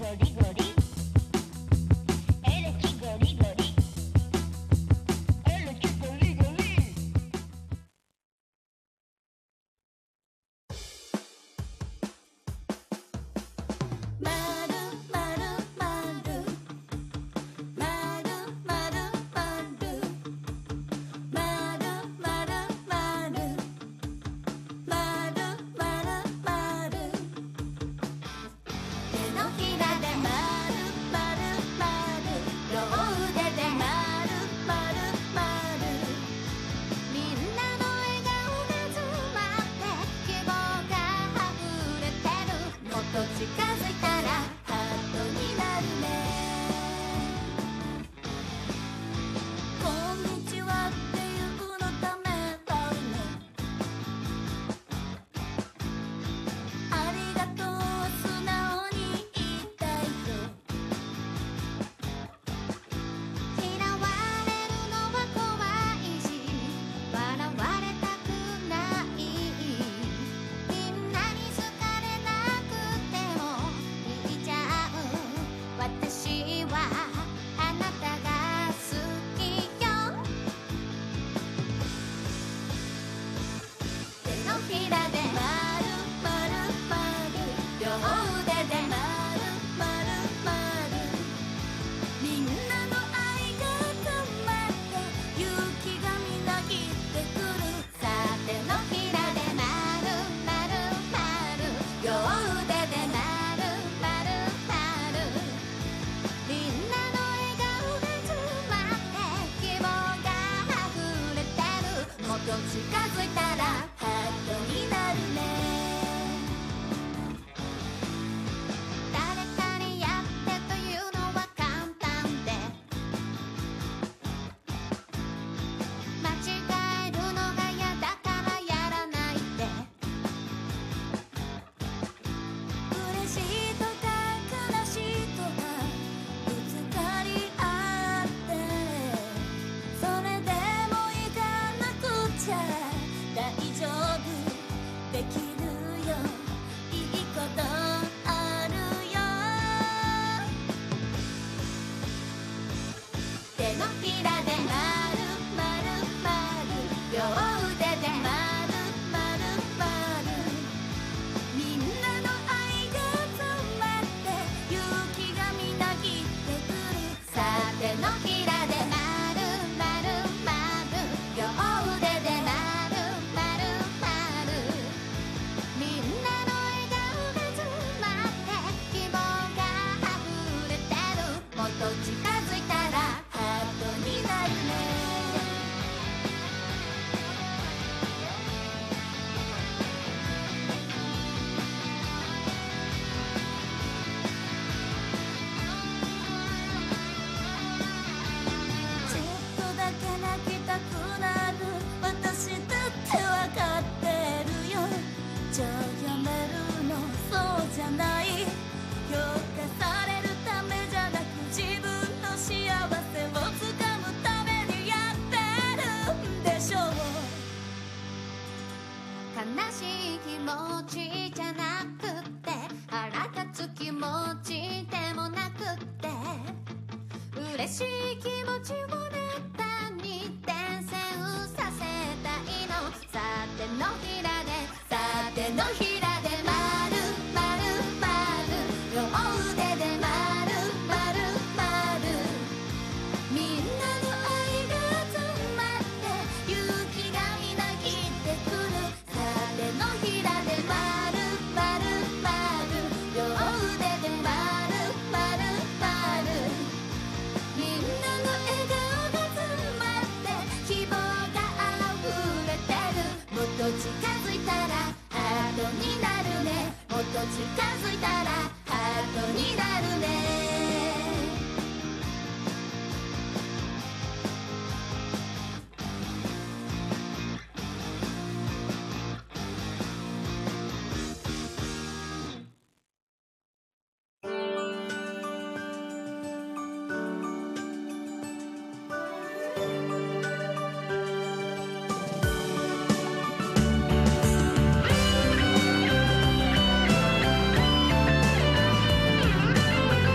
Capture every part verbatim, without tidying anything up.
「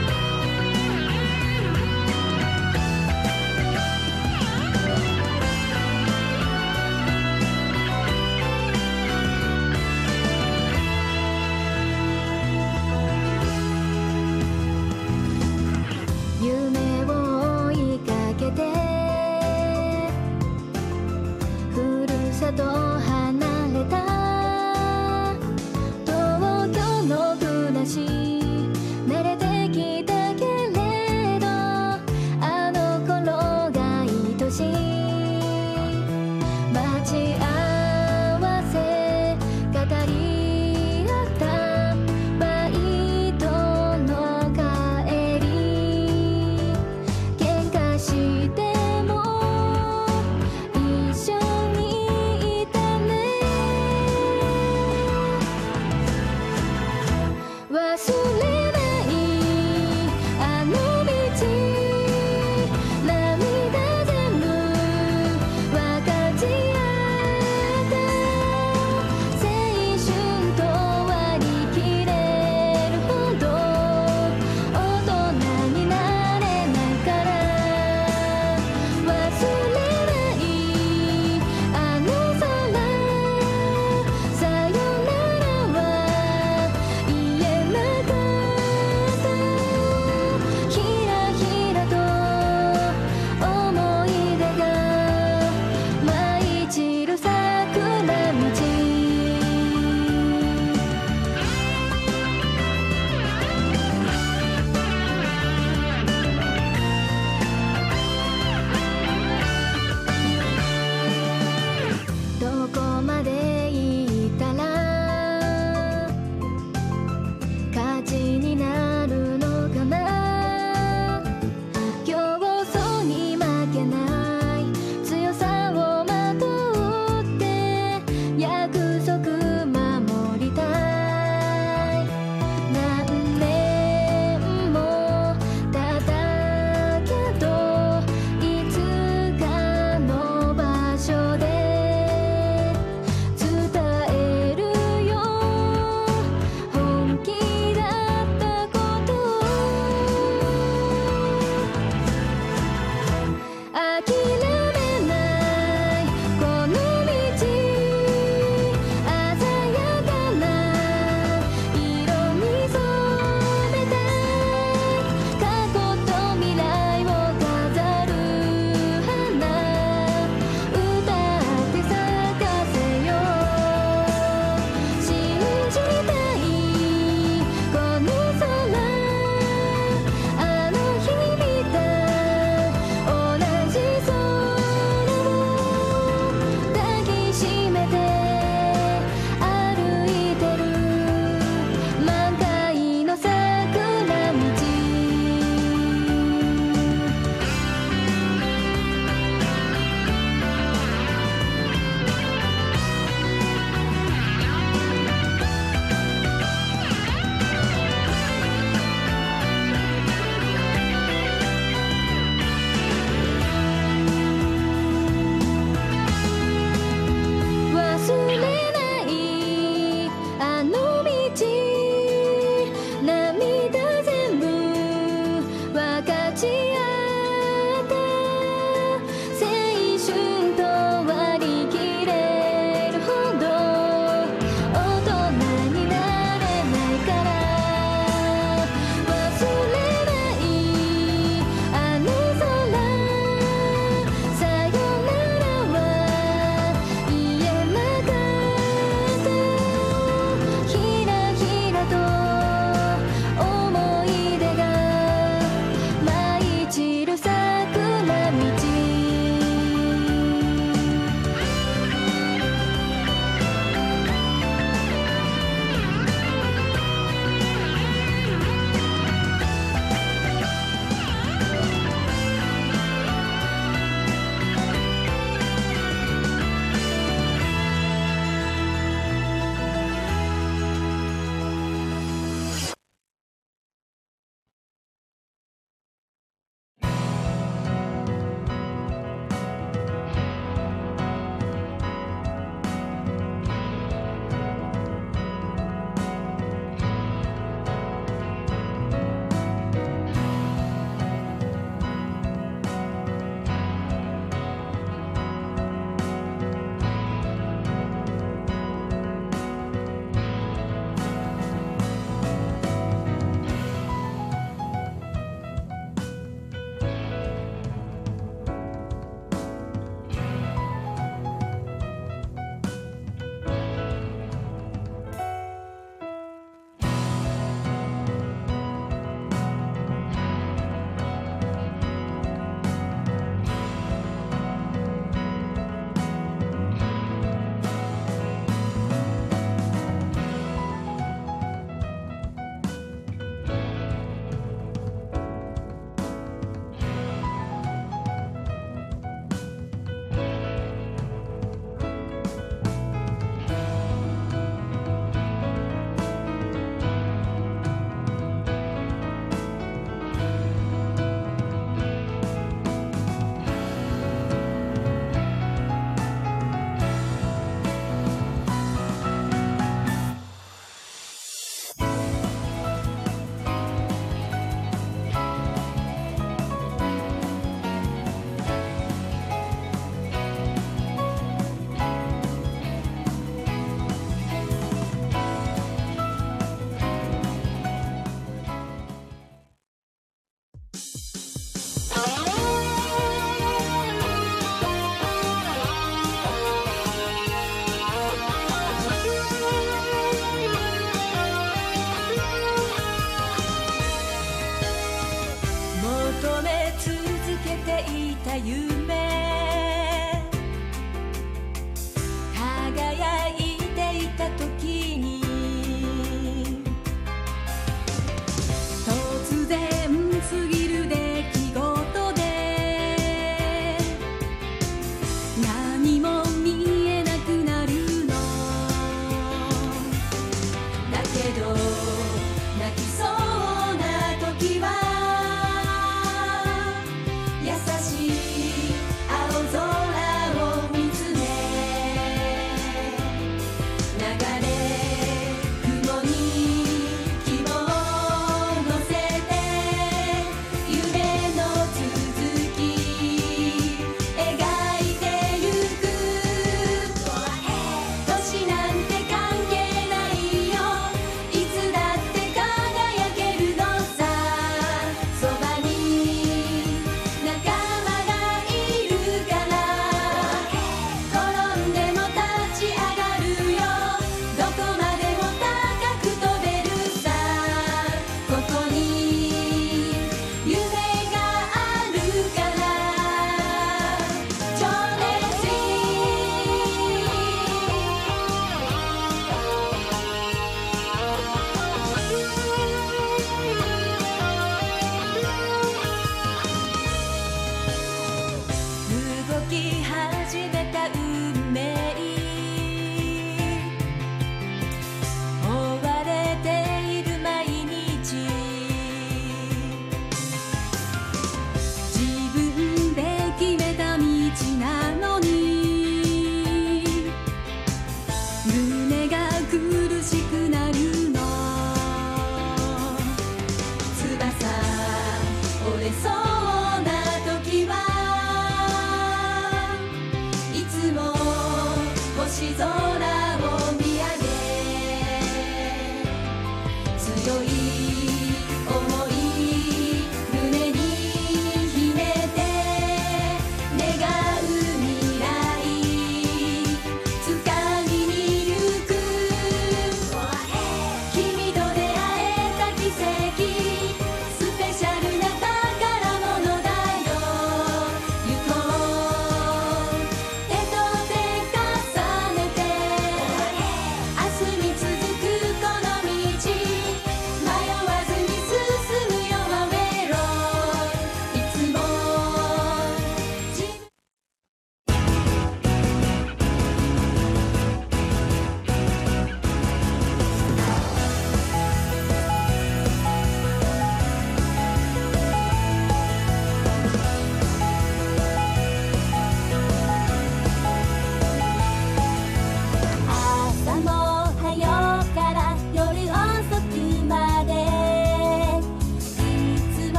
さと離れた東京の暮らし慣れてきたけれどあの頃が愛しい待ち合わせ語り合ったバイトの帰り喧嘩しても一緒にいたね忘れず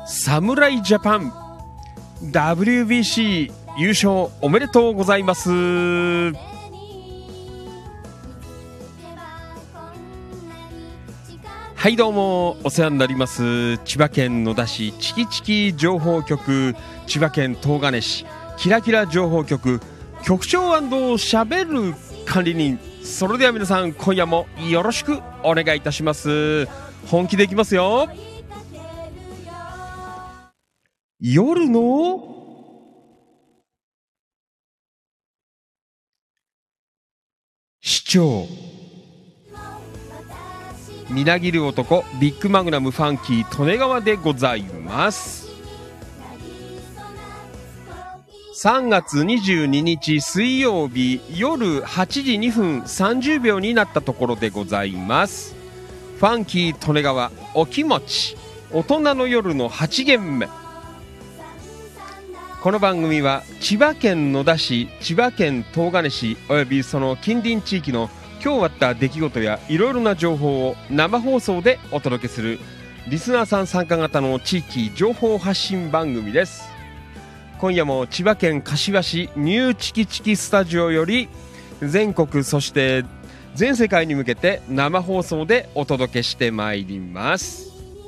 侍ジャパン ダブリュービーシー 優勝おめでとうございます。はいどうもお世話になります。千葉県野田市チキチキ情報局、千葉県東金市キラキラ情報局局長しゃべる管理人。それでは皆さん今夜もよろしくお願いいたします。本気でいきますよ。夜の市長、みなぎる男ビッグマグナムファンキー利根川でございます。さんがつにじゅうににち水曜日夜はちじにふんさんじゅうびょうになったところでございます。ファンキー利根川お気持ち大人の夜のはち限目。この番組は千葉県野田市、千葉県東金市およびその近隣地域の今日あった出来事やいろいろな情報を生放送でお届けするリスナーさん参加型の地域情報発信番組です。今夜も千葉県柏市ニューチキチキスタジオより全国そして全世界に向けて生放送でお届けしてまいります。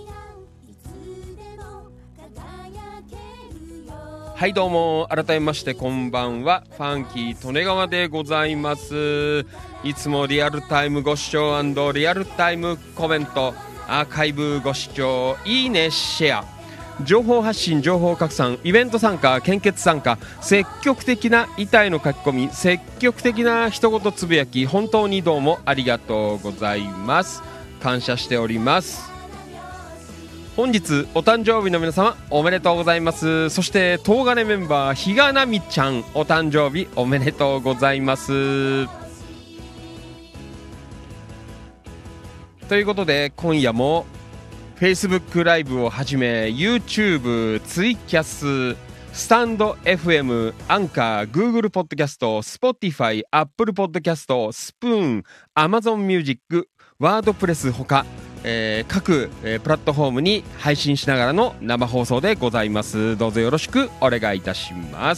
はいどうも改めましてこんばんは、ファンキー利根川でございます。いつもリアルタイムご視聴&リアルタイムコメント、アーカイブご視聴、いいねシェア、情報発信情報拡散、イベント参加献血参加、積極的な痛いの書き込み、積極的な一言つぶやき、本当にどうもありがとうございます。感謝しております。本日お誕生日の皆様おめでとうございます。そして東金メンバーひがなみちゃんお誕生日おめでとうございます。ということで今夜も Facebook ライブをはじめ YouTube、ツイキャス、スタンド エフエム、アンカー、Google ポッドキャスト、Spotify、Apple ポッドキャスト、スプーン、Amazon ミュージック、ワードプレスほかえー、各、えー、プラットフォームに配信しながらの生放送でございます。どうぞよろしくお願いいたします。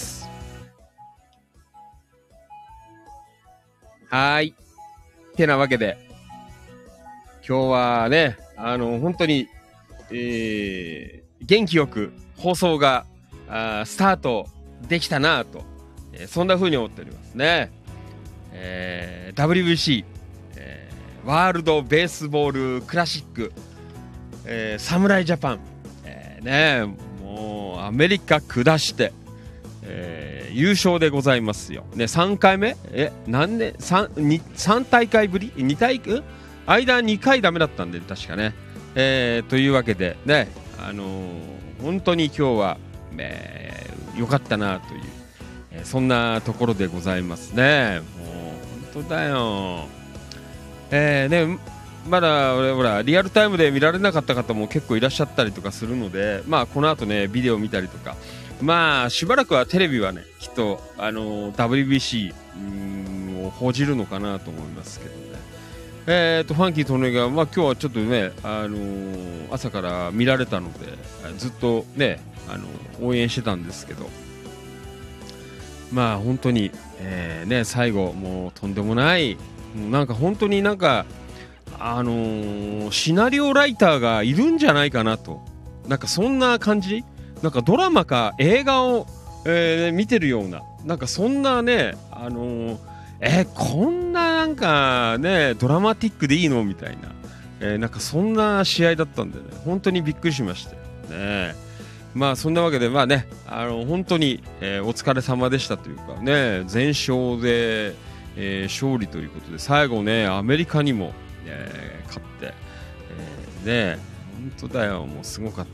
はい。てなわけで今日はね、あの本当に、えー、元気よく放送があスタートできたなと、えー、そんな風に思っておりますね。えー、ダブリュービーシーワールドベースボールクラシック、えー、侍ジャパン、えー、ねもうアメリカ下して、えー、優勝でございますよ、ね、さんかいめえ何年 3, さん大会ぶりに大会間にかいダメだったんで確かね、えー、というわけでね、あのー、本当に今日は、えー、よかったなという、えー、そんなところでございますね。もう本当だよ。えーね、まだ俺ほらリアルタイムで見られなかった方も結構いらっしゃったりとかするので、まあこの後ねビデオ見たりとか、まあしばらくはテレビはねきっとあのー、ダブリュービーシー を報じるのかなと思いますけどね。えーとファンキー利根川、まあ今日はちょっとねあのー、朝から見られたのでずっとねあのー、応援してたんですけど、まあ本当に、えー、ね最後もうとんでもないなんか本当になんかあのー、シナリオライターがいるんじゃないかなと、なんかそんな感じ、なんかドラマか映画を、えー、見てるような、なんかそんなねあのー、えー、こんななんかねドラマティックでいいのみたいな、えー、なんかそんな試合だったんでね本当にびっくりしましたよね。まあそんなわけでまあねあの本当に、えー、お疲れ様でしたというかね、全勝でえー、勝利ということで最後ねアメリカにも、えー、勝って、えー、ね本当だよもうすごかった、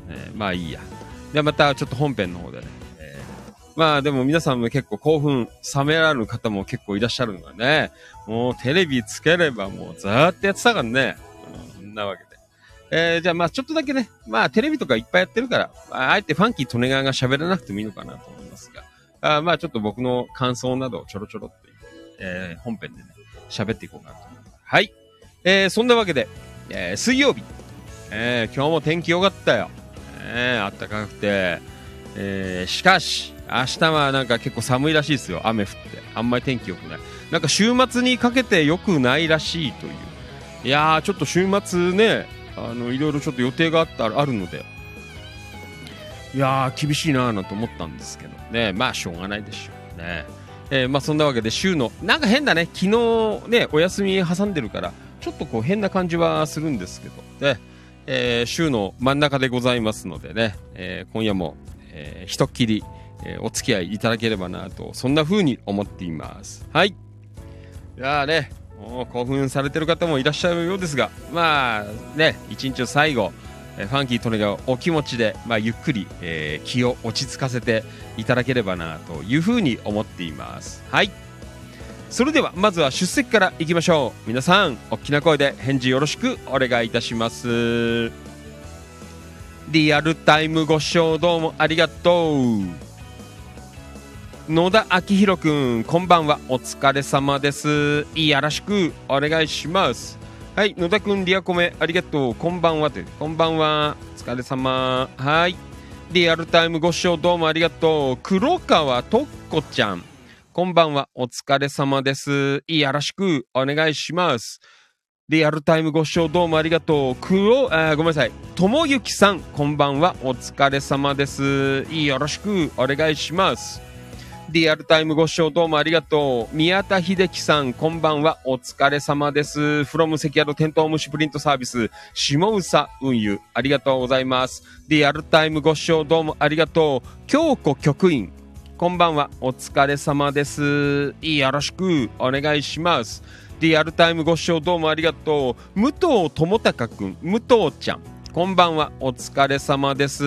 ね、まあいいや。でまたちょっと本編の方でね、えー、まあでも皆さんも結構興奮冷められる方も結構いらっしゃるのがね、もうテレビつければもうずーっとやってたからね、うん、そんなわけで、えー、じゃあまあちょっとだけね、まあテレビとかいっぱいやってるから、あえてファンキー利根川が喋らなくてもいいのかなと思いますが、あまあちょっと僕の感想などをちょろちょろってえー、本編でね喋っていこうかなと思います。はい、えー、そんなわけで、えー、水曜日、えー、今日も天気良かったよ、 ね、あったかくて、えー、しかし明日はなんか結構寒いらしいですよ。雨降ってあんまり天気良くない。なんか週末にかけて良くないらしいという。いやーちょっと週末ね、あのいろいろちょっと予定があったあるので、いやー厳しいなーなんて思ったんですけどね。まあしょうがないでしょうね。えー、まあそんなわけで週のなんか変だね、昨日ねお休み挟んでるからちょっとこう変な感じはするんですけどね、えー、週の真ん中でございますのでね、えー、今夜も、えー、ひとっきり、えー、お付き合いいただければなと、そんな風に思っています。はい。いやーね、もう興奮されてる方もいらっしゃるようですが、まあね一日の最後、えー、ファンキートネがお気持ちで、まあ、ゆっくり、えー、気を落ち着かせていただければなというふうに思っています。はい。それではまずは出席からいきましょう。皆さん大きな声で返事よろしくお願いいたします。リアルタイムご視聴どうもありがとう。野田明宏くん、こんばんは、お疲れ様です。よろしくお願いします。はい、野田くんリアコメありがとう、こんばんはという、こんばんは、お疲れ様。はい、リアルタイムご視聴どうもありがとう。黒川とっこちゃん、こんばんは、お疲れ様です。よろしくお願いします。リアルタイムご視聴どうもありがとう。黒、あ、ごめんなさい、ともゆきさん、こんばんは、お疲れ様です。よろしくお願いします。リアルタイムご視聴どうもありがとう。宮田秀樹さん、こんばんは、お疲れ様です。from 関宿テントウムシプリントサービス、下宇佐運輸、ありがとうございます。リアルタイムご視聴どうもありがとう。京子局員、こんばんは、お疲れ様です。よろしくお願いします。リアルタイムご視聴どうもありがとう。武藤智隆くん、武藤ちゃん、こんばんは、お疲れ様です。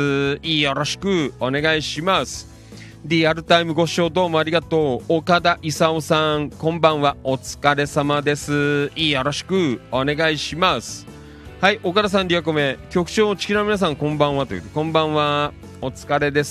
よろしくお願いします。リアルタイムご視聴どうもありがとう。岡田勲さん、こんばんは、お疲れ様です。よろしくお願いします。はい、岡田さんリアコメ、局長チキラの皆さんこんばんはという、こんばんは、お疲れです。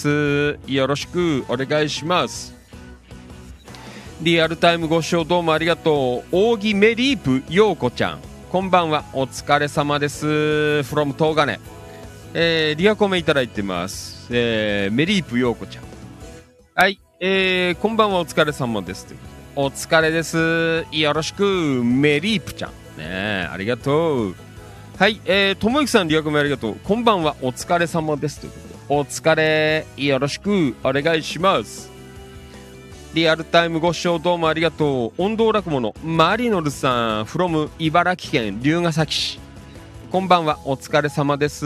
よろしくお願いします。リアルタイムご視聴どうもありがとう。扇メリープ陽子ちゃん、こんばんは、お疲れ様です。from 東金、えー、リアコメいただいてます。えー、メリープ陽子ちゃん、はい、えー、こんばんは、お疲れ様ですということで、お疲れです。よろしくメリープちゃんね、ありがとう。はい、えー、ともゆきさんリアコメありがとう。こんばんは、お疲れ様ですということで、お疲れ、よろしくお願いします。リアルタイムご視聴どうもありがとう。音頭落語のマリノルさん from 茨城県龍ケ崎市、こんばんは、お疲れ様です。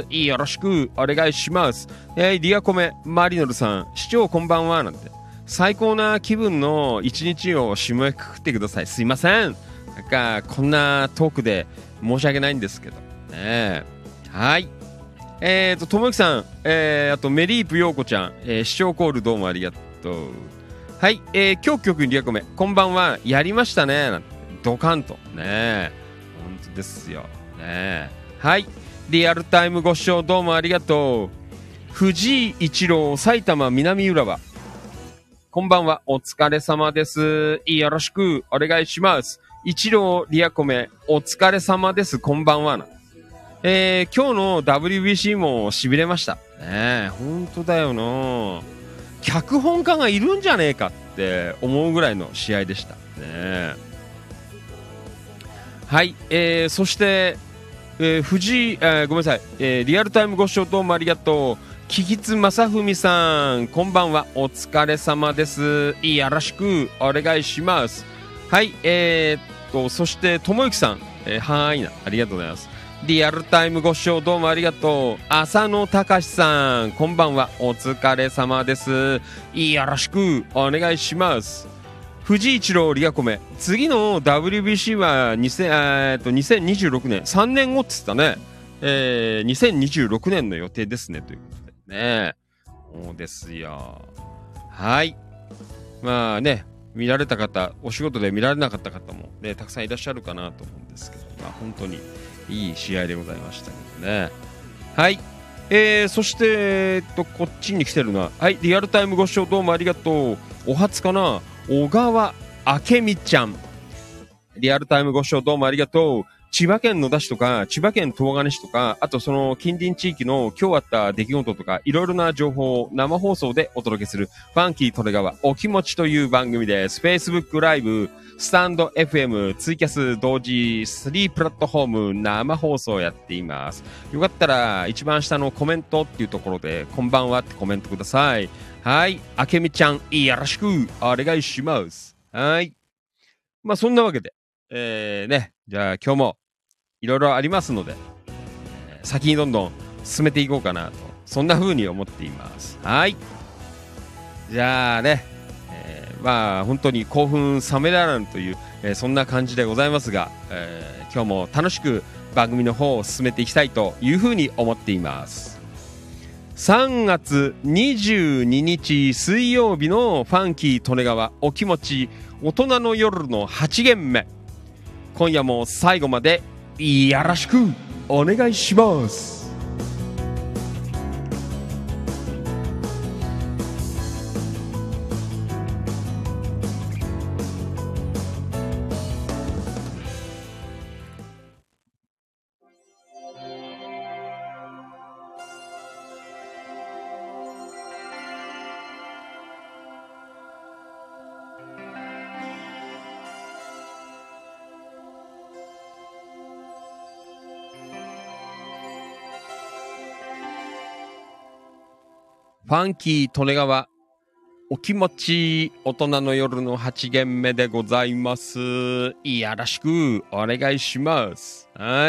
よろしくお願いします。えー、リアコメマリノルさん、市長こんばんはなんて、最高な気分の一日を締めくくってください。すいません、なんかこんなトークで申し訳ないんですけどね。はい、えーとともゆきさん、えー、あとメリープ陽子ちゃん、えー、市長コールどうもありがとう。はい、えー、今日局リアコメこんばんは、やりましたねなんて、ドカンとね、本当ですよね。はい、リアルタイムご視聴どうもありがとう。藤井一郎埼玉南浦和、こんばんは、お疲れ様です。よろしくお願いします。一郎リアコメお疲れ様です、こんばんはな、えー、今日の ダブリュービーシー も痺れましたね。本当だよな、脚本家がいるんじゃねえかって思うぐらいの試合でしたね。はい、えー、そしてえー、藤井、えー、ごめんなさい、えー、リアルタイムご視聴どうもありがとう。木津正文さん、こんばんは、お疲れ様です。よろしくお願いします。はい、えー、っとそしてともゆきさん、えー、はーいな、ありがとうございます。リアルタイムご視聴どうもありがとう。浅野隆さん、こんばんは、お疲れ様です。よろしくお願いします。藤井一郎リアコメ、次の ダブリュービーシー はにせん、えー、とにせんにじゅうろくねん、さんねんごっつったね、えー、にせんにじゅうろくねんの予定ですねということでね。そうですよ。はい、まあね、見られた方、お仕事で見られなかった方も、ね、たくさんいらっしゃるかなと思うんですけど、まあ、本当にいい試合でございましたけどね。はい、えー、そして、えー、っとこっちに来てるのは、はい、リアルタイムご視聴どうもありがとう。お初かな、小川明美ちゃん、リアルタイムご視聴どうもありがとう。 千葉県野田市とか、千葉県東金市とか、あとその近隣地域の今日あった出来事とか、いろいろな情報を生放送でお届けする、ファンキートレガワお気持ちという番組です。Facebook ライブ、スタンド エフエム、ツイキャス同時スリープラットフォーム生放送やっています。よかったら一番下のコメントっていうところで、こんばんはってコメントください。はい。あけみちゃん、よろしくお願いします。はい。まあそんなわけで、えーね、じゃあ今日もいろいろありますので、えー先にどんどん進めていこうかなと、そんな風に思っています。はい。じゃあね、えーまあ本当に興奮冷めやらぬという、えーそんな感じでございますが、えー今日も楽しく番組の方を進めていきたいという風に思っています。さんがつにじゅうににち水曜日のファンキー利根川お気持ち大人の夜のはち限目、今夜も最後までよろしくお願いします。ファンキー利根川お気持ち大人の夜のはち限目でございます。よろしくお願いします。はい。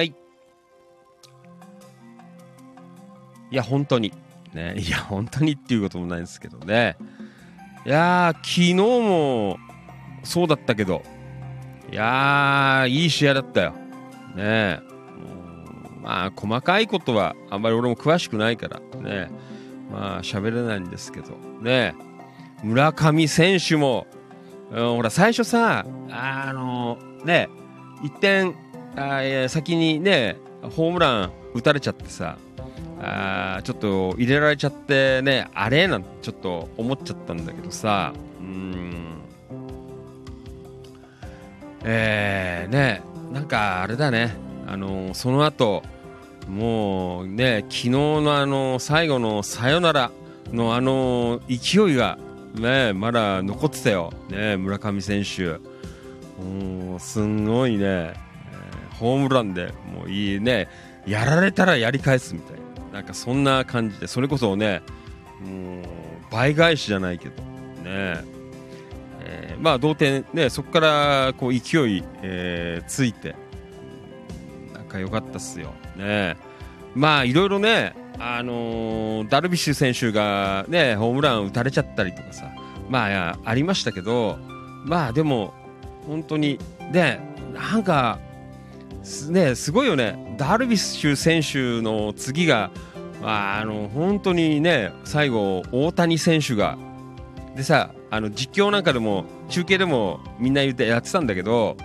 いや本当にね、いや本当にっていうこともないんですけどね。いやー昨日もそうだったけど、いやーいい試合だったよね。もうまあ細かいことはあんまり俺も詳しくないからね、まあ喋れないんですけどね。村上選手も、うん、ほら最初さあのねいってんあいや先にねホームラン打たれちゃってさ、あちょっと入れられちゃってね、あれなんてちょっと思っちゃったんだけどさ、うーんえー、ねなんかあれだね、あのその後もうね昨日のあの最後のサヨナラのあの勢いがねまだ残ってたよね。村上選手もうすんごいね、えーホームランでもういいね、やられたらやり返すみたいな、なんかそんな感じで、それこそねもう倍返しじゃないけどね、えーまあ同点ね、そこからこう勢い、えーついてなんか良かったっすよね。まあいろいろね、あのーダルビッシュ選手がねホームラン打たれちゃったりとかさ、まあありましたけど、まあでも本当にねなんかすねすごいよね。ダルビッシュ選手の次があの本当にね最後大谷選手がでさ、あの実況なんかでも中継でもみんな言ってやってたんだけど、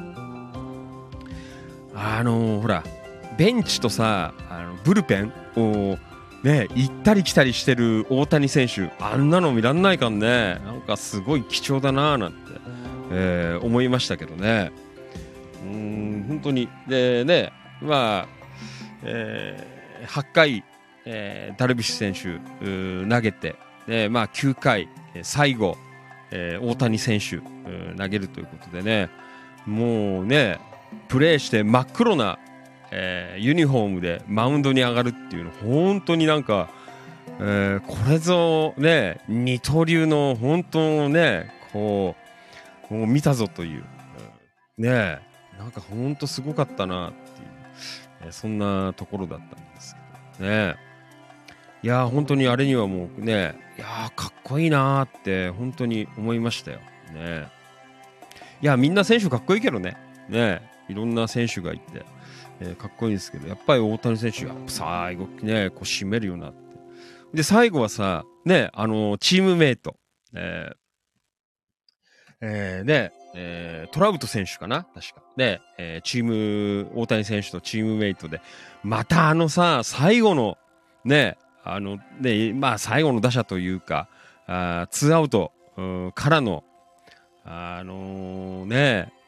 あのほらベンチとさあのブルペンをね行ったり来たりしてる大谷選手、あんなの見らんないかんね。なんかすごい貴重だなーなんて、えー思いましたけどね。うーん本当にでね、まあ、えーはっかい、えーダルビッシュ選手うー投げて、でまあきゅうかいえー最後、えー大谷選手うー投げるということでね、もうねプレーして真っ黒な、えーユニフォームでマウンドに上がるっていうの本当になんか、えーこれぞね二刀流の本当ねこうもう見たぞという、うんねなんか本当すごかったなっていう、えーそんなところだったんですけどね。いやー本当にあれにはもうね、いやーかっこいいなーって本当に思いましたよね。いやみんな選手かっこいいけどね、ねいろんな選手がいて、えーかっこいいんですけど、やっぱり大谷選手やっぱ最後ねこう締めるようになって、で最後はさねあのーチームメイト、えーえーねえートラウト選手かな確かね、えーチーム大谷選手とチームメイトでまたあのさ最後のねあのねまあ最後の打者というかあツーアウトうんからのあのーね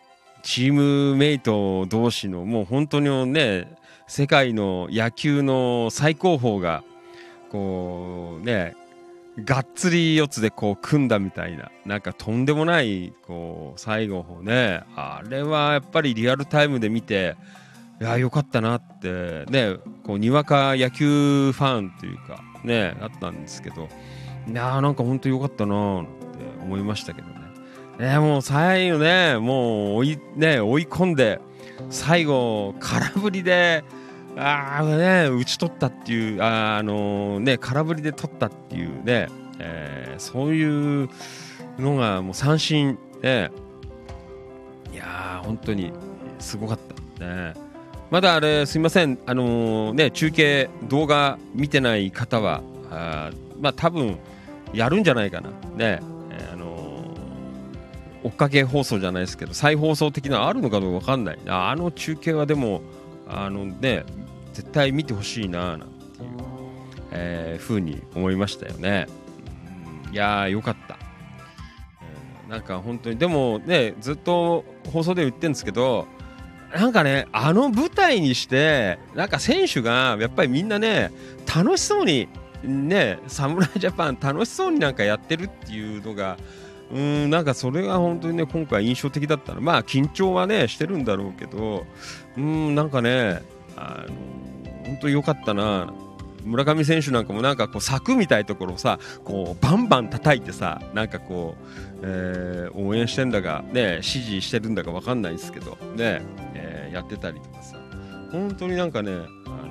チームメイト同士のもう本当にね世界の野球の最高峰がこうねがっつり四つでこう組んだみたいななんかとんでもないこう最後ねあれはやっぱりリアルタイムで見ていやよかったなってねこうにわか野球ファンというかねあったんですけどいやなんか本当よかったなって思いましたけどね。ねもう最後ねもう追いね追い込んで最後空振りであーね打ち取ったっていうあ、あのー、ね空振りで取ったっていうね、えー、そういうのがもう三振ねいやー本当にすごかったね。まだあれすいませんあのー、ね中継動画見てない方はあまあ多分やるんじゃないかなね、えー、あのー、追っかけ放送じゃないですけど再放送的なのあるのかどうか分かんないあの中継はでもあのね絶対見てほしいななんていう、えー、風に思いましたよね、うん、いやーよかった、えー、なんか本当にでもねずっと放送で言ってるんですけどなんかねあの舞台にしてなんか選手がやっぱりみんなね楽しそうにね侍ジャパン楽しそうになんかやってるっていうのがうーんなんかそれが本当にね今回印象的だったのまあ緊張はねしてるんだろうけどうーんなんかねあの本当に良かったな。村上選手なんかもなんかこう柵みたいなところをさこうバンバン叩いてさなんかこう、えー、応援してんだかね指示してるんだか分かんないですけどね、えー、やってたりとかさ本当になんかねあの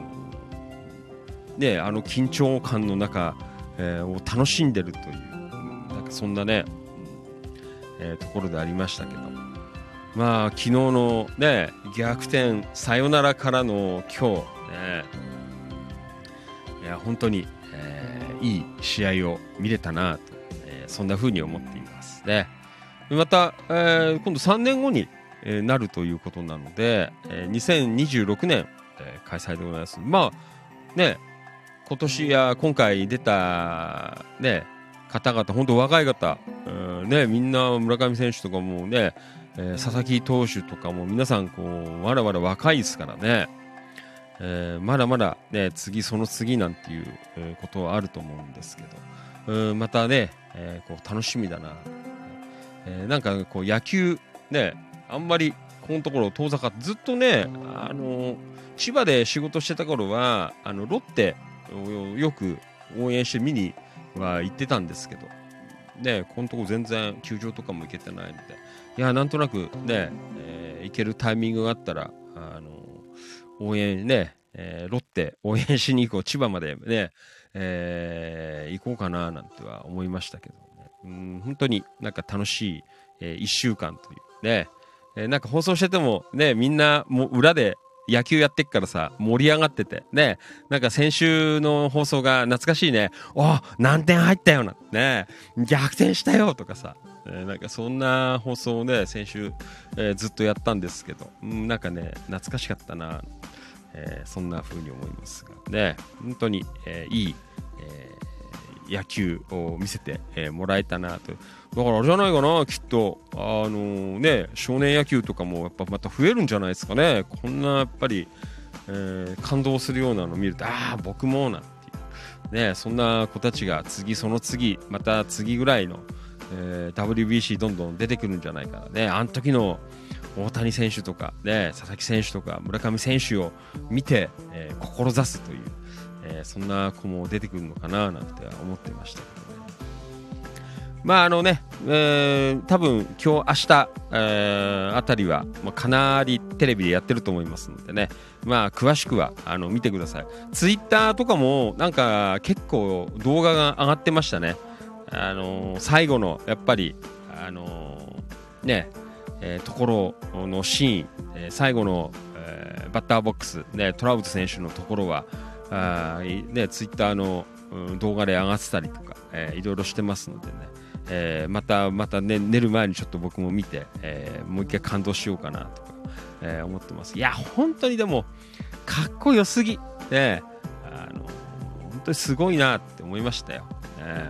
ねあの緊張感の中、えー、を楽しんでるというなんかそんなね、えー、ところでありましたけどまあ昨日のね逆転サヨナラからの今日ねいや本当に、えー、いい試合を見れたなと、えー、そんな風に思っていますね。また、えー、今度さんねんごに、えー、なるということなので、えー、にせんにじゅうろくねん、えー、開催でございます。まあね今年や今回出たね方々本当若い方、うんね、みんな村上選手とかもね、えー、佐々木投手とかも皆さんこうわらわら若いですからね。えー、まだまだ、ね、次その次なんていう、えー、ことはあると思うんですけどうんまたね、えー、こう楽しみだな、えー、なんかこう野球ねあんまりこのところ遠ざかってずっとね、あのー、千葉で仕事してた頃はあのロッテをよく応援して見には行ってたんですけどねこのところ全然球場とかも行けてないのでいやなんとなくね、えー、行けるタイミングがあったらあのー応援ね、えー、ロッテ応援しに行こう千葉までね、えー、行こうかななんては思いましたけどねうん本当になんか楽しい、えー、いっしゅうかんというね、えー、なんか放送しててもねみんなもう裏で野球やってっからさ盛り上がっててねなんか先週の放送が懐かしいねお何点入ったよなね逆転したよとかさえー、なんかそんな放送をね先週、えー、ずっとやったんですけど、うん、なんかね懐かしかったな、えー、そんな風に思いますがね本当に、えー、いい、えー、野球を見せて、えー、もらえたなとだからあれじゃないかなきっとあのー、ね少年野球とかもやっぱまた増えるんじゃないですかねこんなやっぱり、えー、感動するようなのを見るとああ僕もなんていうねそんな子たちが次その次また次ぐらいのえー、ダブリュービーシー どんどん出てくるんじゃないかなねあの時の大谷選手とか、ね、佐々木選手とか村上選手を見て、えー、志すという、えー、そんな子も出てくるのかななんて思ってましたけどねまああのね、えー、多分今日明日、えー、あたりは、まあ、かなりテレビでやってると思いますのでねまあ詳しくはあの見てくださいツイッターとかもなんか結構動画が上がってましたねあのー、最後のやっぱりあのー、ね、えー、ところのシーン、えー、最後の、えー、バッターボックス、ね、トラウト選手のところはあ、ね、ツイッターの、うん、動画で上がってたりとか、えー、いろいろしてますのでね、えー、またまた、ね、寝る前にちょっと僕も見て、えー、もう一回感動しようかなとか、えー、思ってますいや本当にでもかっこよすぎ、ね、あの本当にすごいなって思いましたよ、ね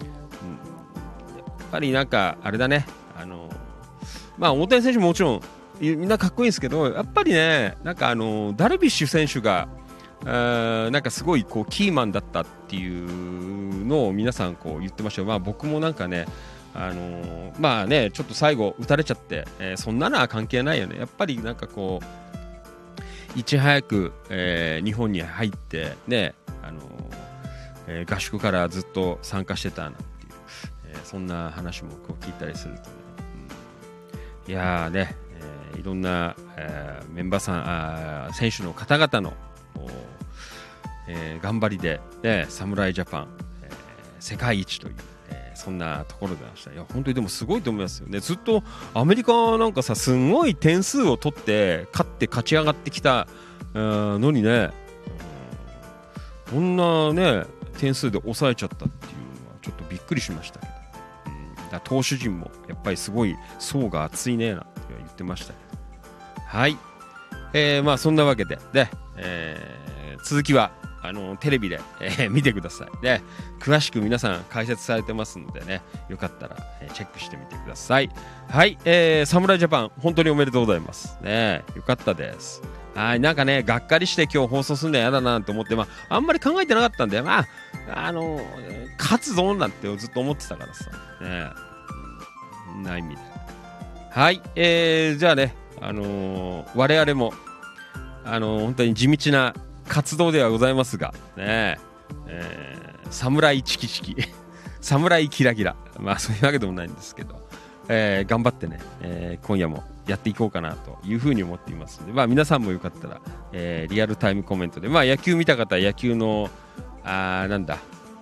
やっぱりなんかあれだねあのまあ大谷選手ももちろんみんなかっこいいんですけど、やっぱりね、なんかあのダルビッシュ選手があなんかすごいこうキーマンだったっていうのを皆さんこう言ってましたよ。まあ僕もなんかね、あのー、まあねちょっと最後打たれちゃって、えー、そんなのは関係ないよね。やっぱりなんかこういち早く、えー、日本に入ってね、あのーえー、合宿からずっと参加してたなんていう、えー、そんな話もこう聞いたりするとね、うん、いやーね、えー、いろんな、えー、メンバーさんあ選手の方々のえー、頑張りで、ね、侍ジャパン、えー、世界一という、えー、そんなところでました。いや本当にでもすごいと思いますよね。ずっとアメリカなんかさすごい点数を取って勝って勝ち上がってきたのにね、こんなね点数で抑えちゃったっていうのはちょっとびっくりしましたけど、うん、だ投手陣もやっぱりすごい層が厚いねなんて言ってましたけど、はい、えー、まあそんなわけでで、えー、続きはあのテレビで、えー、見てください。で詳しく皆さん解説されてますのでね、よかったら、えー、チェックしてみてください。はい、えー、侍ジャパン本当におめでとうございますね。よかったです。はい、なんかねがっかりして今日放送するのは嫌だなと思って、まああんまり考えてなかったんで、まああのー、勝つぞなんてずっと思ってたからさね、うん、ない意味で。はい、えー、じゃあね、あのー、我々もあのー、本当に地道な活動ではございますがね、えー、侍チキチキ侍キラキラ、まあそういうわけでもないんですけど、えー、頑張ってね、えー、今夜もやっていこうかなというふうに思っていますので、まあ皆さんもよかったら、えー、リアルタイムコメントで、まあ野球見た方は野球のあーなんだ、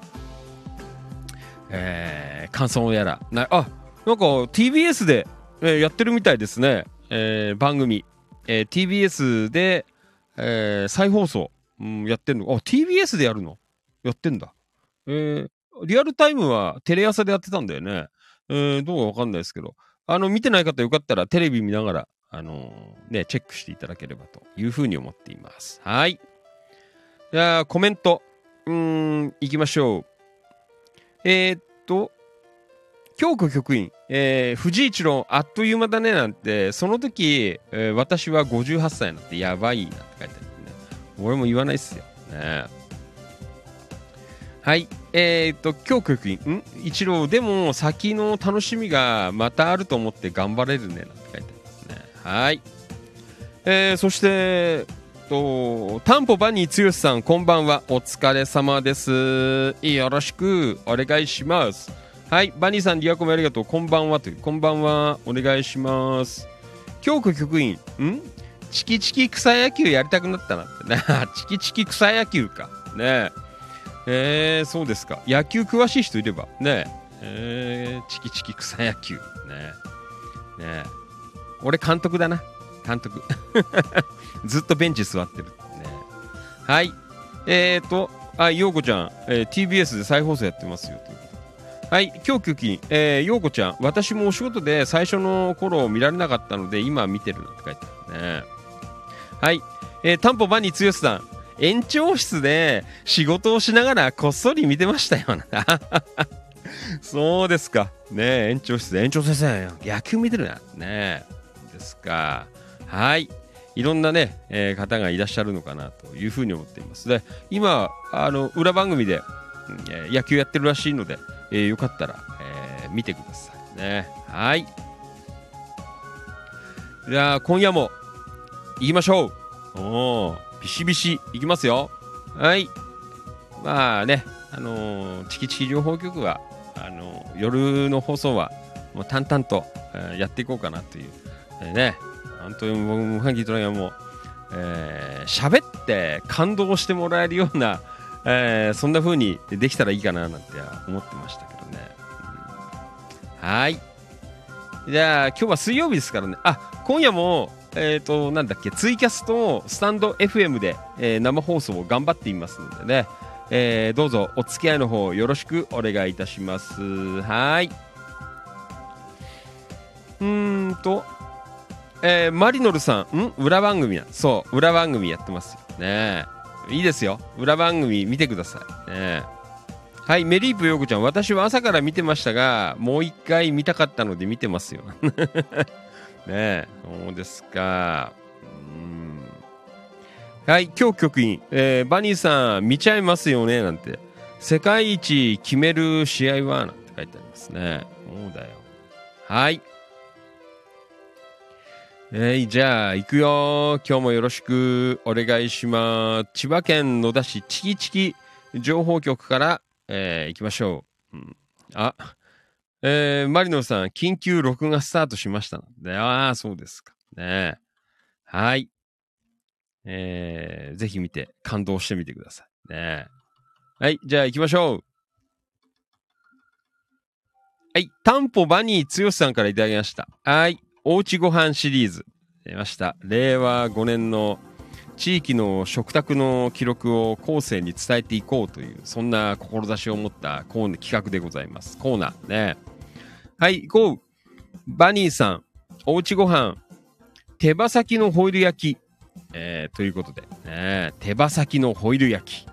えー、感想やらな、あなんか ティービーエス で、えー、やってるみたいですね、えー、番組、えー、ティービーエス で、えー、再放送うん、やってんの。あ、ティービーエス でやるのやってんだ。えー、リアルタイムはテレ朝でやってたんだよね。えー、どうかわかんないですけど。あの、見てない方よかったらテレビ見ながら、あのー、ね、チェックしていただければというふうに思っています。はい。じゃあ、コメント。うーん、行きましょう。えー、っと、京子局員、えー、藤井一郎、あっという間だねなんて、その時、えー、私はごじゅうはっさいなんてやばいなんて書いてある。俺も言わないっすよね。はい、えー、っと今日局員ん一郎でも先の楽しみがまたあると思って頑張れるねなんて書いてありますね。はい、えー、そしてとタンポバニー剛さんこんばんは、お疲れ様です。よろしくお願いします。はい、バニーさんリアコメありがとう、こんばんはという、こんばんはお願いします。京子局員んチキチキ草野球やりたくなったなってねチキチキ草野球かねえー、そうですか。野球詳しい人いればねえー、チキチキ草野球ねね俺監督だな、監督ずっとベンチ座ってるね。はい、えーとあようこちゃん、えー、ティービーエス で再放送やってますよということで、はい、今日き、えー、ようこちゃん、私もお仕事で最初の頃見られなかったので今見てるなんて書いてあるね。はい、えー、タンポバニー剛さん、延長室で仕事をしながらこっそり見てましたよそうですかね。延長室で延長先生野球見てるなねですか。はい、いろんなね、えー、方がいらっしゃるのかなというふうに思っています。で今あの裏番組で、えー、野球やってるらしいので、えー、よかったら、えー、見てくださいね。はい、じゃあ今夜も行きましょう。おービシビシいきますよ。はい、まあね、あのー、チキチキ情報局はあのー、夜の放送はもう淡々と、えー、やっていこうかなという、えー、ね、本当に僕もファンキートライはもう喋、えー、って感動してもらえるような、えー、そんな風にできたらいいかななんて思ってましたけどね、うん、はい、じゃあ今日は水曜日ですからね。あ、今夜もえーとなんだっけツイキャスとスタンド エフエム で、えー、生放送を頑張っていますのでね、えー、どうぞお付き合いの方よろしくお願いいたします。はい、うーんと、えー、マリノルさんん裏番組やそう裏番組やってますよね。いいですよ、裏番組見てくださいね。はい、メリープヨーコちゃん、私は朝から見てましたがもう一回見たかったので見てますよね。そうですか。うん。はい、今日局員、えー、バニーさん見ちゃいますよねなんて。世界一決める試合はなんて書いてありますね。そうだよ。はい。えー、じゃあ行くよ。今日もよろしくお願いします。千葉県野田市チキチキ情報局から、えー、行きましょう。うん、あ、えー、マリノさん緊急録画スタートしましたので、ああそうですかね。はい。えー、ぜひ見て感動してみてくださいね。はい、じゃあ行きましょう。はい、タンポバニーつよしさんからいただきました。はい、おうちごはんシリーズ出ました。れいわごねんの地域の食卓の記録を後世に伝えていこうというそんな志を持ったコーナー企画でございます。コーナーね。はい、ゴー。バニーさん、おうちごはん手羽先のホイル焼き、えー、ということで、ね、手羽先のホイル焼き。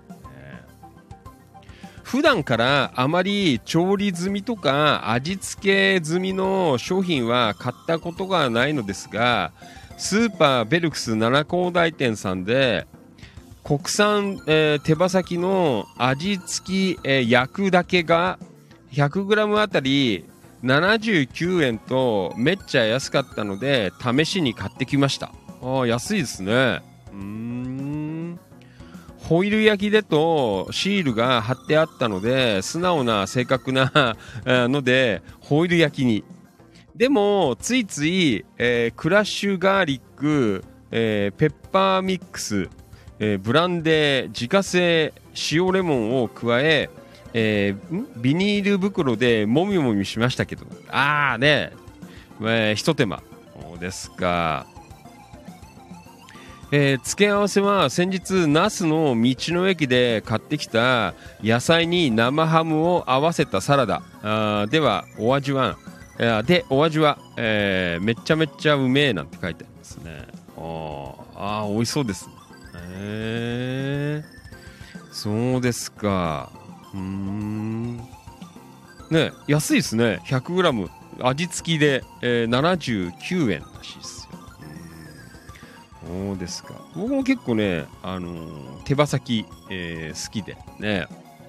普段からあまり調理済みとか味付け済みの商品は買ったことがないのですが、スーパーベルクス七高台店さんで国産、えー、手羽先の味付き、えー、焼くだけが ひゃくグラム あたりななじゅうきゅうえんとめっちゃ安かったので試しに買ってきました。あ、安いですね。うーん、ホイル焼きでとシールが貼ってあったので素直な正確なのでホイル焼きに。でもついつい、えー、クラッシュガーリック、えー、ペッパーミックス、えー、ブランデー自家製塩レモンを加ええー、ビニール袋でもみもみしましたけど、ああね、えー、ひと手間。そうですか。えー、付け合わせは先日那須の道の駅で買ってきた野菜に生ハムを合わせたサラダ。あではお味は、えー、でお味は、えー、めっちゃめっちゃうめえなんて書いてありますね。ああ、美味しそうですね。へえ、そうですか。うーんね、安いですね。 ひゃくグラム 味付きで、えー、ななじゅうきゅうえんらしいですよ。そうですか。僕も結構ね、あのー、手羽先、えー、好きでね、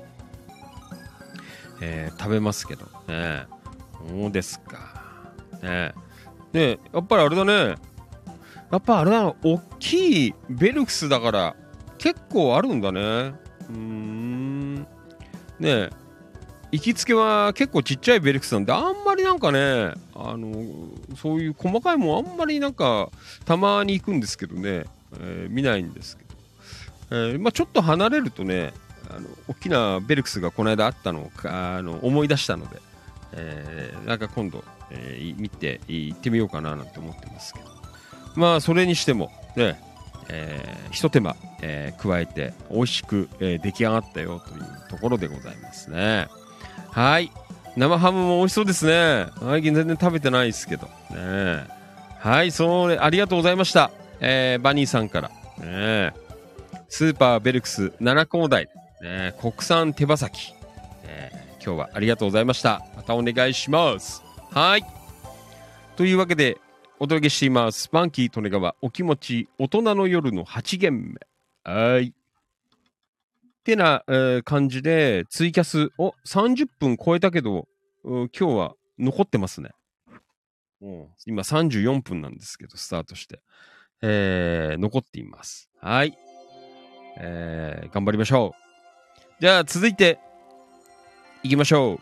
えー、食べますけどね。そうですか。ね、でやっぱりあれだね。やっぱあれだな、大きいベルクスだから結構あるんだね。うーんね、行きつけは結構ちっちゃいベルクスなんであんまりなんかね、あのそういう細かいもんあんまりなんかたまに行くんですけどね、えー、見ないんですけど、えーまあ、ちょっと離れるとね、あの大きなベルクスがこの間あったのをあの思い出したので、えー、なんか今度、えー、見て行ってみようかななんて思ってますけど、まあそれにしてもね、えー、ひと手間、えー、加えて美味しく、えー、出来上がったよというところでございますね。はい、生ハムも美味しそうですね。最近全然食べてないですけどね。はい、それありがとうございました、えー、バニーさんからね。スーパーベルクス七高台、ね、国産手羽先、ね、今日はありがとうございました。またお願いします。はい、というわけでお届けしていますバンキー利根川お気持ち大人の夜のはち限目。はいってな、えー、感じでツイキャスおさんじゅっぷん超えたけど今日は残ってますね。うん、今さんじゅうよんぷんなんですけどスタートして、えー、残っています。はい、えー、頑張りましょう。じゃあ続いていきましょう。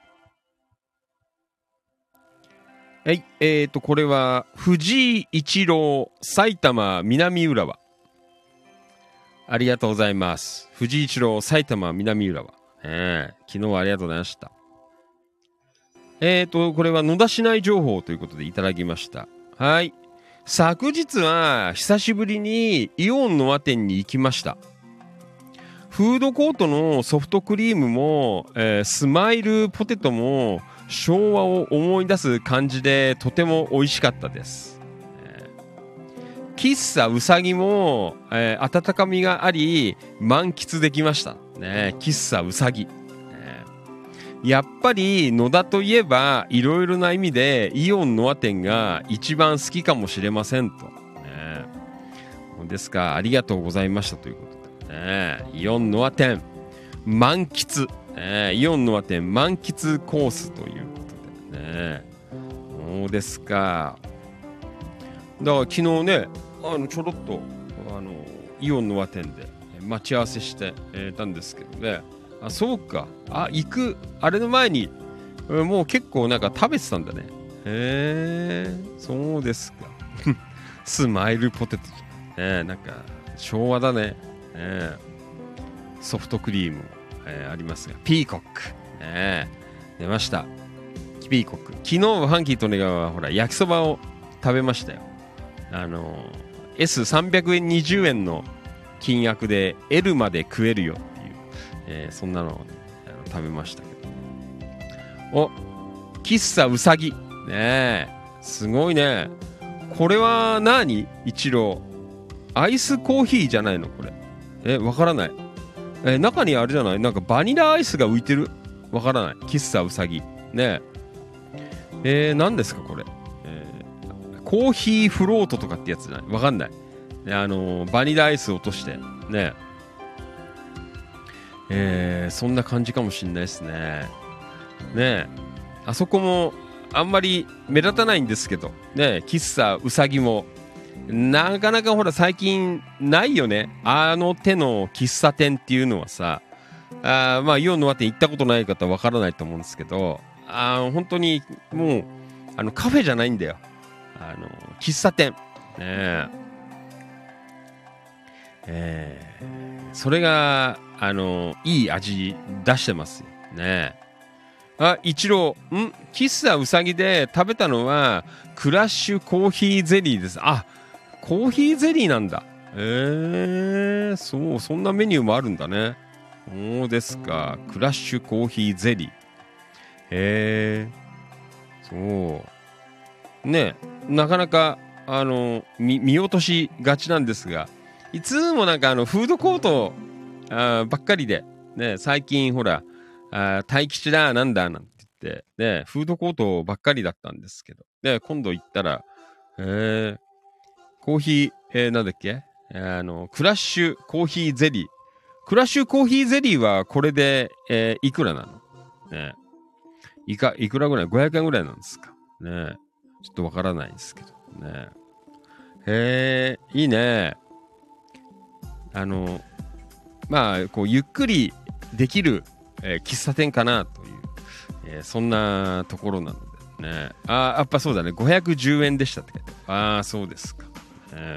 はい、えーとこれは藤井一郎埼玉南浦和、ありがとうございます。藤井一郎埼玉南浦和、えー、昨日はありがとうございました。えーとこれは野田市内情報ということでいただきました。はい、昨日は久しぶりにイオンの和店に行きました。フードコートのソフトクリームも、えー、スマイルポテトも昭和を思い出す感じでとても美味しかったです。えー、喫茶うさぎも、えー、温かみがあり満喫できましたね。喫茶うさぎ、えやっぱり野田といえばいろいろな意味でイオンノア店が一番好きかもしれませんと、ね、ですからありがとうございましたということで、ね、イオンノア店満喫、ね、イオンノア店満喫コースということでね。そうですか。だから昨日ねあのちょろっとあのイオンノア店で待ち合わせして、えー、たんですけどね。あ、そうか。あ、行くあれの前にもう結構なんか食べてたんだね。へえ、そうですか。スマイルポテト、ね、なんか昭和だね。ね、ソフトクリーム、えー、ありますが、ピーコック、ね、出ました。ピーコック。昨日はハンキーとネガはほら焼きそばを食べましたよ。あの エスさんびゃくえんにじゅうえんの金額で エル まで食えるよっていう、えー、そんなのを、ね、あの食べましたけど。お、喫茶うさぎねえ、すごいね。これは何？一郎アイスコーヒーじゃないのこれ。え、わからない。え、中にあれじゃない？なんかバニラアイスが浮いてる？わからない。喫茶うさぎねえ。えー、何ですかこれ、えー、コーヒーフロートとかってやつじゃない？わかんない。あのー、バニラアイス落としてねえー、そんな感じかもしんないですね。ねえ、あそこもあんまり目立たないんですけどね、喫茶うさぎもなかなかほら最近ないよね、あの手の喫茶店っていうのはさ。あ、まあイオンの輪店行ったことない方はわからないと思うんですけど、あ本当にもうあのカフェじゃないんだよ、あの喫茶店ねえ。えー、それがあのいい味出してますよね。あ、一郎ん喫茶うさぎで食べたのはクラッシュコーヒーゼリーです。あ、コーヒーゼリーなんだ。えー、そう、そんなメニューもあるんだね。そうですか。クラッシュコーヒーゼリー。へえ、そうね、なかなかあの 見, 見落としがちなんですが、いつもなんかあのフードコートあばっかりでね、最近ほらあ待機地だなんだなんて言ってね、フードコートばっかりだったんですけど、で今度行ったら、えー、コーヒー、えー、なんだっけ、あのクラッシュコーヒーゼリー、クラッシュコーヒーゼリーはこれで、えー、いくらなのね、いかいくらぐらい、ごひゃくえんぐらいなんですかね、ちょっとわからないですけどね。へえ、いいね。あのまあこうゆっくりできる、えー、喫茶店かなという、えー、そんなところなのでね。あ、やっぱそうだね、ごひゃくじゅうえんでしたって。ああ、そうですか、ね。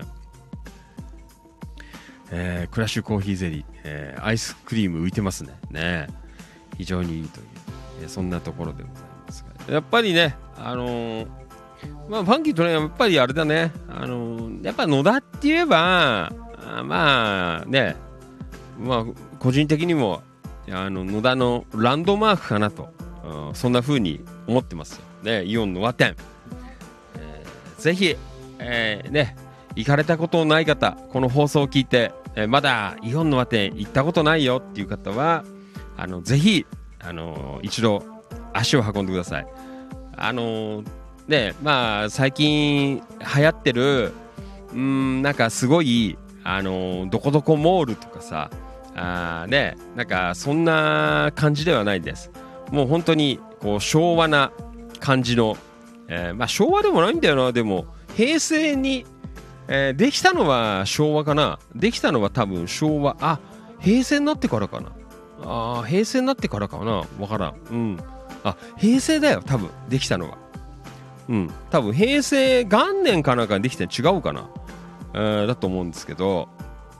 えー、クラッシュコーヒーゼリー、えー、アイスクリーム浮いてますね。ね、非常にいいという、えー、そんなところでございますが、やっぱりね、あのー、まあファンキーとね、やっぱりあれだね、あのー、やっぱ野田って言えば、あまあね、まあ個人的にもあの野田のランドマークかなと、うん、そんな風に思ってますよね。イオンの和店、えー、ぜひ、えー、ね、行かれたことない方、この放送を聞いて、えー、まだイオンの和店行ったことないよっていう方は、あのぜひあの一度足を運んでください。あのね、まあ最近流行ってる、うーん、なんかすごいあのどこどこモールとかさ、あね、なんかそんな感じではないです。もう本当にこう昭和な感じの、えー、まあ昭和でもないんだよな。でも平成に、えー、できたのは昭和かな。できたのは多分昭和、あ、平成になってからかな。あ、平成になってからかな、わからん。うん、あ、平成だよ多分できたのは。うん、多分平成元年かなんかにできて違うかな、えー、だと思うんですけど、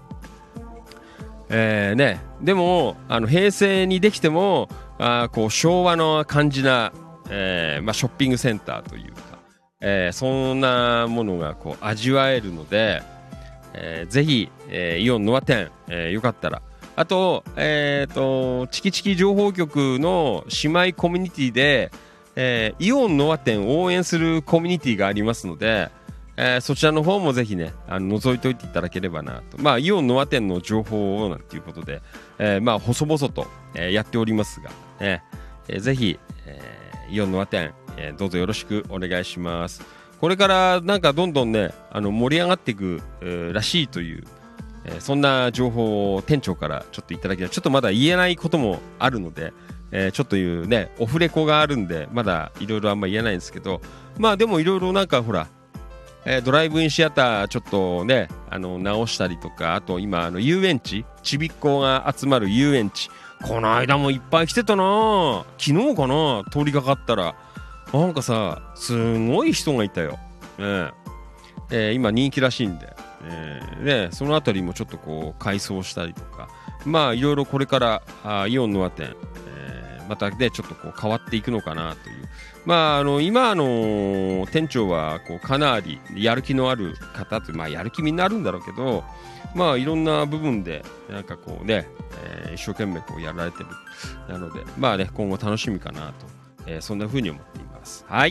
えーね、でもあの平成にできてもあこう昭和の感じな、えーまあ、ショッピングセンターというか、えー、そんなものがこう味わえるので、えー、ぜひ、えー、イオンノア店、えー、よかったら、あと、えーと、チキチキ情報局の姉妹コミュニティで、えー、イオンノア店を応援するコミュニティがありますので、えー、そちらの方もぜひね、あの覗いておいていただければなと。まあイオンノア店の情報をなんていうことで、えー、まあ細々と、えー、やっておりますが、ね、 えー、ぜひ、えー、イオンの和店、えー、どうぞよろしくお願いします。これからなんかどんどんね、あの盛り上がっていく、えー、らしいという、えー、そんな情報を店長からちょっといただきたい。ちょっとまだ言えないこともあるので、えー、ちょっというね、オフレコがあるんで、まだいろいろあんま言えないんですけど、まあでもいろいろなんかほら、えー、ドライブインシアターちょっとね、あの直したりとか、あと今あの遊園地、ちびっ子が集まる遊園地、この間もいっぱい来てたな。昨日かな、通りかかったらなんかさ、すごい人がいたよ、ねえー、今人気らしいんで、えーね、そのあたりもちょっとこう改装したりとか、まあいろいろこれからあイオンの和店、えー、またねちょっとこう変わっていくのかなという。まああの今あの店長はこうかなりやる気のある方と、まあやる気みんなあるんだろうけど、まあいろんな部分でなんかこうね、えー、一生懸命こうやられてる。なのでまあね今後楽しみかなと、えー、そんな風に思っています。はい。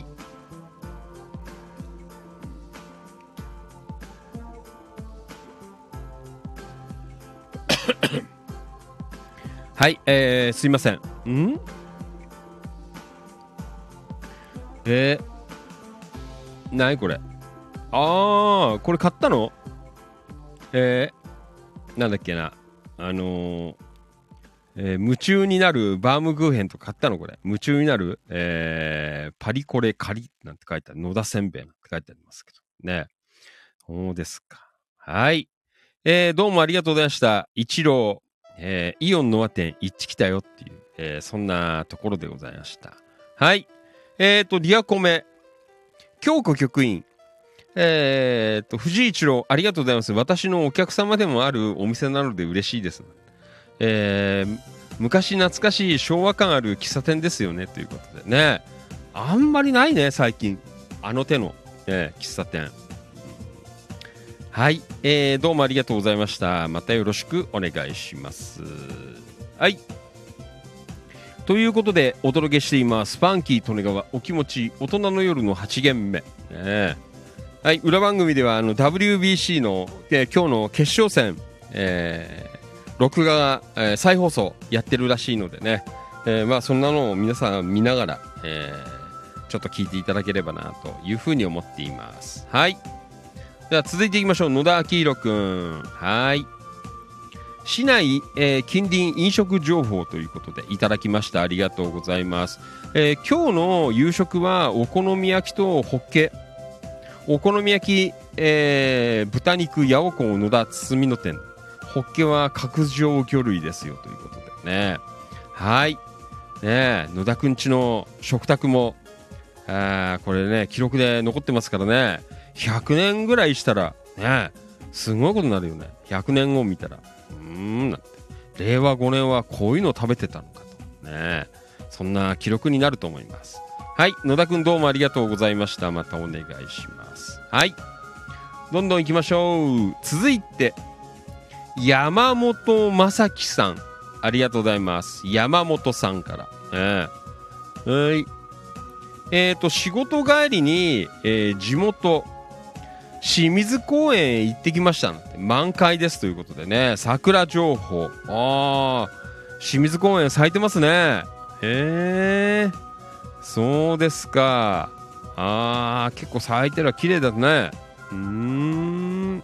はい、えー、すいません。んえー、なにこれ。あー、これ買ったの？えー、なんだっけな。あのー、えー、夢中になるバームクーヘンと買ったのこれ。夢中になる、えー、パリコレカリなんて書いてある。野田せんべいなんて書いてありますけど。ね。そうですか。はい。えー、どうもありがとうございました。一郎、えー、イオンの和店一致来たよっていう、えー、そんなところでございました。はい。えーと、リアコメ、京子局員、えーと、藤井一郎、ありがとうございます。私のお客様でもあるお店なので嬉しいです。えー、昔懐かしい昭和感ある喫茶店ですよね、ということでね。あんまりないね、最近。あの手の、えー、喫茶店。はい、えー、どうもありがとうございました。またよろしくお願いします。はい。ということでお届けしていますファンキー利根川お気持ち大人の夜のはち限目、ね、はい。裏番組ではあの ダブリュービーシー の、えー、今日の決勝戦、えー、録画が、えー、再放送やってるらしいのでね、えー、まあそんなのを皆さん見ながら、えー、ちょっと聞いていただければなというふうに思っています。はい。では続いていきましょう。野田明宏くん。はい。市内、えー、近隣飲食情報ということでいただきました。ありがとうございます。えー、今日の夕食はお好み焼きとホッケ。お好み焼き、えー、豚肉八百子野田包みの店。ホッケは角上魚類ですよということでね。はい。ね、野田くんちの食卓も、あこれね記録で残ってますからね。ひゃくねんぐらいしたらねすごいことになるよね。ひゃくねんご見たらうーんなんて令和ごねんはこういうのを食べてたのかとね、そんな記録になると思います。はい。野田くんどうもありがとうございました。またお願いします。はい。どんどん行きましょう。続いて山本正樹さん、ありがとうございます。山本さんから、ね、はい。えーと仕事帰りに、えー、地元清水公園へ行ってきましたなんて。満開ですということでね、桜情報。あー、清水公園咲いてますね。へー、そうですか。あー、結構咲いてる、綺麗だね。うーん、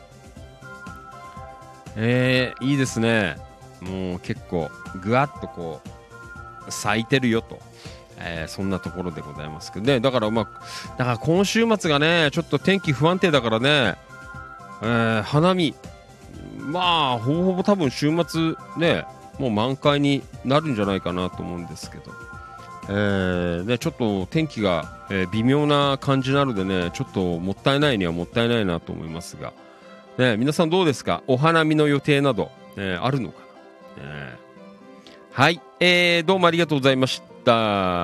えー、いいですね。もう結構ぐわっとこう咲いてるよと、えー、そんなところでございますけどね。だからまあだから今週末がねちょっと天気不安定だからね、えー、花見まあほぼほぼ多分週末ねもう満開になるんじゃないかなと思うんですけど、えーね、ちょっと天気が、えー、微妙な感じなのでねちょっともったいないにはもったいないなと思いますが、ね、皆さんどうですか？お花見の予定など、えー、あるのかな、えー、はい、えー、どうもありがとうございました。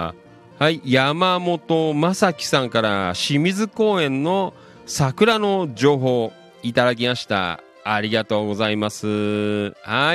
はい、山本正樹さんから清水公園の桜の情報いただきました。ありがとうございます。はい。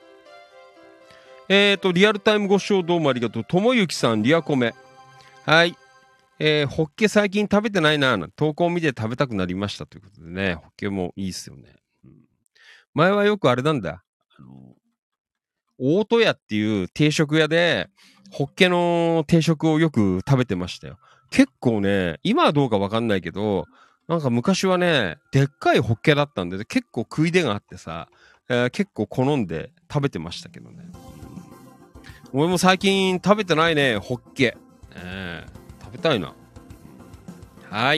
えーと、リアルタイムご視聴どうもありがとう。ともゆきさん、リアコメ。はい。えー、ホッケ最近食べてないな。投稿を見て食べたくなりましたということでね、ホッケもいいっすよね。うん、前はよくあれなんだ。あの、大戸屋っていう定食屋で、 ホッケの定食をよく食べてましたよ。結構ね、今はどうかわかんないけど、なんか昔はね、でっかいホッケだったんで、結構食い出があってさ、えー、結構好んで食べてましたけどね。うん、俺も最近食べてないね、ホッケ。えー、食べたいな。はい。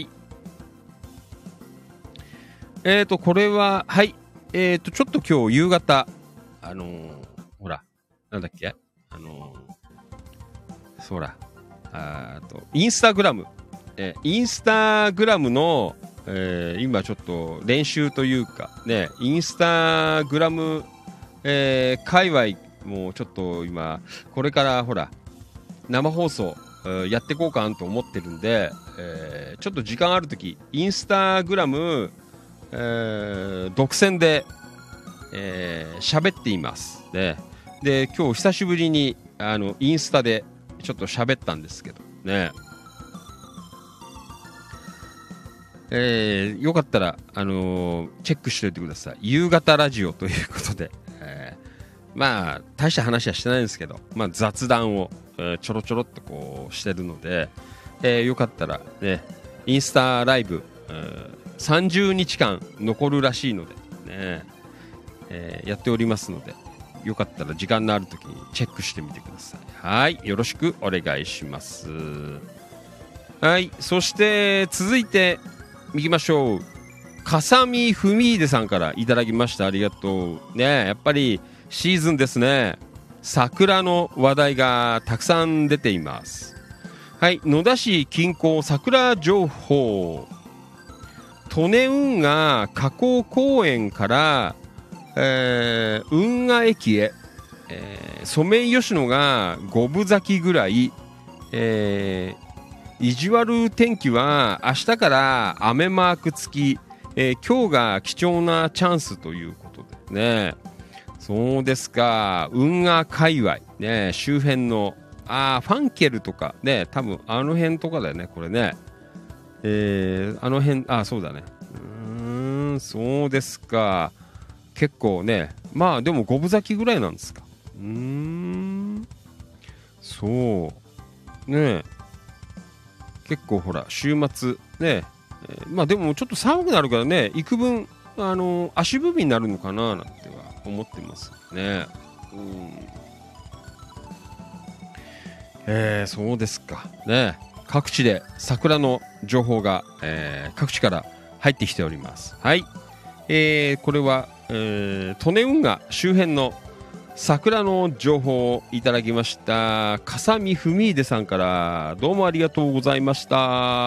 えーと、これは、はい。えーと、ちょっと今日夕方、あのー、ほら、なんだっけあのー、そうら、あーと、インスタグラム。えー、インスタグラムの、えー、今ちょっと練習というか、ね、インスタグラム、えー、界隈もちょっと今、これからほら、生放送、やっていこうかなと思ってるんで、えー、ちょっと時間あるとき、インスタグラム、えー、独占でえー、喋っていますね。で、今日久しぶりにあのインスタでちょっと喋ったんですけどね。えー、よかったら、あのー、チェックしておいてください。夕方ラジオということで、えー、まあ大した話はしてないんですけど、まあ、雑談を、えー、ちょろちょろっとこうしてるので、えー、よかったらね、インスタライブ、えー、さんじゅうにちかん残るらしいのでね、えー、やっておりますので、よかったら時間のあるときにチェックしてみてください。はい、よろしくお願いします。はい、そして続いていきましょう。かさみふみいでさんからいただきました。ありがとうね。やっぱりシーズンですね。桜の話題がたくさん出ています。はい、野田市近郊桜情報。利根運河河口公園からえー、運河駅へ、えー、ソメイヨシノが五分咲きぐらい、えー、意地悪天気は明日から雨マーク付き、えー、今日が貴重なチャンスということでね。そうですか。運河界隈ね、周辺のあファンケルとかね、多分あの辺とかだよね、これね。えー、あの辺、あそうだね。うーん、そうですか。結構ね、まあでも五分咲きぐらいなんですか。うーん、そうね、結構ほら週末ね、えー、まあでもちょっと寒くなるからね、幾分あのー、足踏みになるのかななんては思ってますね。うん、えー、そうですかね。各地で桜の情報が、えー、各地から入ってきております。はい、えー、これはえー、利根運河周辺の桜の情報をいただきましたかさみふみいでさんから、どうもありがとうございました。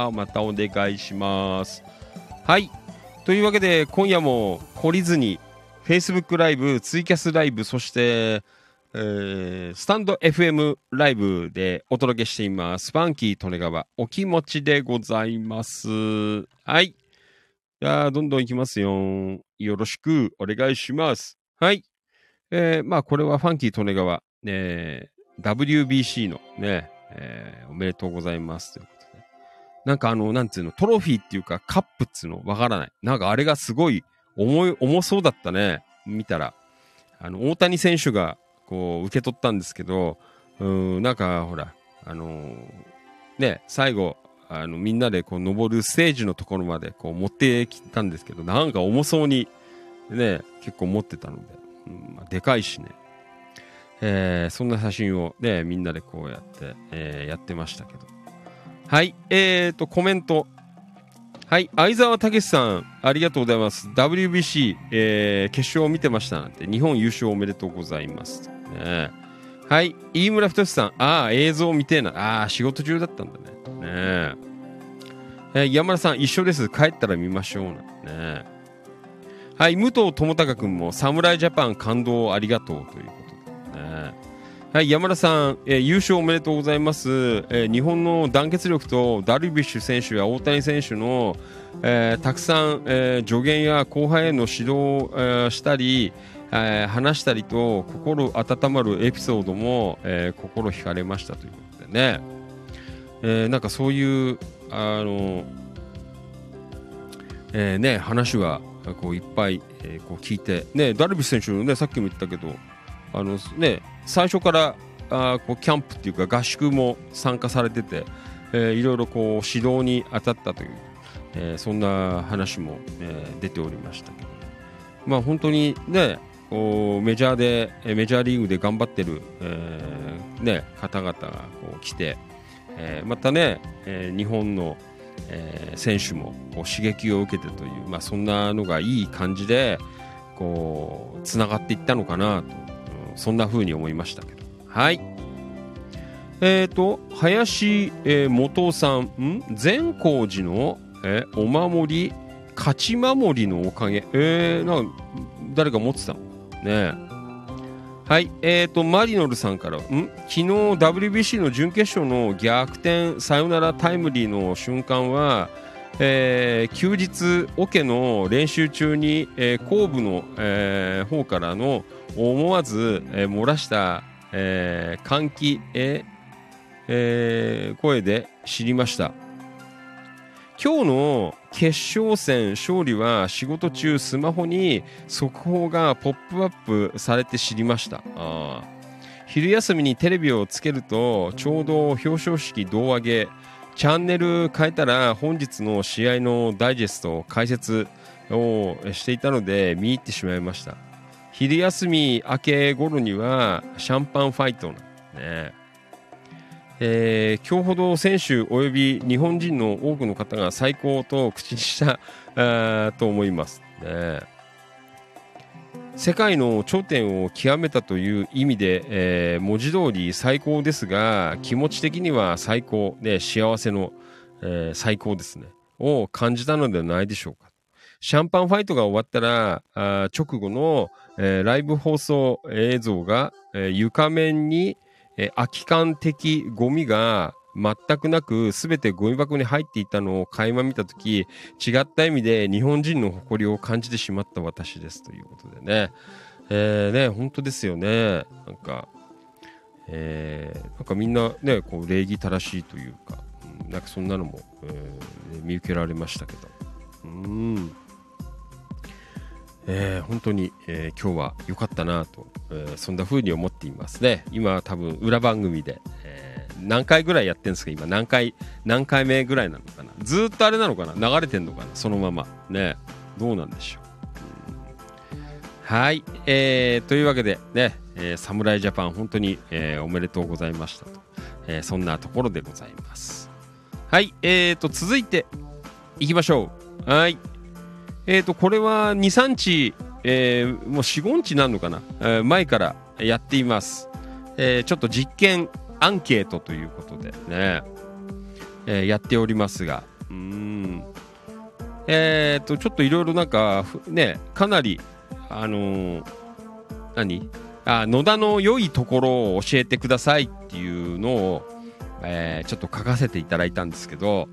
またお願いします。はい、というわけで今夜も懲りずに Facebook ライブ、ツイキャスライブ、そして、えー、スタンド エフエム ライブでお届けしていますファンキー利根川お気持ちでございます。はい、いやどんどんいきますよ。よろしくお願いします。はい。えー、まあこれはファンキー利根川、えー、ダブリュービーシー のね、えー、おめでとうございますということで。なんかあの、なんつうの、トロフィーっていうかカップっつうのわからない。なんかあれがすごい重い、重そうだったね。見たら。あの、大谷選手がこう受け取ったんですけど、うーん、なんかほら、あのー、ね、最後、あのみんなでこう登るステージのところまでこう持ってきたんですけど、なんか重そうにね結構持ってたので、うんまあ、でかいしね、えー、そんな写真をねみんなでこうやって、えー、やってましたけど、はい、えーとコメント、はい、相沢武さんありがとうございます。 ダブリュービーシー、えー、決勝を見てましたなんて、日本優勝おめでとうございますね。はい、飯村太さん、ああ映像見てえな、ああ仕事中だったんだね。ねええー、山田さん一緒です、帰ったら見ましょうなんてね。はい、武藤智隆君も侍ジャパン感動ありがとうということでね。はい、山田さん、えー、優勝おめでとうございます、えー、日本の団結力とダルビッシュ選手や大谷選手の、えー、たくさん、えー、助言や後輩への指導を、えー、したり、えー、話したりと心温まるエピソードも、えー、心惹かれましたということでね、えー、なんかそういうあの、えー、ね話はこういっぱい、えー、こう聞いてね、ダルビッシュ選手のねさっきも言ったけどあのね最初からあこうキャンプっていうか合宿も参加されてて、えー、いろいろこう指導に当たったという、えー、そんな話も、えー、出ておりましたけど、まあ本当にねこうメジャーでメジャーリーグで頑張ってる、えーね、方々がこう来て、えー、またね、えー、日本の、えー、選手もこう刺激を受けてという、まあ、そんなのがいい感じでこうつながっていったのかなと、うん、そんな風に思いましたけど、はい。えーと林、えー、元さん、ん善光寺の、えー、お守り勝ち守りのおかげ、えー、なんか誰か持ってたのね。はい、えーとマリノルさんから、ん昨日 ダブリュービーシー の準決勝の逆転サヨナラタイムリーの瞬間は、えー、休日オケの練習中に、えー、後部の、えー、方からの思わず、えー、漏らした、えー、歓喜、えーえー、声で知りました。今日の決勝戦勝利は仕事中スマホに速報がポップアップされて知りました。あ昼休みにテレビをつけるとちょうど表彰式胴上げ、チャンネル変えたら本日の試合のダイジェスト解説をしていたので見入ってしまいました。昼休み明け頃にはシャンパンファイトなんね。えー、今日ほど選手および日本人の多くの方が最高と口にしたあと思います、ね、世界の頂点を極めたという意味で、えー、文字通り最高ですが、気持ち的には最高で幸せの、えー、最高ですねを感じたのではないでしょうか。シャンパンファイトが終わったらあ直後の、えー、ライブ放送映像が、えー、床面にえ空き缶的ゴミが全くなく全てゴミ箱に入っていたのを垣間見たとき、違った意味で日本人の誇りを感じてしまった私ですということでね、えー、ね本当ですよね。なんか、えー、なんかみんなねこう礼儀正しいというか、うん、なんかそんなのも、えー、見受けられましたけど、うーんえー、本当に、えー、今日は良かったなと、えー、そんな風に思っていますね。今多分裏番組で、えー、何回ぐらいやってるんですか今何回何回目ぐらいなのかな、ずーっとあれなのかな、流れてんのかなそのままね、どうなんでしょう、うん、はい、えー、というわけでね、えー、侍ジャパン本当に、えー、おめでとうございましたと、えー、そんなところでございます。はい、えーと続いていきましょう。はい、えーとこれはに、さんにち、えー、もうよん、ごにちなんのかな、えー、前からやっています、えー、ちょっと実験アンケートということでね、えー、やっておりますが、うーんえーとちょっといろいろなんかねかなりあのー、何あ野田の良いところを教えてくださいっていうのを、えー、ちょっと書かせていただいたんですけど、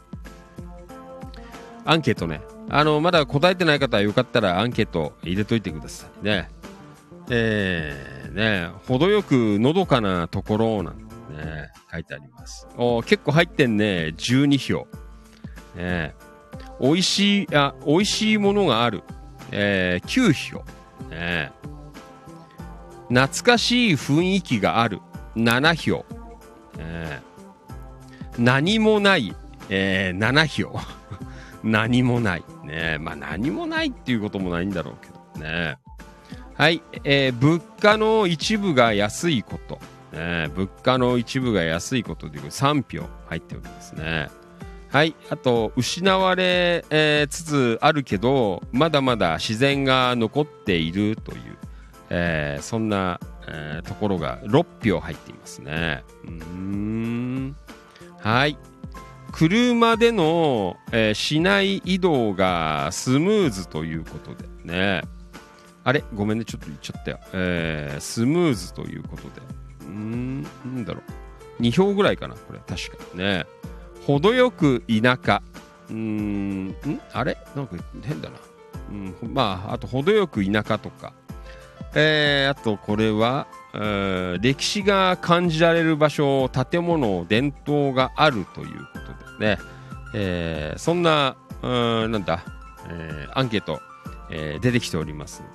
アンケートね、あのまだ答えてない方はよかったらアンケート入れといてくださいね。えー、ね程よくのどかなところなんてね書いてあります。お結構入ってんね。じゅうにひょう、ね、おいしいあおいしいものがある、えー、きゅうひょう、ね、懐かしい雰囲気があるななひょう、ね、何もない、えー、ななひょう何もないね。まあ何もないっていうこともないんだろうけどね。はい、えー、物価の一部が安いこと、ね、物価の一部が安いことというさんひょう入っておりますね。はい、あと失われ、えー、つつあるけどまだまだ自然が残っているという、えー、そんな、えー、ところがろっぴょう入っていますね。うーんはい、車での、えー、市内移動がスムーズということでね、あれごめんねちょっと言っちゃったよ、えー、スムーズということで、うーんなんだろうにひょうぐらいかなこれ確かにね。程よく田舎、うーんんあれなんか変だな、うん、まああと程よく田舎とか、えー、あとこれはえー、歴史が感じられる場所、建物、伝統があるということでね、えー、そんな、うんなんだ、えー、アンケート、えー、出てきておりますのでね、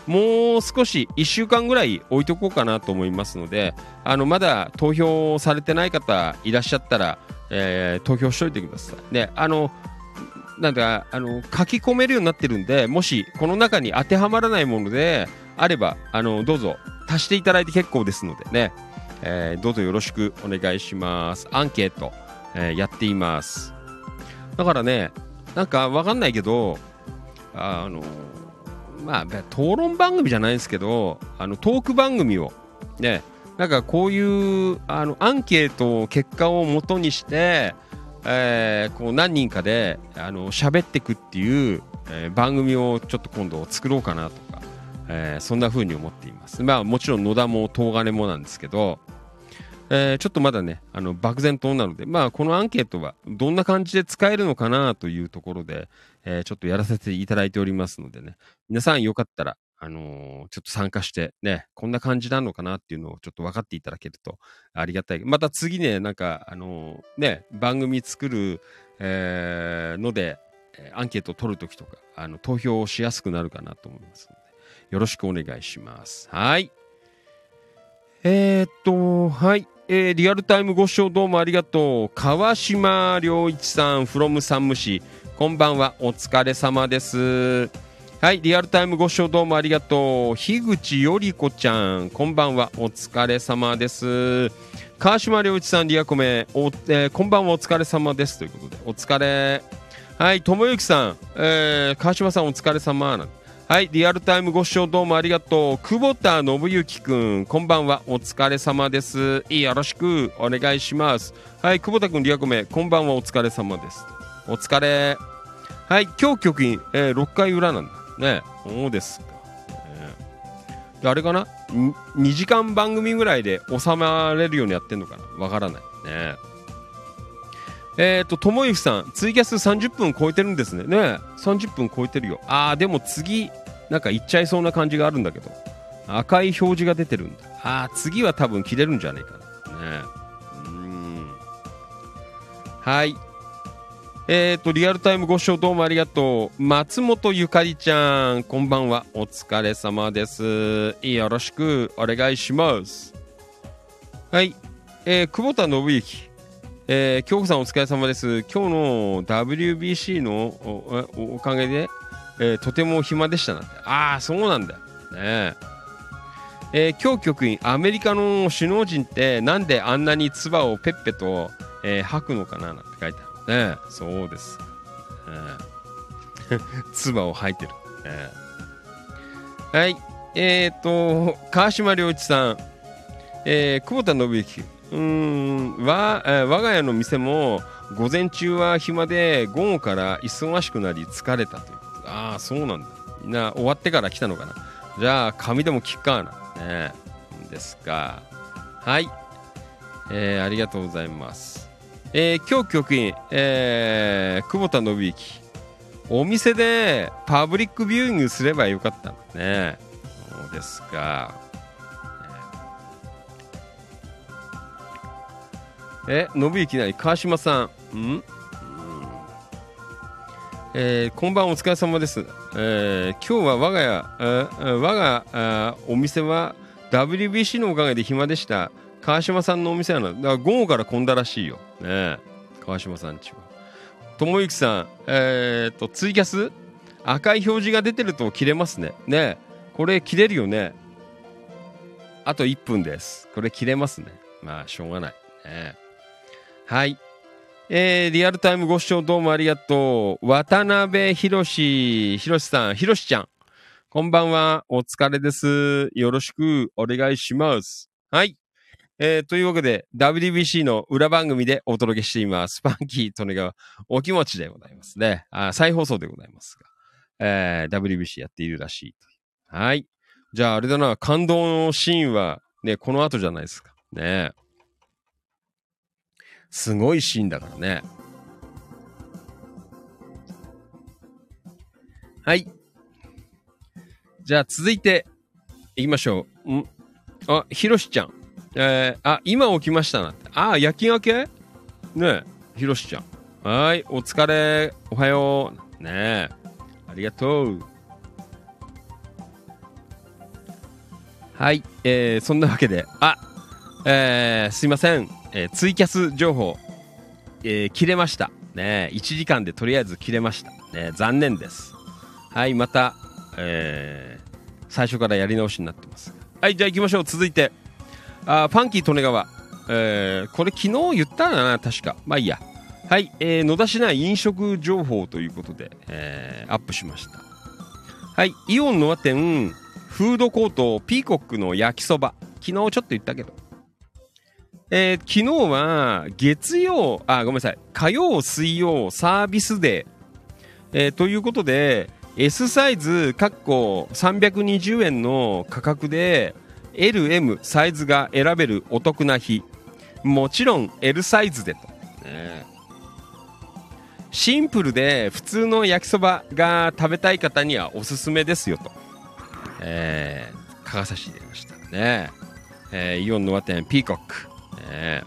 もう少しいっしゅうかんぐらい置いとこうかなと思いますので、あのまだ投票されてない方いらっしゃったら、えー、投票しといてください。で、あのなんだあの書き込めるようになってるんで、もしこの中に当てはまらないものであれば、あのどうぞ足していただいて結構ですのでね、えー、どうぞよろしくお願いします。アンケート、えー、やっています。だからね、なんかわかんないけど、あのまあ討論番組じゃないですけど、あのトーク番組をね、なんかこういうあのアンケート結果を元にして、えー、こう何人かであの喋っていくっていう、えー、番組をちょっと今度作ろうかなとか、えー、そんな風に思っています。まあもちろん野田も東金もなんですけど、えー、ちょっとまだね、あの漠然となので、まあこのアンケートはどんな感じで使えるのかなというところで、えー、ちょっとやらせていただいておりますのでね、皆さんよかったら、あのー、ちょっと参加してね、こんな感じなのかなっていうのをちょっと分かっていただけるとありがたい。また次ね、なんか、あのー、ね、番組作る、えー、ので、アンケートを取るときとか、あの投票をしやすくなるかなと思いますので、よろしくお願いします。はい。えー、っと、はい。えー、リアルタイムご視聴どうもありがとう。川島良一さん from 山武市、こんばんは、お疲れ様です。はい、リアルタイムご視聴どうもありがとう。樋口よりこちゃん、こんばんは、お疲れ様です。川島良一さん、リアコメ、お、えー、こんばんは、お疲れ様ですということで、お疲れ。はい、ともゆきさん、えー、川島さんお疲れ様なんで、はい、リアルタイムご視聴どうもありがとう。久保田信之くん、こんばんは、お疲れ様です。よろしくお願いします。はい、久保田くん、リアコメ、こんばんは、お疲れ様です。お疲れ。はい、今日局員、えー、ろっかい裏なんだ。ね、そうですか。えー、あれかな ?に 時間番組ぐらいで収まれるようにやってんのかなわからない。ね。えっ、ー、と、ともゆきさん、ツイキャスさんじゅっぷん超えてるんですね。ね、さんじゅっぷん超えてるよ。あー、でも次、なんか行っちゃいそうな感じがあるんだけど、赤い表示が出てるんだ。あー、次は多分切れるんじゃないかな。ね。うーん。はい。えっ、ー、と、リアルタイムご視聴どうもありがとう。松本ゆかりちゃん、こんばんは。お疲れ様です。よろしくお願いします。はい。えー、久保田信之。えー、京子さんお疲れ様です。今日の ダブリュービーシー の お, おかげで、えー、とても暇でしたなんて。ああ、そうなんだよ。ねえー、今日局員、アメリカの首脳陣ってなんであんなに唾をペッペと、えー、吐くのかななんて書いてある。ねえ、そうです。えー、唾を吐いてる。えー、はい。えっ、ー、と、川島良一さん、えー、久保田信之。うーんわ、えー、我が家の店も午前中は暇で午後から忙しくなり疲れたということで、ああそうなんだ、みんな終わってから来たのかな。じゃあ髪でも切っかなねですか。はい、えー、ありがとうございます。えー、今日局員、えー、久保田信之、お店でパブリックビューイングすればよかったんだね。そうですか。え、信行なり川島さん、ん、うん、えー、こんばんお疲れ様です。えー、今日は我が家、えー、我があお店は ダブリュービーシー のおかげで暇でした。川島さんのお店はな、だから午後から混んだらしいよ。ね、川島さんちは。友之さん、えー、とツイキャス赤い表示が出てると切れますね。ね、これ切れるよね。あといっぷんです。これ切れますね。まあしょうがない。ね、はい、えー、リアルタイムご視聴どうもありがとう。渡辺ひろし、ひろしさん、ひろしちゃん、こんばんは、お疲れです。よろしくお願いします。はい、えー、というわけで ダブリュービーシー の裏番組でお届けしています。パンキー利根川お気持ちでございますね。あ、再放送でございますが、えー、ダブリュービーシー やっているらしい。はい、じゃああれだな、感動のシーンはね、この後じゃないですかね。すごいシーンだからね。はい。じゃあ続いていきましょう。んあ、ひろしちゃん。えー、あ、今起きましたなって。あ、夜勤明けねえ、ひろしちゃん。はい、お疲れ。おはよう。ねえ。ありがとう。 はい、えー、そんなわけで、あ、えー、すいません、えー、ツイキャス情報、えー、切れました。ね、いちじかんでとりあえず切れました。ね、残念です。はい、また、えー、最初からやり直しになってます。はい、じゃあ行きましょう。続いて、あファンキー利根川、えー、これ昨日言ったな、確か。まあいいや。はい、えー、野田市内飲食情報ということで、えー、アップしました。はい、イオンノア店フードコートピーコックの焼きそば、昨日ちょっと言ったけど、えー、昨日は月曜、あ、ごめんなさい、火曜水曜サービスデー、えー、ということで S サイズかっこさんびゃくにじゅうえんの価格で エルエム サイズが選べるお得な日、もちろん L サイズでと、ね、シンプルで普通の焼きそばが食べたい方にはおすすめですよと、えー、書かさせていただきましたね、えー、イオンの和店ピーコック、ね、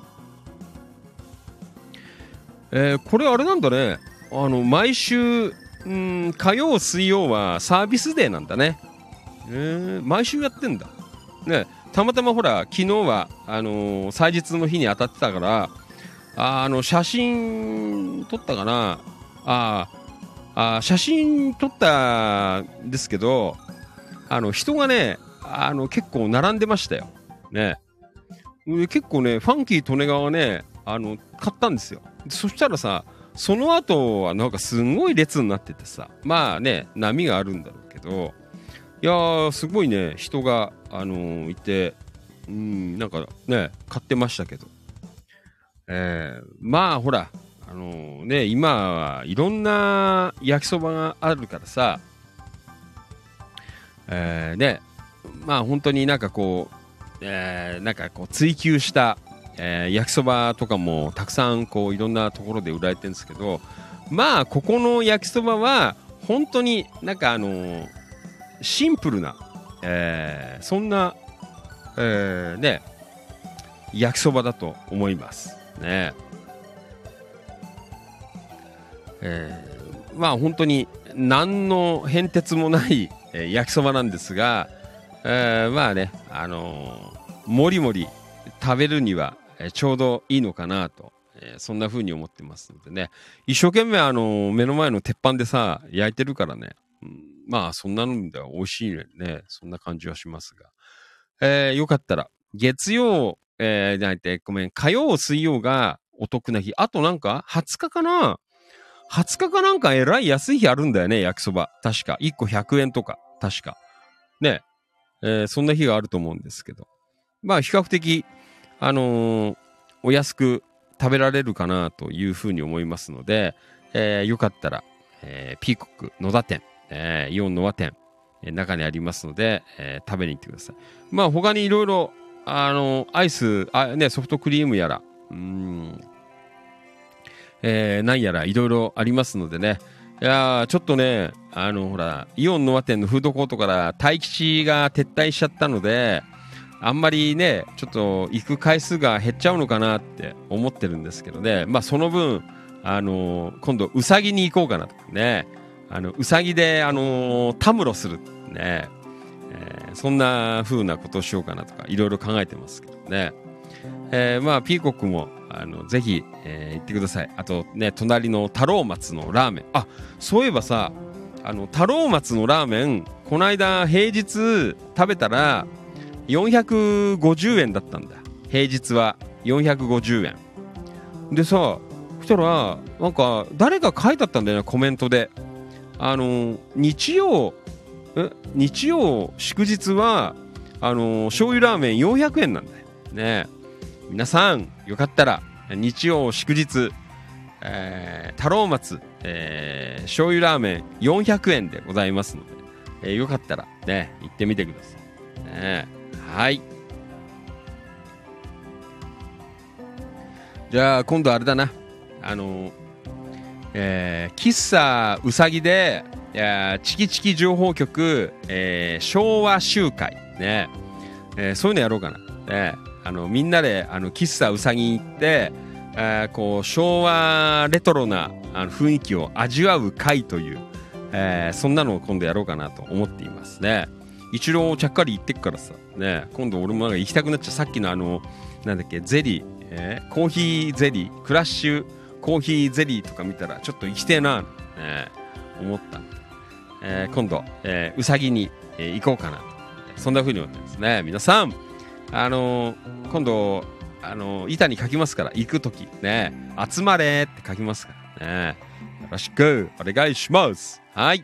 えー、これあれなんだね、あの毎週ん火曜水曜はサービスデーなんだね、えー、毎週やってんだね。たまたまほら昨日はあのー、祭日の日に当たってたから、ああの写真撮ったかな、ああ写真撮ったんですけど、あの人がね、あの結構並んでましたよね。結構ねファンキー利根川ね、あの買ったんですよ。そしたらさ、その後はなんかすごい列になっててさ、まあね波があるんだろうけど、いやーすごいね人が、あのー、いて、うん、なんかね買ってましたけど、えー、まあほら、あのー、ね今はいろんな焼きそばがあるからさ、えー、ねまあ本当になんかこう、えー、なんかこう追求した、えー、焼きそばとかもたくさんこういろんなところで売られてるんですけど、まあここの焼きそばは本当になんかあのー、シンプルな、えー、そんな、えー、ね焼きそばだと思いますね。えー、まあ本当に何の変哲もない、えー、焼きそばなんですが、えー、まあね、あのー、もりもり食べるには、えー、ちょうどいいのかなと、えー、そんな風に思ってますのでね、一生懸命、あのー、目の前の鉄板でさ焼いてるからね、うん、まあそんなのでは美味しいね、そんな感じはしますが、えー、よかったら月曜、えー、じゃなくてごめん火曜水曜がお得な日、あとなんかはつかかな、はつかかなんかえらい安い日あるんだよね、焼きそば。確かいっこひゃくえんとか、確かね、えー、そんな日があると思うんですけど、まあ比較的あのー、お安く食べられるかなというふうに思いますので、えー、よかったら、えー、ピーコック野田店、えー、イオン野田店、えー、中にありますので、えー、食べに行ってください。まあ他にいろいろあのー、アイスあ、ね、ソフトクリームやらうーん、えー、何やらいろいろありますのでね、いやーちょっとね、あのほらイオン野和店のフードコートから待機地が撤退しちゃったので、あんまりねちょっと行く回数が減っちゃうのかなって思ってるんですけどね、まあその分あのー、今度うさぎに行こうかなとかね、あのうさぎであのー、たむろするね、えー、そんな風なことをしようかなとかいろいろ考えてますけどね、えー、まあピーコックもあのぜひ、えー、行ってください。あとね隣の太郎松のラーメン、あそういえばさ、あの太郎松のラーメンこの間平日食べたらよんひゃくごじゅうえんだったんだ。平日はよんひゃくごじゅうえんでさ、そしたらなんか誰か書いてあったんだよね、コメントで。あの日曜え日曜祝日はあの醤油ラーメンよんひゃくえんなんだよね。皆さんよかったら日曜祝日、えー、太郎松、えー、醤油ラーメンよんひゃくえんでございますので、えー、よかったらね行ってみてください、ね、はい。じゃあ今度あれだな、あのーえー、喫茶うさぎでいやチキチキ情報局、えー、昭和集会ね、えー、そういうのやろうかな、ね、あのみんなであの喫茶うさぎに行って、えー、こう昭和レトロなあの雰囲気を味わう会という、えー、そんなのを今度やろうかなと思っていますね。 一郎ちゃっかり行ってっからさ、ね、今度俺もなんか行きたくなっちゃう。さっきのあの、なんだっけ、ゼリー、えー、コーヒーゼリー、クラッシュコーヒーゼリーとか見たら、ちょっと行きてえな、ね、思った。えー、今度、えー、うさぎに、えー、行こうかな。そんな風に思ってますね。皆さん、あのー、今度、あのー、板に書きますから、行くとき、ね、集まれって書きますからね。よろしくお願いします。はい。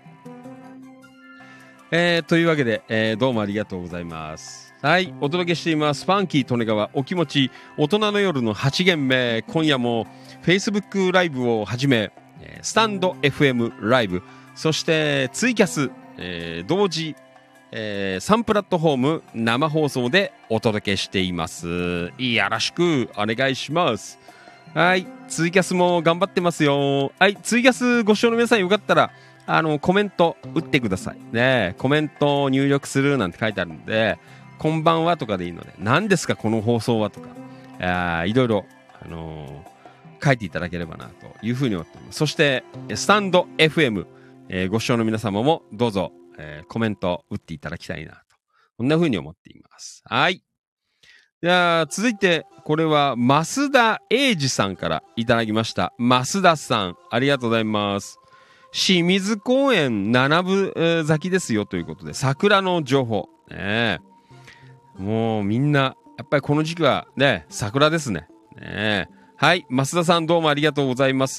えー、というわけで、えー、どうもありがとうございます。はい、お届けしていますファンキー利根川お気持ち大人の夜のはち限目。今夜も Facebook ライブをはじめ、スタンド エフエム ライブ、そしてツイキャス、えー、同時、えー、さんプラットフォーム生放送でお届けしています。よろしくお願いします。はい、ツイキャスも頑張ってますよ。はい、ツイキャスご視聴の皆さんよかったらあのコメント打ってくださいね。コメントを入力するなんて書いてあるんで、こんばんはとかでいいので、何ですかこの放送はとか、あいろいろ、あのー、書いていただければなというふうに思っています。そしてスタンド エフエム、えー、ご視聴の皆様もどうぞ、えー、コメント打っていただきたいなと、こんなふうに思っています。はい。じゃあ続いて、これは増田英二さんからいただきました。増田さん、ありがとうございます。清水公園七分咲きですよということで、桜の情報。ね、もうみんな、やっぱりこの時期はね、桜ですね。ね、はい、増田さんどうもありがとうございます。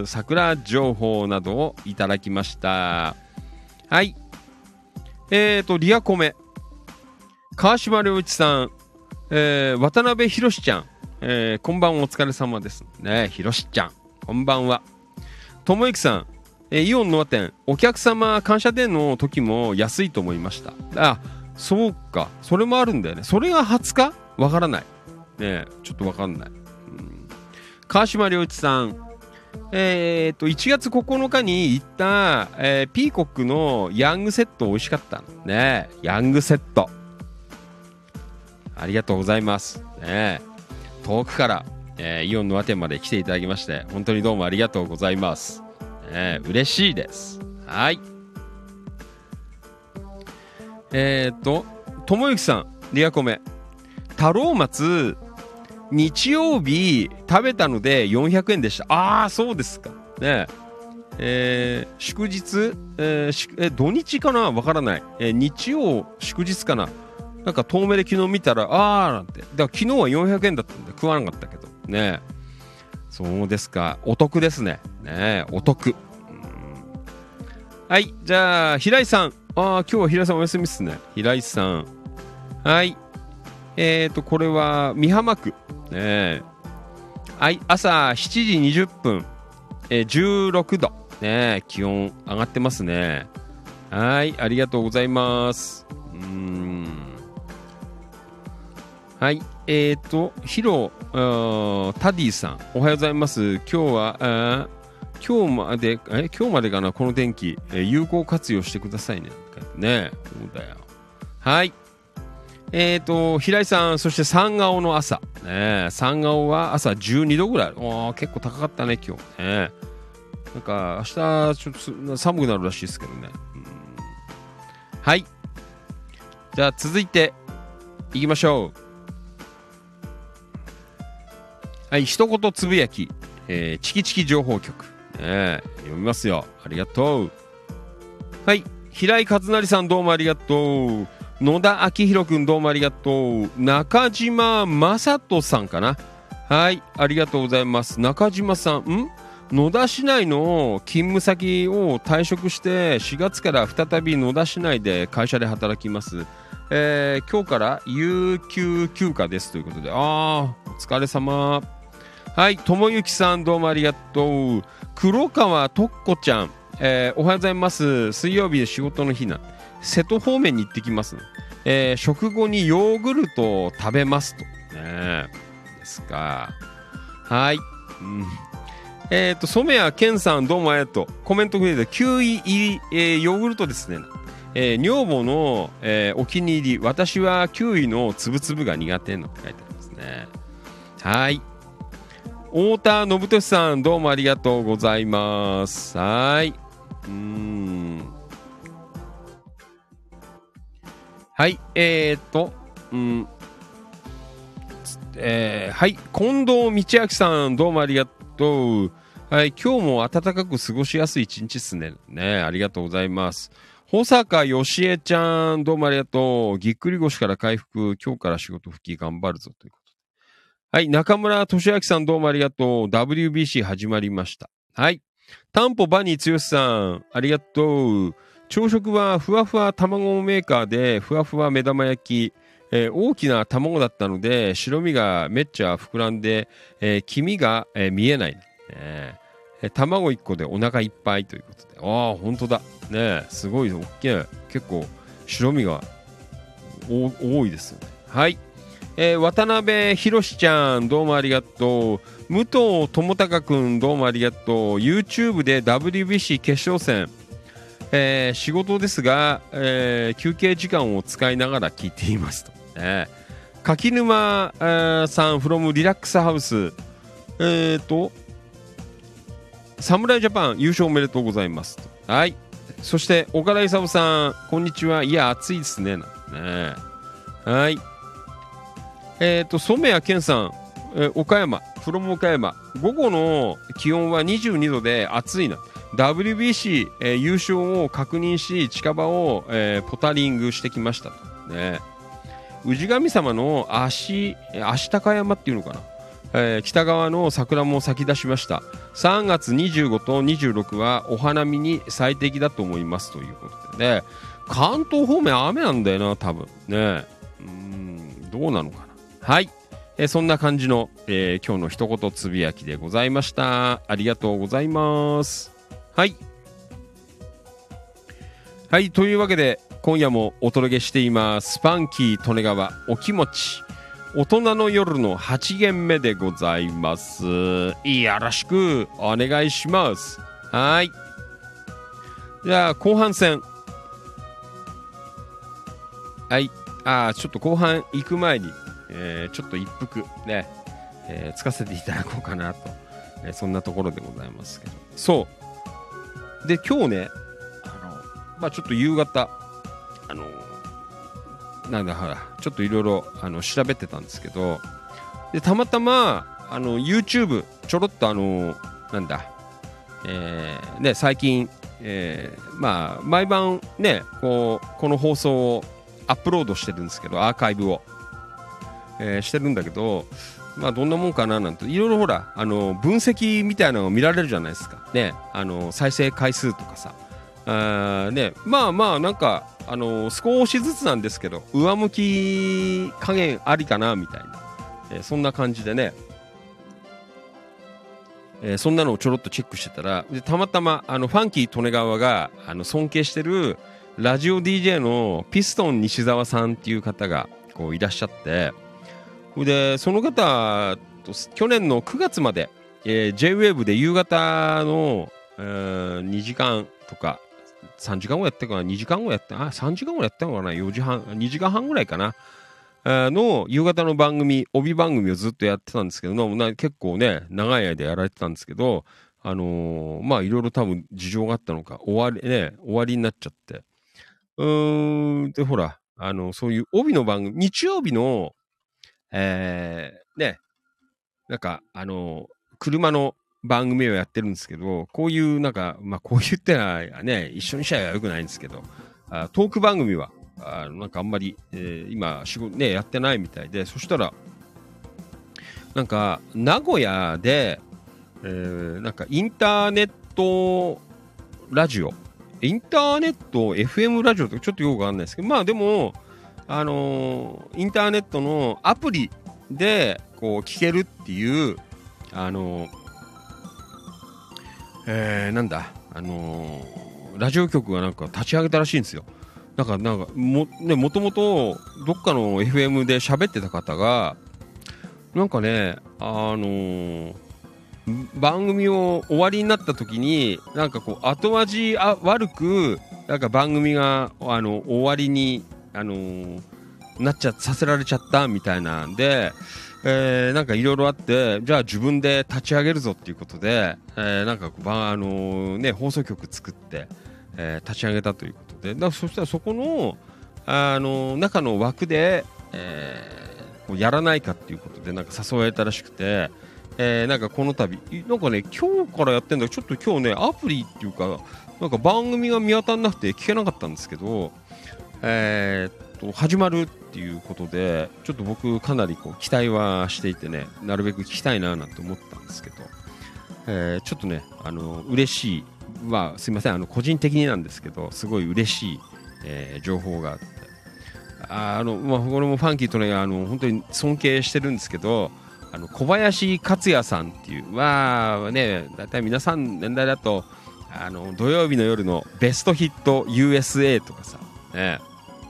桜情報などをいただきました。はい。えーと、リアコメ。川島良一さん、えー、渡辺博ちゃん、えー、こんばんはお疲れ様です。ね、博ちゃん、こんばんは。智之さん、えー、イオンノア店、お客様感謝デーの時も安いと思いました。あ、そうか、それもあるんだよね。それがはつかわからないね、ちょっとわかんない、うん、川島良一さん、えー、といちがつここのかに行った、えー、ピーコックのヤングセット美味しかったね。ヤングセットありがとうございますね。遠くから、えー、イオンノア店まで来ていただきまして本当にどうもありがとうございます、ね、嬉しいです。はい。えっと智之さん、リアコメ、太郎松日曜日食べたのでよんひゃくえんでした。ああ、そうですかね。えー、祝日、えー、しえ土日かなわからない、えー、日曜祝日かな、なんか遠目で昨日見たらあーなんて、だから昨日はよんひゃくえんだったんで食わなかったけどね。そうですか、お得ですね。ね、お得。うん、はい、じゃあ平井さん、あー今日は平井さんお休みっすね。平井さん、はい。えーとこれは美浜区ね、はい、朝しちじにじゅっぷん、えー、じゅうろくどね、気温上がってますね。はい、ありがとうございます。うーん、はい、えーとヒロタディさん、おはようございます。今日はあ今日までえ今日までかな、この天気、えー、有効活用してくださいね。ね、そうだよ。はい。えーと平井さん、そして三顔の朝ね、三顔は朝じゅうにどぐらい、お結構高かったね今日ね。なんか明日ちょっと寒くなるらしいですけどね。うん、はい、じゃあ続いていきましょう。はい、一言つぶやき、えー、チキチキ情報局、ね、読みますよ。ありがとう。はい、平井和成さんどうもありがとう。野田明宏くんどうもありがとう。中島正人さんかな、はい、ありがとうございます。中島さん、ん野田市内の勤務先を退職してしがつから再び野田市内で会社で働きます。えー、今日から有給休暇ですということで、あーお疲れ様。はい、友之さんどうもありがとう。黒川とっこちゃん、えー、おはようございます。水曜日で仕事の日な、瀬戸方面に行ってきます、ね、えー、食後にヨーグルトを食べますとね。ですか。はい、うん、えっ、ー、と染谷健さんどうもありがとう。コメントくれてキウイ入り、えー、ヨーグルトですね。えー、女房の、えー、お気に入り、私はキウイのつぶつぶが苦手のって書いてありますね。はい、太田信俊さんどうもありがとうございます。はい、うーん、 はい、えー、っと、うん、えー、はい、近藤道明さん、どうもありがとう。はい、今日も暖かく過ごしやすい一日ですね。ね、ありがとうございます。保坂よしえちゃん、どうもありがとう。ぎっくり腰から回復、今日から仕事復帰頑張るぞということで。はい、中村俊明さん、どうもありがとう。ダブリュービーシー 始まりました。はい、タンポバニー剛さん、ありがとう。朝食はふわふわ卵メーカーでふわふわ目玉焼き、えー、大きな卵だったので白身がめっちゃ膨らんで、えー、黄身が、えー、見えない、ねえー、卵いっこでお腹いっぱいということで、ああ本当だね、すごい大きい、結構白身が多いですよね。はい、えー、渡辺宏ちゃん、どうもありがとう。武藤智隆くん、どうもありがとう。 YouTube で ダブリュービーシー 決勝戦、えー、仕事ですが、えー、休憩時間を使いながら聞いていますと、ね、柿沼、えー、さん from リラックスハウス、えーと侍ジャパン優勝おめでとうございますと。はい、そして岡田勲さん、こんにちは。いや暑いですね。ね、はい、えーと染谷健さん、えー、岡山 from 岡山、午後の気温はにじゅうにどで暑いな。ダブリュービーシー、えー、優勝を確認し近場を、えー、ポタリングしてきましたと、ね、氏神様の足足高山っていうのかな、えー、北側の桜も咲き出しました。さんがつにじゅうごとにじゅうろくはお花見に最適だと思いますということでね、関東方面雨なんだよな多分ね。うーん、どうなのかな。はい、えー、そんな感じの、えー、今日の一言つぶやきでございました。ありがとうございます。はい、はい、というわけで今夜もお届けしていますスパンキー利根川お気持ち大人の夜のはち限目でございます。よろしくお願いします。はい、じゃあ後半戦、はい、あちょっと後半行く前に、えー、ちょっと一服ね、えー、つかせていただこうかなと、えー、そんなところでございますけど、そうで今日ね、あのまあちょっと夕方、あのなんだほらちょっといろいろあの調べてたんですけど、でたまたまあの YouTube ちょろっとあのなんだ、えー、ね最近、えー、まあ毎晩ねこうこの放送をアップロードしてるんですけど、アーカイブを、えー、してるんだけど、まあどんなもんかななんていろいろほらあの分析みたいなのを見られるじゃないですかね、あの再生回数とかさ、あね、まあまあなんかあの少しずつなんですけど上向き加減ありかなみたいな、えー、そんな感じでね、えー、そんなのをちょろっとチェックしてたら、でたまたまあのファンキー利根川があの尊敬してるラジオ ディージェー のピストン西澤さんっていう方がこういらっしゃって、でその方と去年のくがつまで、えー、ジェイウェーブ で夕方の、えー、にじかんとかさんじかんぐらいやったかな、にじかんぐらいやったあさんじかんぐらいやったのかな、よじはんにじかんはんぐらいかな、の夕方の番組帯番組をずっとやってたんですけどな、結構ね長い間やられてたんですけど、あのー、まあいろいろ多分事情があったのか終わりね終わりになっちゃって、うーんでほらあのそういう帯の番組日曜日のえー、ねなんかあの車の番組をやってるんですけど、こういうなんかまあこう言ってはね一緒にしちゃよくないんですけど、あトーク番組はあなんかあんまり、えー、今仕事ねやってないみたいで、そしたらなんか名古屋で、えー、なんかインターネットラジオインターネット エフエム ラジオとかちょっとよくわかんないですけど、まあでもあのー、インターネットのアプリでこう聞けるっていうあのー、えー、なんだあのー、ラジオ局がなんか立ち上げたらしいんですよ。なんかなんかもねもともとどっかの エフエム で喋ってた方がなんかねあのー、番組を終わりになった時になんかこう後味あ悪くなんか番組があの終わりにあのー、なっちゃさせられちゃったみたいなんで、えー、なんかいろいろあって、じゃあ自分で立ち上げるぞっていうことで、えー、なんかあのー、ね放送局作って、えー、立ち上げたということで、だそしたらそこの、 あの中の枠で、えー、やらないかっていうことでなんか誘われたらしくて、えー、なんかこの度なんかね今日からやってんだけど、ちょっと今日ねアプリっていうかなんか番組が見当たんなくて聞けなかったんですけど、えー、っと始まるっていうことでちょっと僕かなりこう期待はしていてね、なるべく聞きたいななんて思ったんですけど、えー、ちょっとねあの嬉しいはすいません、あの個人的になんですけどすごい嬉しい、えー、情報があって、ああの、まあ、これもファンキーとねあの本当に尊敬してるんですけど、あの小林克也さんっていうまあね、だいたい皆さん年代だとあの土曜日の夜のベストヒット ユーエスエー とかさ、ね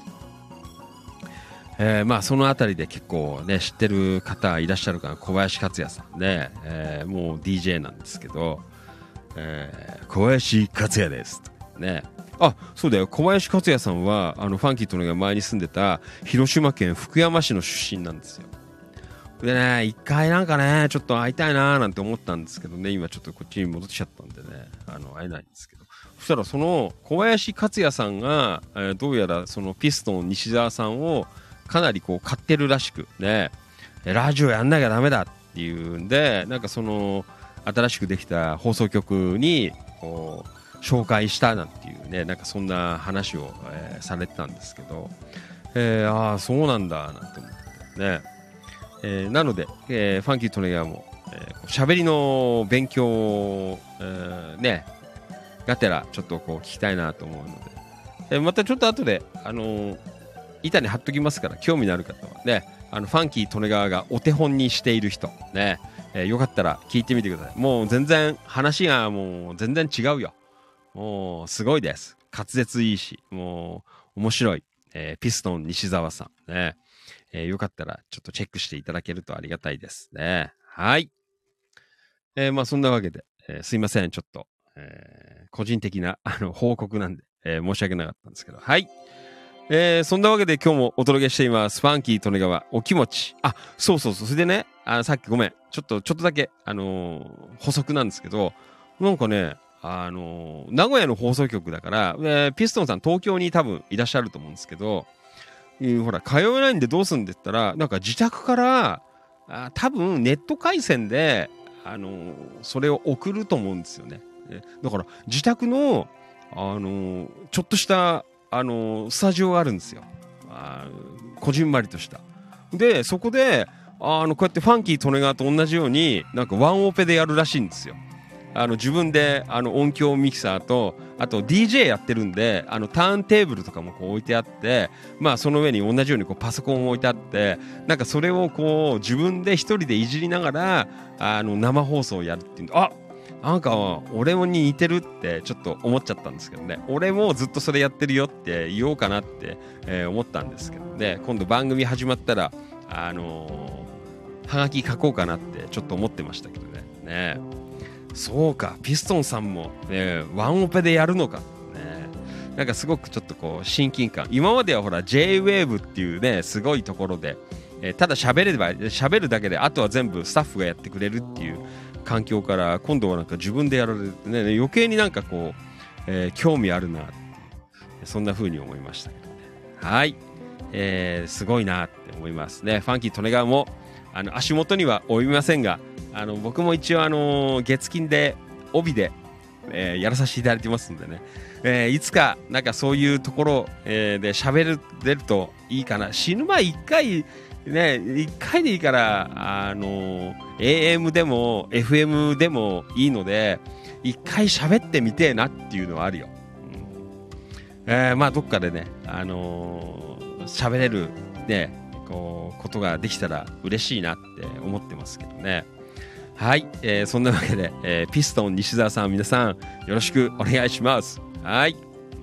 えー、まあそのあたりで結構ね知ってる方いらっしゃるかな。小林克也さんね、えー、もう ディージェー なんですけど、えー、小林克也ですね。あ、そうだよ、小林克也さんはあのファンキーとのが前に住んでた広島県福山市の出身なんですよ。でね、一回なんかねちょっと会いたいなーなんて思ったんですけどね、今ちょっとこっちに戻っちゃったんでね、あの会えないんですけど、そしたらその小林克也さんが、えー、どうやらそのピストン西澤さんをかなりこう買ってるらしくね、ラジオやんなきゃダメだっていうんで、なんかその新しくできた放送局にこう紹介したなんていうね、なんかそんな話を、えー、されてたんですけど、えー、ああそうなんだなんて思ってね、えー、なので、えー、ファンキートネガーも喋、えー、りの勉強を、えー、ねがてらちょっとこう聞きたいなと思うので、えー、またちょっと後であのー、板に貼っときますから興味のある方はね、あのファンキートネガーがお手本にしている人ね、えー、よかったら聞いてみてください。もう全然話がもう全然違うよ。もうすごいです。滑舌いいし、もう面白い、えー、ピストン西澤さんね、えー、よかったらちょっとチェックしていただけるとありがたいですね。はい。えー、まあそんなわけで、えー、すいません、ちょっと、えー、個人的なあの報告なんで、えー、申し訳なかったんですけど、はい。えー、そんなわけで今日もお届けしています。ファンキー利根川お気持ち。あ、そうそうそう。それでね、あさっきごめん。ちょっと、ちょっとだけ、あのー、補足なんですけど、なんかね、あのー、名古屋の放送局だから、えー、ピストンさん東京に多分いらっしゃると思うんですけど、えー、ほら、通えないんでどうすんでったら、なんか自宅から、あ多分ネット回線で、あのー、それを送ると思うんですよね。だから自宅の、あのー、ちょっとしたあのー、スタジオがあるんですよ。あこじんまりとした。でそこであのこうやってファンキー利根川と同じようになんかワンオペでやるらしいんですよ。あの自分であの音響ミキサーとあと ディージェー やってるんで、あのターンテーブルとかもこう置いてあって、まあその上に同じようにこうパソコンを置いてあって、なんかそれをこう自分で一人でいじりながらあの生放送をやるっていう。あなんか俺に似てるってちょっと思っちゃったんですけどね。俺もずっとそれやってるよって言おうかなって、えー、思ったんですけどね。今度番組始まったらあのー、はがき書こうかなってちょっと思ってましたけどね。ねそうか、ピストンさんも、ね、ワンオペでやるのかね。なんかすごくちょっとこう親近感。今まではほら ジェイウェーブ っていうねすごいところで、えー、ただ喋れば喋るだけであとは全部スタッフがやってくれるっていう環境から今度はなんか自分でやられてね、余計になんかこう、えー、興味あるなってそんな風に思いましたけどね。はい、えー、すごいなって思いますね。ファンキー利根川もあの足元には及びませんが、あの僕も一応あの月金で帯で、えー、やらさせていただいてますんでね、えー、いつかなんかそういうところ、えー、で喋る出るといいかな。死ぬ前一回ね、一回でいいからあの エーエム でも エフエム でもいいので一回喋ってみてえなっていうのはあるよ。うんえー、まあどっかでねあのー、喋れるねこうことができたら嬉しいなって思ってますけどね。はい、えー、そんなわけで、えー、ピストン西澤さん皆さんよろしくお願いします。はい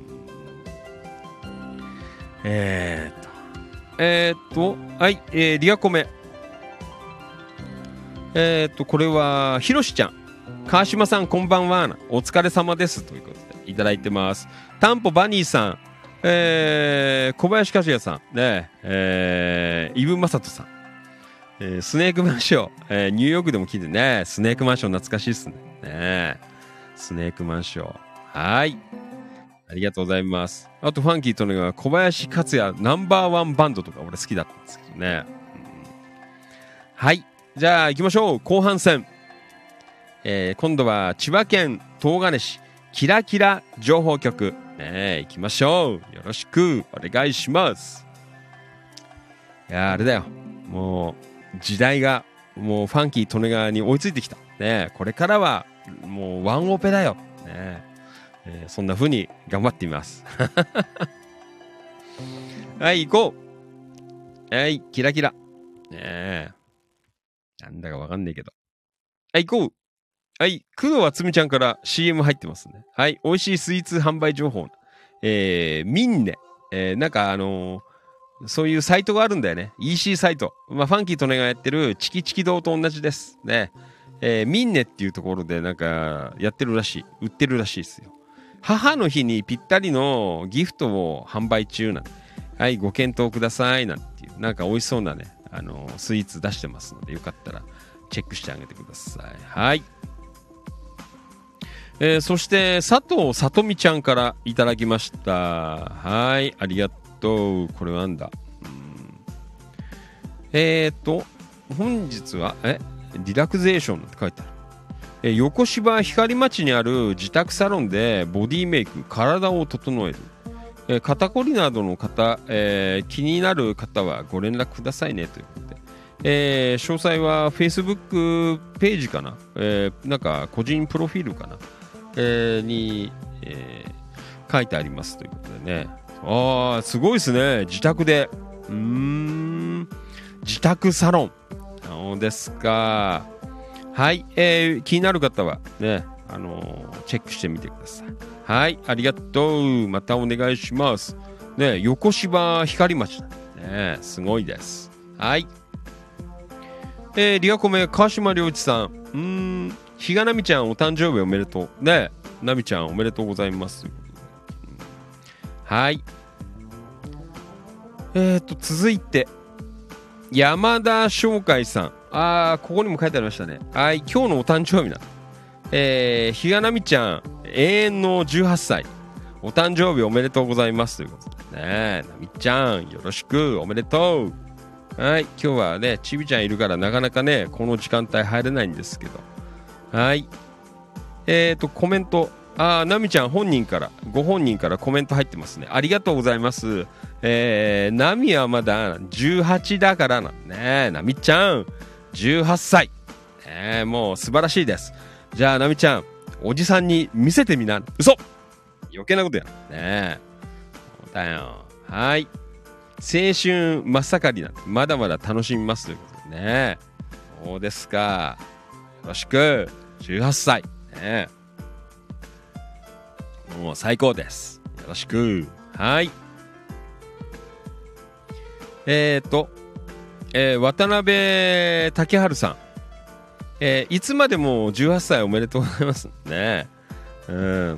えー、っとえー、っとはい、えー、リアコメえー、っとこれはひろしちゃん川島さんこんばんはお疲れ様ですということでいただいてます。タンポバニーさん、えー、小林和也さんねえー、イブマサトさん、えー、スネークマンション、えー、ニューヨークでも聞いてねスネークマンション懐かしいっすねねスネークマンションはいありがとうございます。あと、ファンキーとのが小林克也ナンバーワンバンドとか俺好きだったんですけどね。うん、はい。じゃあ行きましょう。後半戦。えー、今度は千葉県東金市キラキラ情報局。ね、行きましょう。よろしくお願いします。いや、あれだよ。もう、時代が、もうファンキー利根川に追いついてきた。ね、これからは、もうワンオペだよ。ね、えー、そんな風に頑張ってみます。はい、行こう。はい、キラキラ。ねえ。なんだかわかんないけど。はい、行こう。はい、工藤敦美ちゃんから シーエム 入ってますね。はい、美味しいスイーツ販売情報。えー、ミンネ。えー、なんかあのー、そういうサイトがあるんだよね。イーシー サイト。まあ、ファンキーとねがやってるチキチキ堂と同じです。ね。えー、ミンネっていうところでなんかやってるらしい。売ってるらしいですよ。母の日にぴったりのギフトを販売中なんで。はい、ご検討ください。なんていう。なんか美味しそうなね、あのー、スイーツ出してますので、よかったらチェックしてあげてください。はい。えー、そして佐藤さとみちゃんからいただきました。はい、ありがとう。これはなんだ、うん、えーと本日はえリラクゼーションって書いてある、えー、横芝光町にある自宅サロンでボディメイク、体を整える、えー、肩こりなどの方、えー、気になる方はご連絡くださいねということで、えー、詳細は Facebook ページかな、えー、なんか個人プロフィールかな、えー、に、えー、書いてありますということでね。ああ、すごいですね。自宅で。うーん。自宅サロン。そうですか。はい、えー。気になる方はね、あのー、チェックしてみてください。はい、ありがとう。またお願いします。ね、横芝光町だ。ね、すごいです。はい。えー、リアコメ川島良一さん。うーん。ひがなみちゃんお誕生日おめでとう。ね、なみちゃんおめでとうございます。うん、はい。えーと、続いて、山田翔海さん。あー、ここにも書いてありましたね。はい、今日のお誕生日な。えー、ひがなみちゃん、永遠のじゅうはっさい。お誕生日おめでとうございます。ということでね、なみちゃん、よろしくおめでとう。はい、今日はね、ちびちゃんいるからなかなかね、この時間帯入れないんですけど。はい。えっと、コメント。あー、なみちゃん本人から、ご本人からコメント入ってますね。ありがとうございます。えー、なみはまだじゅうはちだからな。ね、なみちゃん、じゅうはっさい。ね、もう素晴らしいです。じゃあ、なみちゃん、おじさんに見せてみな。嘘余計なことや。ね、そうだよ。はい。青春真っ盛りな。まだまだ楽しみますということでね。そうですか。よろしく。じゅうはっさい。ね、もう最高です。よろしく。はい。えーと、えー、渡辺竹春さん。えー、いつまでもじゅうはっさいおめでとうございますね。うん、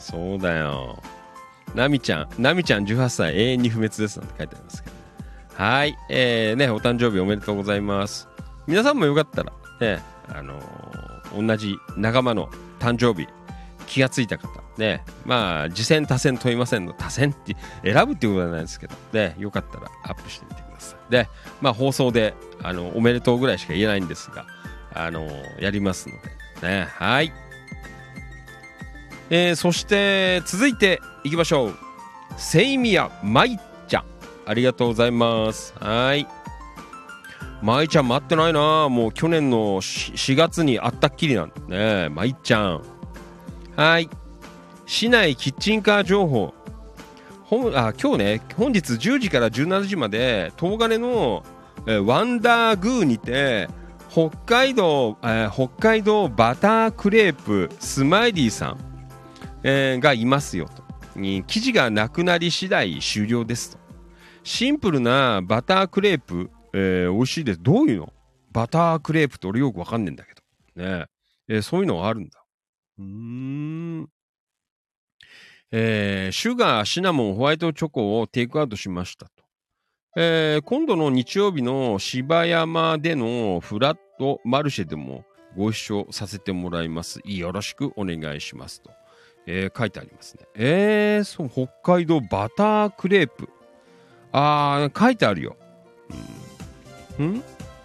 そうだよ。なみちゃん、なみちゃんじゅうはっさい永遠に不滅ですなんて書いてありますけど。はい。えー、ね、お誕生日おめでとうございます。皆さんもよかったら、ね、あのー、同じ仲間の誕生日、気がついた方、ね、まあ、次戦多戦問いませんの、多戦って選ぶっていうことはないですけど、ね、よかったらアップしてみてください。で、まあ、放送で、あの、おめでとうぐらいしか言えないんですが、あのー、やりますので、ね、はい。えー、そして、続いていきましょう。セイミヤマイちゃん。ありがとうございます。はい。マイちゃん待ってないな。もう去年のしがつにあったっきりなんだね。マイちゃん。はい。市内キッチンカー情報。ほあ今日ね、本日じゅうじからじゅうしちじまで、東金の、えー、ワンダーグーにて、北海道、えー、北海道バタークレープスマイリーさん、えー、がいますよと。生地がなくなり次第終了ですと。シンプルなバタークレープ、えー、美味しいです。どういうの？バタークレープって俺よくわかんねえんだけど。ねえー、そういうのがあるんだ。うーん。えー、シュガー、シナモン、ホワイトチョコをテイクアウトしましたと。えー、今度の日曜日の芝山でのフラットマルシェでもご一緒させてもらいます。よろしくお願いしますと。 えー、書いてありますね。えー、そう、北海道バタークレープ。あー、書いてあるよ。うん。ん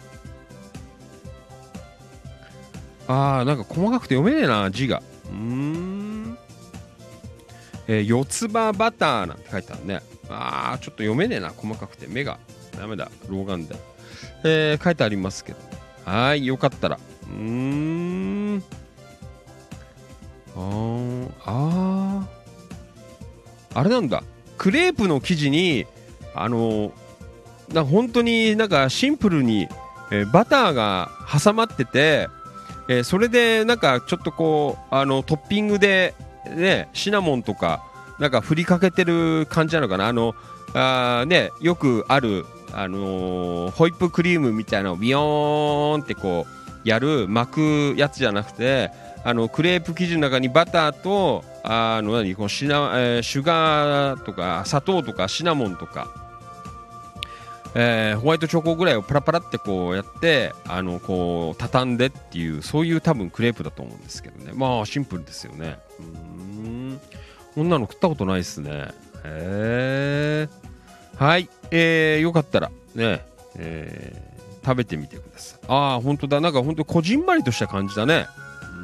あー、なんか細かくて読めねえな、字が。うーん。えー、四つ葉バターなんて書いてあるね。あー、ちょっと読めねえな、細かくて。目が。ダメだ、老眼で。えー、書いてありますけど。はい、よかったら。うーん。あー、あー。あれなんだ。クレープの生地に、あのー、な本当になんかシンプルに、えー、バターが挟まってて、えー、それでなんかちょっとこうあのトッピングでねシナモンとかなんか振りかけてる感じなのかな。あのあねよくあるあのー、ホイップクリームみたいなのをビヨーンってこうやる巻くやつじゃなくて、あのクレープ生地の中にバターとあの何このシナ、えー、シュガーとか砂糖とかシナモンとか、えー、ホワイトチョコぐらいをパラパラってこうやってあのこう畳んでっていう、そういう多分クレープだと思うんですけどね。まあシンプルですよね。うーん、こんなの食ったことないですね。へー、はい、えー、よかったらね、えー、食べてみてください。ああ本当だ、なんか本当こじんまりとした感じだね。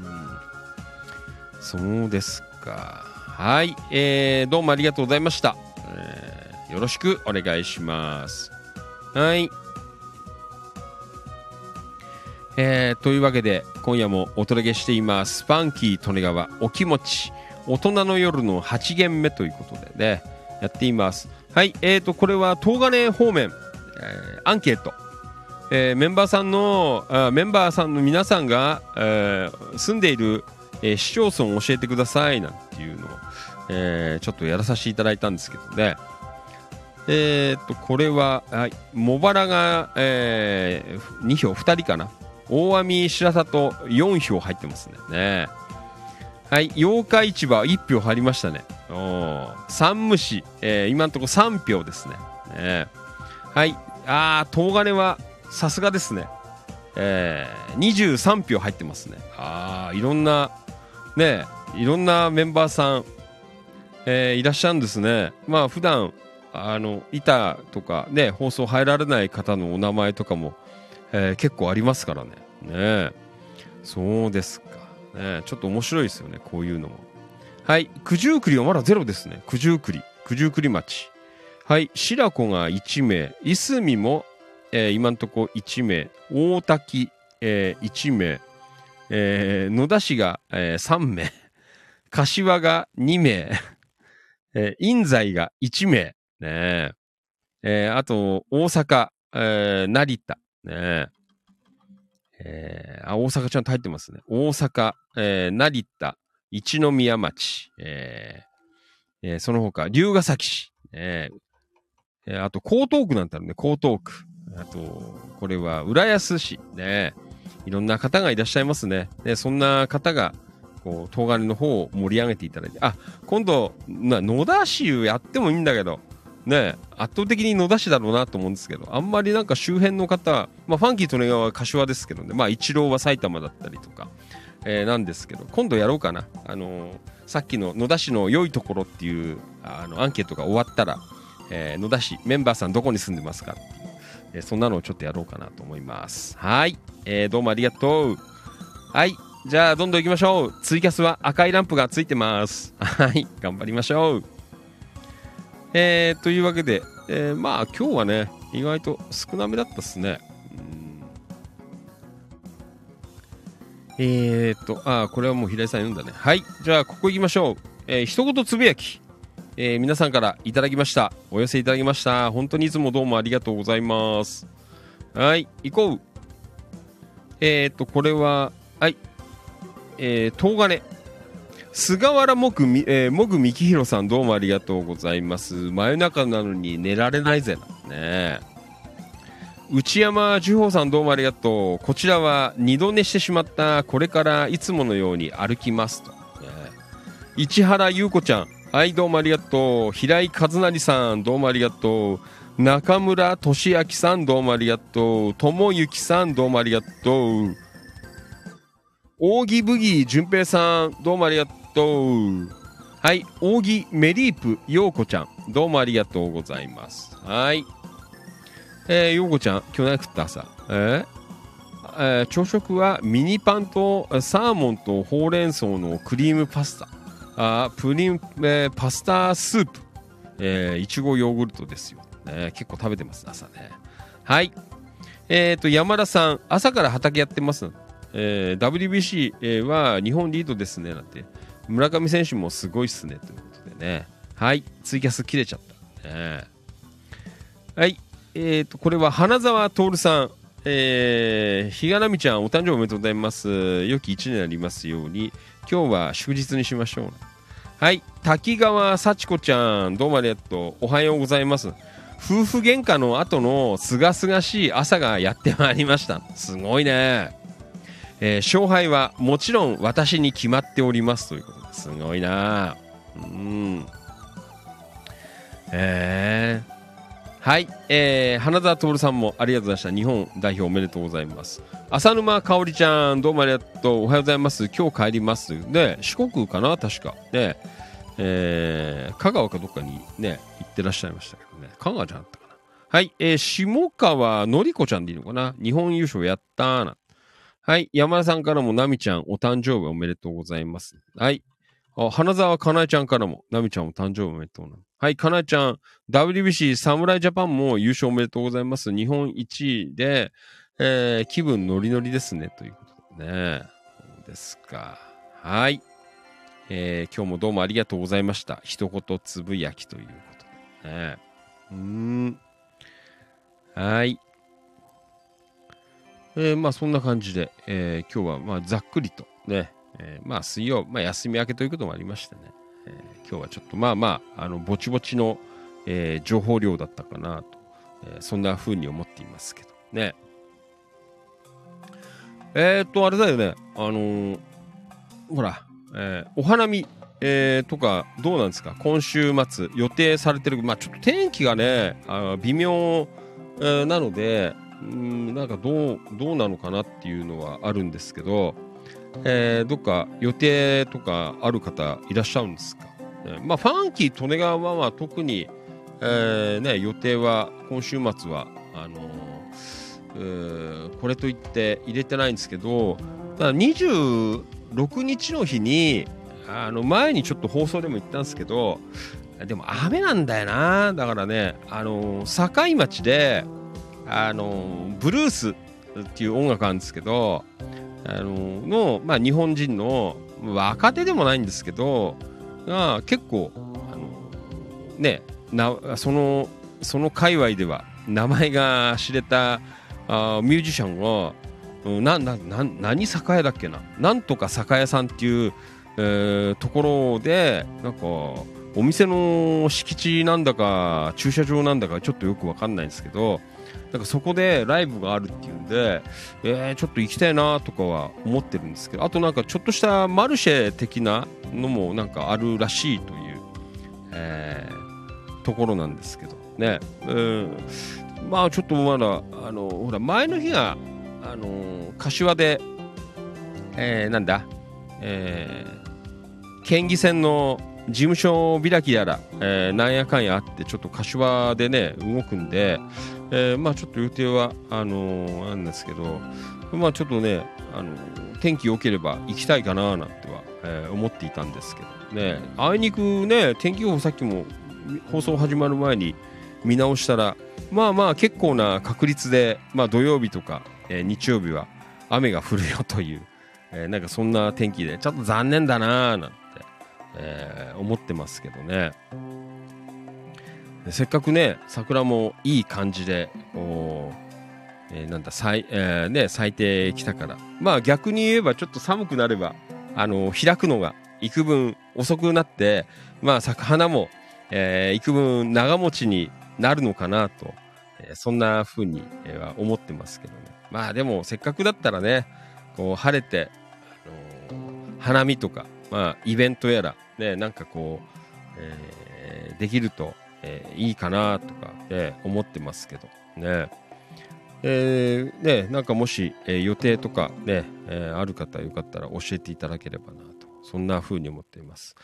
うん、そうですか。はい、えー、どうもありがとうございました。えー、よろしくお願いします。はい、えー、というわけで今夜もお届けしていますファンキー利根川お気持ち大人の夜のはち限目ということでねやっています。はい、えーとこれは東金方面、えー、アンケート、えー、メンバーさんのあメンバーさんの皆さんが、えー、住んでいる、えー、市町村を教えてくださいなんていうのを、えー、ちょっとやらさせていただいたんですけどね。えー、っとこれは、はい、茂原が、えー、に票ふたりかな。大網白里よん票入ってますね。ね、はい、八日市場いち票入りましたね。お山武市、えー、今のところさん票ですね。ね、はい、あー東金はさすがですね。えー、にじゅうさん票入ってますね。あーいろんなねいろんなメンバーさん、えー、いらっしゃるんですね。まあ普段あの板とかね放送入られない方のお名前とかも、えー、結構ありますからね。ね、そうですか。ね、ちょっと面白いですよねこういうのも。はい、九十九里はまだゼロですね。九十九里九十九里町。はい、白子がいち名、いすみも、えー、今んとこいち名、大滝、えー、いち名、えー、野田市が、えー、さん名、柏がに名、えー、印西がいち名ねえ、ー、あと大阪、えー、成田ねえー、あ大阪ちゃんと入ってますね。大阪、えー、成田、一宮町、えーえー、その他龍ヶ崎市、えーえー、あと江東区なんてあるね。江東区、あとこれは浦安市ね。いろんな方がいらっしゃいますね。でそんな方がこう東金の方を盛り上げていただいて、あ今度な野田市やってもいいんだけどね、圧倒的に野田市だろうなと思うんですけど、あんまりなんか周辺の方、まあ、ファンキー利根川は柏ですけどね、まあ一郎は埼玉だったりとか、えー、なんですけど、今度やろうかな。あのー、さっきの野田市の良いところっていうあのアンケートが終わったら、えー、野田市メンバーさんどこに住んでますかっていう、えー、そんなのをちょっとやろうかなと思います。はい、えー、どうもありがとう。はい、じゃあどんどん行きましょう。ツイキャスは赤いランプがついてます。はい、頑張りましょう。えー、というわけで、えー、まあ今日はね意外と少なめだったっすね。うん、えーとあこれはもう平井さん読んだね。はい、じゃあここ行きましょう。えー、一言つぶやき、えー、皆さんからいただきました。お寄せいただきました。本当にいつもどうもありがとうございます。はい、行こう。えーとこれははい、えー、東金菅原もぐみ、えー、もぐみきひろさん、どうもありがとうございます。真夜中なのに寝られないぜなね。内山樹宝さん、どうもありがとう。こちらは二度寝してしまった。これからいつものように歩きますと、ね、市原優子ちゃん、はい、どうもありがとう。平井和成さん、どうもありがとう。中村俊明さん、どうもありがとう。友幸さん、どうもありがとう。扇ブギー淳平さん、どうもありがとう。 はい、扇メリープようこちゃん、どうもありがとうございます。はい。えー、ようこちゃん、今日何食った朝？えーえー、朝食はミニパンとサーモンとほうれん草のクリームパスタ、あプリン、えー、パスタスープ、えー、いちごヨーグルトですよ、ね、結構食べてます朝ね。はい。えーと山田さん、朝から畑やってます、えー、ダブリュービーシー は日本リードですねなんて。村上選手もすごいっすねということでね。はい、ツイキャス切れちゃった、ね、はい。えーとこれは花澤徹さん、えー、ひがなみちゃん、お誕生日おめでとうございます。良き一年になりますように。今日は祝日にしましょう。はい。滝川幸子ちゃん、どうもありがとう。おはようございます。夫婦喧嘩の後のすがすがしい朝がやってまいりました。すごいね。えー、勝敗はもちろん私に決まっておりますということです。すごいな。うん。えー。はい、えー、花澤徹さんもありがとうございました。日本代表おめでとうございます。浅沼香織ちゃん、どうもありがとう。おはようございます。今日帰ります。で、四国かな確か。で、えー、香川かどっかにね、行ってらっしゃいましたけどね。香川じゃなかったかな。はい、えー、下川のりこちゃんでいいのかな。日本優勝やったーな。はい、山田さんからもなみちゃん、お誕生日おめでとうございます。はい。あ、花澤かなえちゃんからも、なみちゃんお誕生日おめでとうな。はい、かなえちゃん、ダブリュービーシー 侍ジャパンも優勝おめでとうございます。日本一位で、えー、気分ノリノリですね。ということでね。そうですか。はい、えー。今日もどうもありがとうございました。一言つぶやきということでね。うーん。はい。えー、まあそんな感じで、えー、今日はまあざっくりとね、えー、まあ水曜、まあ休み明けということもありましてね。えー、今日はちょっとまあまあ、あの、ぼちぼちの、えー、情報量だったかなと、えー、そんな風に思っていますけどね。えー、っと、あれだよね、あのー、ほら、えー、お花見、えー、とかどうなんですか？今週末予定されてる、まあちょっと天気がね、あ微妙、えー、なので、うん、なんかどう、どうなのかなっていうのはあるんですけど、えー、どっか予定とかある方いらっしゃるんですか？えー、まあファンキー利根川は特に、えーね、予定は今週末はあのーえー、これといって入れてないんですけど、ただにじゅうろくにちの日にあの前にちょっと放送でも言ったんですけど、でも雨なんだよな。だからね、あのー、境町であのー、ブルースっていう音楽あるんですけど、あのの、まあ、日本人の若手でもないんですけどが結構あのねなそのその界隈では名前が知れたあミュージシャンが、うん、ななな何酒屋だっけな、なんとか酒屋さんっていう、えー、ところでなんかお店の敷地なんだか駐車場なんだかちょっとよくわかんないんですけど、なんかそこでライブがあるっていうんで、えー、ちょっと行きたいなとかは思ってるんですけど、あとなんかちょっとしたマルシェ的なのもなんかあるらしいという、えー、ところなんですけどね、えー、まあちょっとまだあのほら前の日があの柏で、えー、なんだ、えー、県議選の事務所開きやら、えー、なんやかんやあってちょっと柏でね動くんで、えー、まあちょっと予定はあのー、なんですけど、まあちょっとね、あのー、天気良ければ行きたいかななんては、えー、思っていたんですけどね。あいにくね、天気予報さっきも放送始まる前に見直したら、まあまあ結構な確率で、まあ土曜日とか、えー、日曜日は雨が降るよという、えー、なんかそんな天気でちょっと残念だなーなんて、えー、思ってますけどね。せっかくね桜もいい感じでこう、えー、なんだ咲い、えーね、咲いてきたから、まあ逆に言えばちょっと寒くなればあの開くのが幾分遅くなって、まあ咲く花も、えー、幾分長持ちになるのかなと、えー、そんな風に、えー、は思ってますけどね。まあでもせっかくだったらねこう晴れて、あのー、花見とか、まあ、イベントやらねなんかこう、えー、できるとえー、いいかなとか、ね、思ってますけどね。えー、ねなんかもし、えー、予定とかね、えー、ある方よかったら教えていただければなと、そんな風に思っています。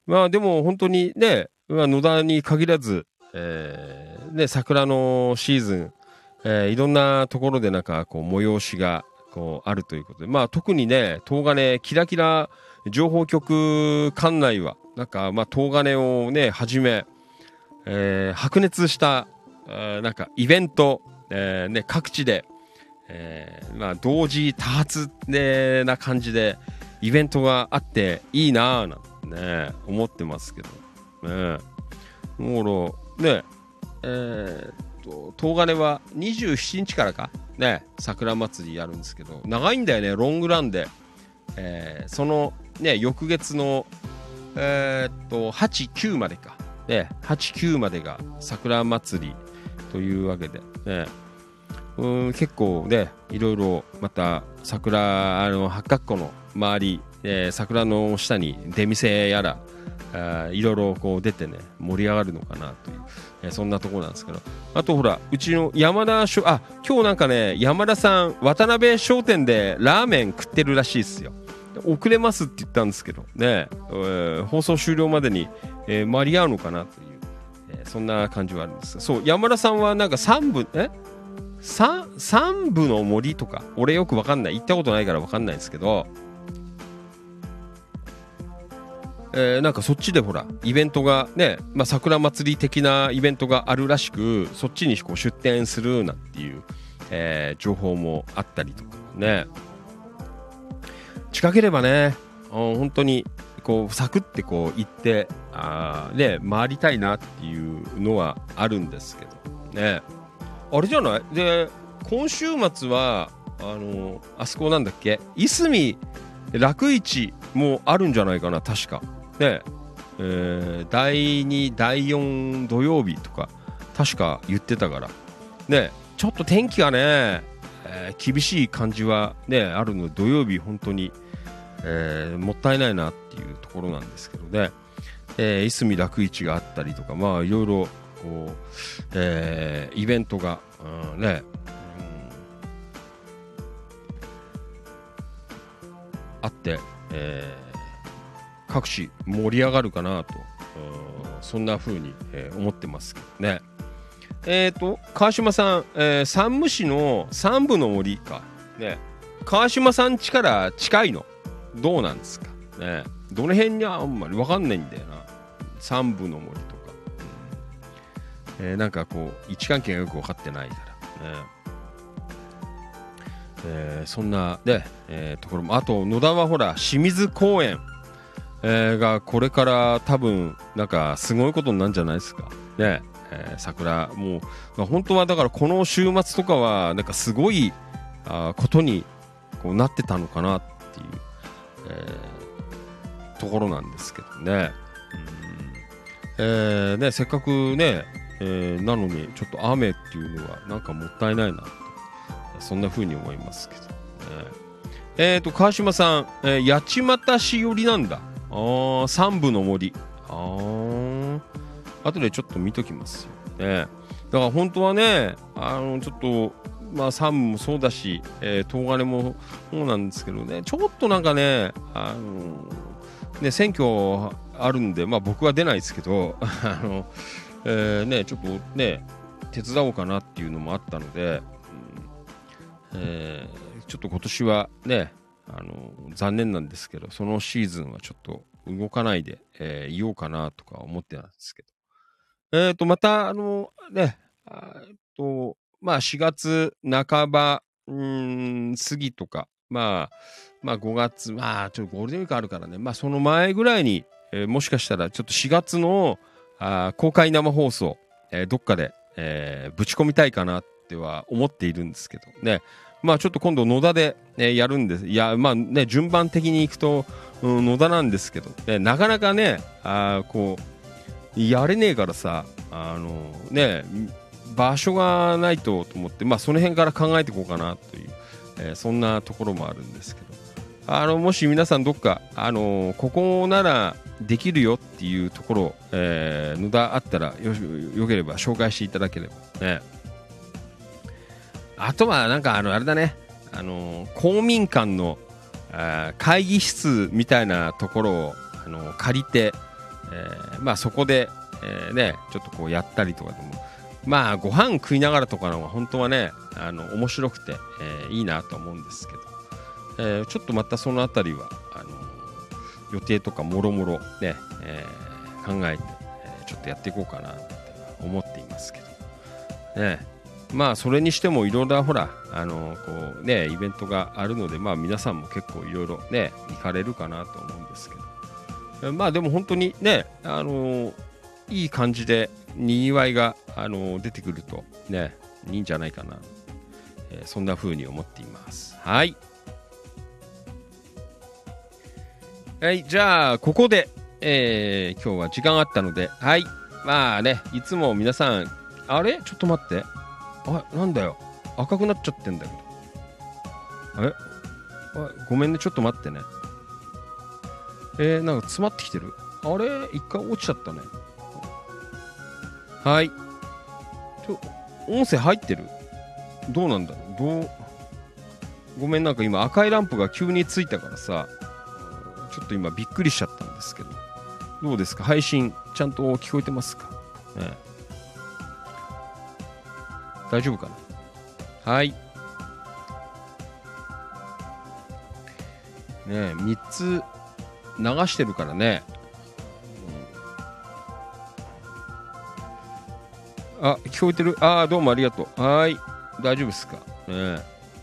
まあでも本当にね、まあ、野田に限らず、えー、ね、桜のシーズン、えー、いろんなところでなんかこう催しがこうあるということで、まあ特にね、東金キラキラ情報局管内はなんかまあ東金をねはじめ、えー、白熱した、えー、なんかイベント、えーね、各地で、えーまあ、同時多発、ね、な感じでイベントがあっていいなぁなんてね思ってますけどね。もうね、えー、っと東金はにじゅうしちにちからかね桜祭りやるんですけど、長いんだよね、ロングランで、えー、そのね翌月のえー、っとはち、きゅうまでかね、はち、きゅうまでが桜祭りというわけでね、うん結構ねいろいろまた桜あの八角湖の周り、えー、桜の下に出店やらあいろいろこう出てね盛り上がるのかなという、えー、そんなところなんですけど、あとほらうちの山田しょあ今日なんかね山田さん渡辺商店でラーメン食ってるらしいですよ。遅れますって言ったんですけどね、えー、放送終了までに、えー、間に合うのかなという、えー、そんな感じはあるんですが、そう山田さんはなんか三部え三三部の森とか俺よくわかんない、行ったことないからわかんないんですけど、えー、なんかそっちでほらイベントがね、まあ、桜祭り的なイベントがあるらしく、そっちにこう出店するなんていう、えー、情報もあったりとかね、近ければね本当にこうサクってこう行ってあ、ね、回りたいなっていうのはあるんですけどね。あれじゃないで今週末はあのあそこなんだっけいすみ楽市もあるんじゃないかな確かね、えー、だいにだいよん土曜日とか確か言ってたからね、ちょっと天気がねえー、厳しい感じはねあるので土曜日本当に、えー、もったいないなっていうところなんですけどね、えー、いすみ楽市があったりとかまあいろいろこう、えー、イベントが、うん、ね、うん、あって、えー、各地盛り上がるかなと、うん、そんな風に、えー、思ってますけどね。えーと川島さん、えー、山武市の三部の森かね、川島さん家から近いのどうなんですかね、どの辺にあんまり分かんないんだよな三部の森とか、うんえー、なんかこう位置関係がよく分かってないからね、えー、そんなね、えー、ところもあと野田はほら清水公園、えー、がこれから多分なんかすごいことになるんじゃないですかね。えー、桜もう、まあ、本当はだからこの週末とかはなんかすごいあことにこうなってたのかなっていう、えー、ところなんですけどね、うんえー、ねせっかくね、えー、なのにちょっと雨っていうのはなんかもったいないなとそんな風に思いますけど、ね、えーと川島さん、えー、八街市寄りなんだあ三部の森あー後でちょっと見ときますよね。だから本当はねあのちょっとまあサンもそうだし、えー、東金もそうなんですけどねちょっとなんかねあのね選挙あるんでまあ僕は出ないですけどあの、えー、ねちょっとね手伝おうかなっていうのもあったので、うんえー、ちょっと今年はねあの残念なんですけどそのシーズンはちょっと動かないで、えー、いようかなとか思ってたんですけどえーと、また、あの、ね、あと、まあ、しがつなかば、うーん、過ぎとか、まあ、まあ、ごがつ、まあ、ちょっとゴールデンウィークあるからね、まあ、その前ぐらいに、えー、もしかしたら、ちょっとしがつのあ公開生放送、えー、どっかで、えー、ぶち込みたいかなっては思っているんですけどね。まあ、ちょっと今度、野田で、えー、やるんです。いや、まあね、順番的にいくと、うん、野田なんですけど、ね、なかなかね、あこう、やれねえからさあのね場所がないとと思ってまあその辺から考えていこうかなという、えー、そんなところもあるんですけどあのもし皆さんどっかあのここならできるよっていうところ、えー、野田あったら よ, よければ紹介していただければね。あとはなんかあのあれだねあの公民館のあ会議室みたいなところをあの借りてえー、まあそこで、えー、ね、ちょっとこうやったりとかでも、まあご飯食いながらとかの方が本当はね、あの面白くて、えー、いいなと思うんですけど、えー、ちょっとまたそのあたりはあの予定とかもろもろね、えー、考えて、えー、ちょっとやっていこうかなって思っていますけどね。まあそれにしてもいろいろほらあのこうねイベントがあるので、まあ皆さんも結構いろいろね行かれるかなと思うんですけど、まあでも本当にねあのいい感じでにぎわいがあの出てくるとねいいんじゃないかな、えー、そんな風に思っています。はい。はい、じゃあここで、えー、今日は時間あったので、はい、まあねいつも皆さんあれちょっと待って。あ、なんだよ赤くなっちゃってんだけど、えあごめんねちょっと待ってね。えー、なんか詰まってきてる。あれ一回落ちちゃったね。はい、ちょ音声入ってる。どうなんだろう。どうごめん、なんか今赤いランプが急についたからさ、ちょっと今びっくりしちゃったんですけど、どうですか配信ちゃんと聞こえてますか、ね、大丈夫かな。はい。ねえ、みっつ流してるからね。うん、あ、聞こえてる。ああ、どうもありがとう。はい。大丈夫ですか。ね、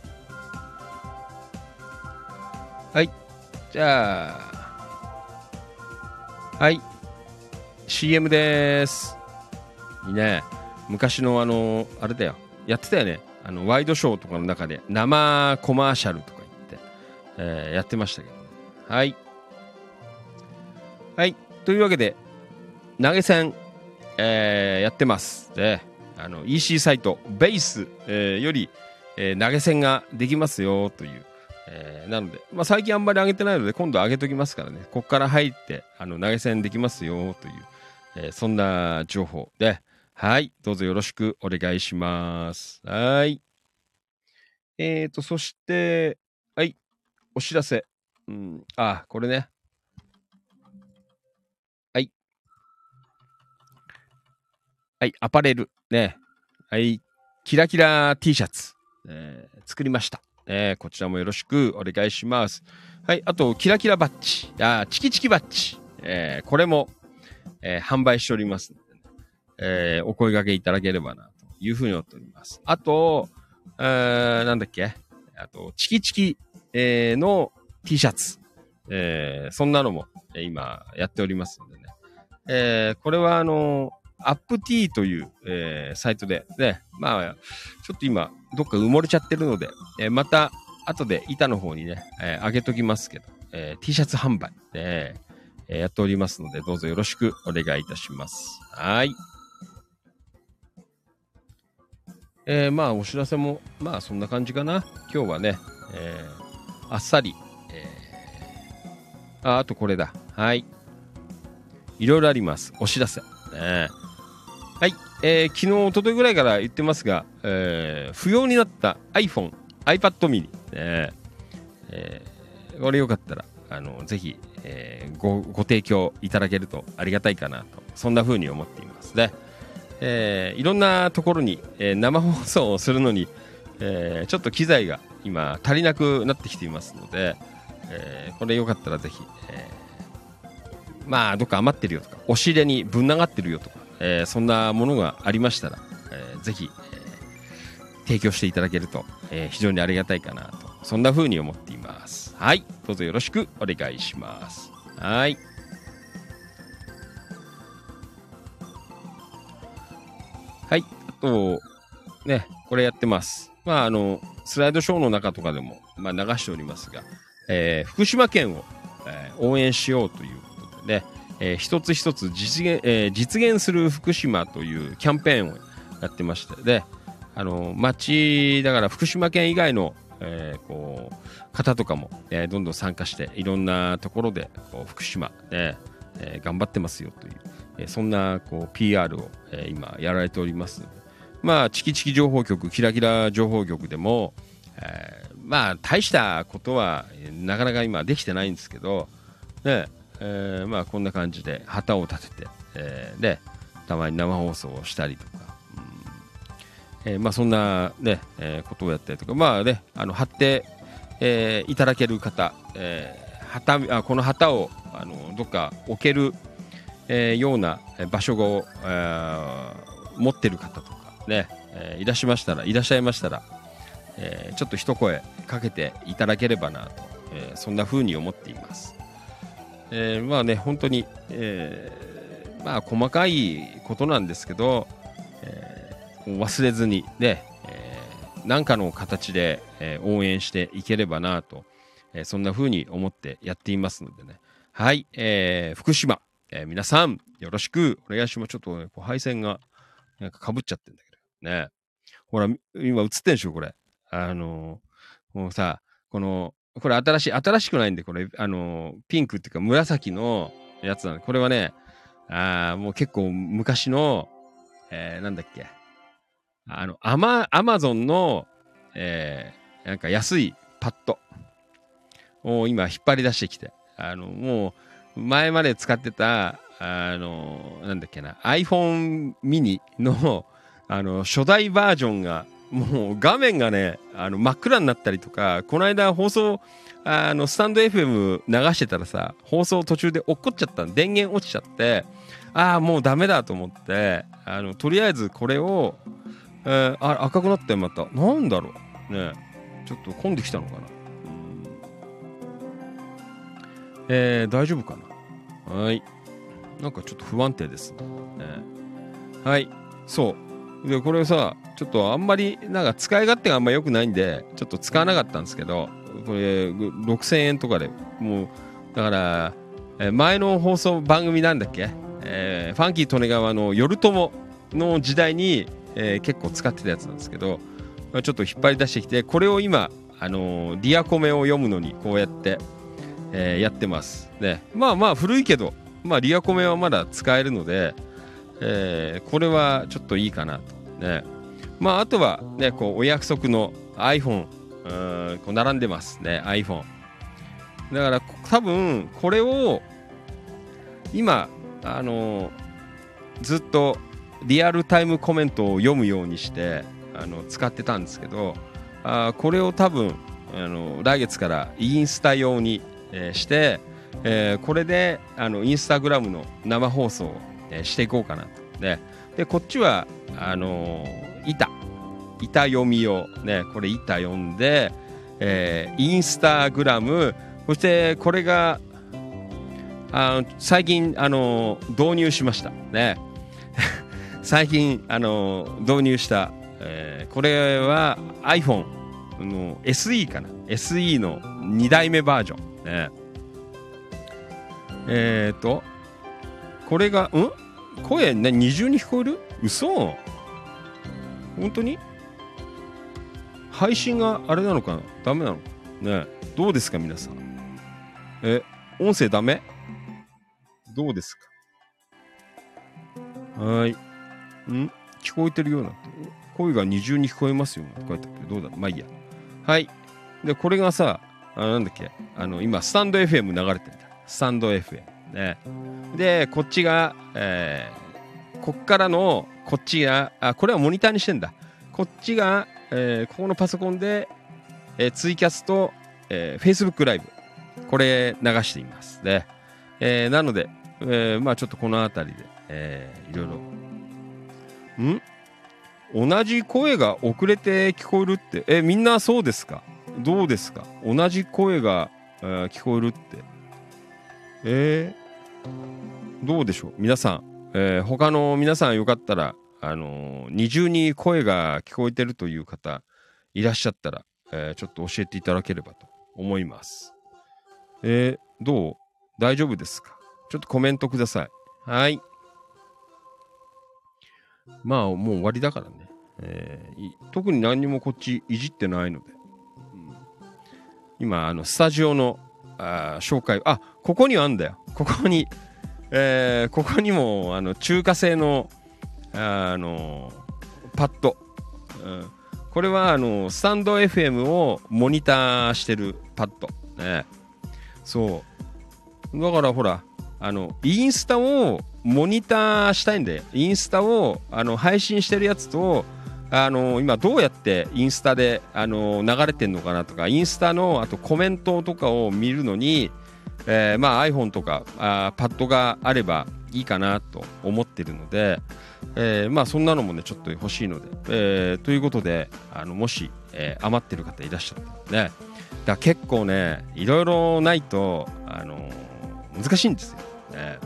はい。じゃあ、はい。シーエム でーす。いいね。昔のあの、あれだよ。やってたよね。あの、ワイドショーとかの中で生コマーシャルとか言って、えー、やってましたけど。はい。はい。というわけで、投げ銭、えー、やってます。で、あの、イーシー サイト、ベース、えー、より、えー、投げ銭ができますよという。えー、なので、まあ、最近あんまり上げてないので、今度上げときますからね。ここから入って、あの、投げ銭できますよという、えー、そんな情報で、はい。どうぞよろしくお願いします。はい。えーと、そして、はい。お知らせ。うん。あ、これね。はい。はい。アパレル。ね。はい。キラキラ T シャツ、えー、作りました。えー、こちらもよろしくお願いします。はい。あと、キラキラバッジ。あ、チキチキバッジ。えー、これも、えー、販売しておりますので、ね、えー、お声掛けいただければな、というふうに思っております。あと、えー、なんだっけあと、チキチキ、えー、の T シャツ。えー、そんなのも、えー、今やっておりますのでね。えー、これはあのー、アップティーという、えー、サイトで、ね、まあ、ちょっと今、どっか埋もれちゃってるので、えー、また、後で板の方にね、えー、上げときますけど、えー、T シャツ販売、えー、やっておりますので、どうぞよろしくお願いいたします。はい。えー、まあ、お知らせも、まあ、そんな感じかな。今日はね、えー、あっさり、えー、あ、あとこれだ。はい。いろいろあります。お知らせ。ね、はい、えー、昨日、一昨日ぐらいから言ってますが、えー、不要になった iPhone、iPad mini、ねえー、これよかったら、あのぜひ、えー、ご, ご提供いただけるとありがたいかなと、そんな風に思っていますね。えー、いろんなところに、えー、生放送をするのに、えー、ちょっと機材が今足りなくなってきていますので、えー、これよかったらぜひ、えー、まあどっか余ってるよとか、押し入れにぶん流ってるよとか、えー、そんなものがありましたら、えー、ぜひ、えー、提供していただけると、えー、非常にありがたいかなと、そんな風に思っています。はい、どうぞよろしくお願いします。はい。はい、あとね、これやってます。まああのスライドショーの中とかでも、まあ、流しておりますが、えー、福島県を、えー、応援しようということでね、えー、一つ一つ実現、えー、実現する福島というキャンペーンをやってまして、で、あの町だから福島県以外の、えー、こう方とかも、えー、どんどん参加していろんなところでこう福島で、えー、頑張ってますよという、えー、そんなこう ピーアール を、えー、今やられておりますので、まあチキチキ情報局、キラキラ情報局でも、えー、まあ大したことはなかなか今できてないんですけどね、 えー、まあこんな感じで旗を立てて、えー、でたまに生放送をしたりとか、うんえー、まあそんなね、えー、ことをやったりとか、まあね、あの貼って、えー、いただける方、えー、旗あこの旗をあのどっか置ける、えー、ような場所を、えー、持ってる方とかね、えー、いらっしゃいましたらいらっしゃいましたら、えー、ちょっと一声かけていただければなと、えー、そんな風に思っています。えー、まあね本当に、えー、まあ細かいことなんですけど、えー、忘れずにね、えー、何かの形で、えー、応援していければなと、えー、そんな風に思ってやっていますのでね。はい、えー、福島、えー、皆さんよろしくお願いします。ちょっと、ね、こう配線がなんか被っちゃってるんだけどね。ほら今映ってんでしょこれ。あのー、もうさこのこれ新しい新しくないんでこれあのー、ピンクっていうか紫のやつなんで、これはねあもう結構昔の、えー、なんだっけあのアマアマゾンの、えー、なんか安いパッドを今引っ張り出してきて、あのもう前まで使ってたあのなんだっけな iPhone mini のあの初代バージョンがもう画面がねあの真っ暗になったりとか、この間放送あのスタンド エフエム 流してたらさ放送途中で落っこっちゃったん、電源落ちちゃって、ああもうダメだと思って、あのとりあえずこれを、えー、あ赤くなってまたなんだろうね、ちょっと混んできたのかな、えー、大丈夫かな。はい、なんかちょっと不安定ですね。はい、そうでこれさちょっとあんまりなんか使い勝手があんま良くないんでちょっと使わなかったんですけど、これろくせんえんとかでもうだから、えー、前の放送番組なんだっけ、えー、ファンキー利根川の夜友の時代に、えー、結構使ってたやつなんですけど、ちょっと引っ張り出してきてこれを今あのー、リアコメを読むのにこうやって、えー、やってますね。まあまあ古いけど、まあ、リアコメはまだ使えるので、えー、これはちょっといいかなとね。まああとはねこうお約束の iPhone うんこう並んでますね iPhone だから多分これを今あのー、ずっとリアルタイムコメントを読むようにしてあの使ってたんですけど、あこれを多分あの来月からインスタ用に、えー、して、えー、これであのインスタグラムの生放送を、えー、していこうかなと。で, でこっちはあのー、板板読みをねこれ板読んで、えー、インスタグラム、そしてこれがあの最近あのー、導入しましたね最近あのー、導入した、えー、これは iPhone の エスイー かな エスイー のに代目バージョンね。えっ、ー、とこれがん声ね二重に聞こえる？嘘？本当に？配信があれなのかな？ダメなのかね。どうですか皆さん？え音声ダメ？どうですか？はい。ん聞こえてるようなって声が二重に聞こえますよって書いてあるけどどうだろう。まあいいや。はい。でこれがさあなんだっけあの今スタンド エフエム 流れてるんだ。スタンド エフエム ね。でこっちが、えー、こっからのこっちがあこれはモニターにしてんだ。こっちが、えー、ここのパソコンで、えー、ツイキャスと、えー、Facebook ライブこれ流していますね。えー、なので、えー、まあちょっとこのあたりで、えー、いろいろん同じ声が遅れて聞こえるってえみんなそうですか？どうですか？同じ声が、えー、聞こえるってえー、どうでしょう皆さん、えー、他の皆さんよかったらあのー、二重に声が聞こえてるという方いらっしゃったら、えー、ちょっと教えていただければと思います。えー、どう？大丈夫ですか？ちょっとコメントください。はい。まあもう終わりだからね、えー、特に何にもこっちいじってないので、うん、今あのスタジオのあ紹介あここにはあんだよ。ここに、えー、ここにもあの中華製のあのパッド、うん、これはあのスタンド エフエム をモニターしてるパッドね。そうだからほら、あの、インスタをモニターしたいんで、インスタをあの配信してるやつと、あの今どうやってインスタであの流れてんのかなとか、インスタのあとコメントとかを見るのに、えー、まあ iPhone とかあパッドがあればいいかなと思ってるので、えー、まあそんなのもねちょっと欲しいので、えー、ということで、あのもし、えー、余ってる方いらっしゃったらね、だ結構ねいろいろないと、あのー、難しいんですよね。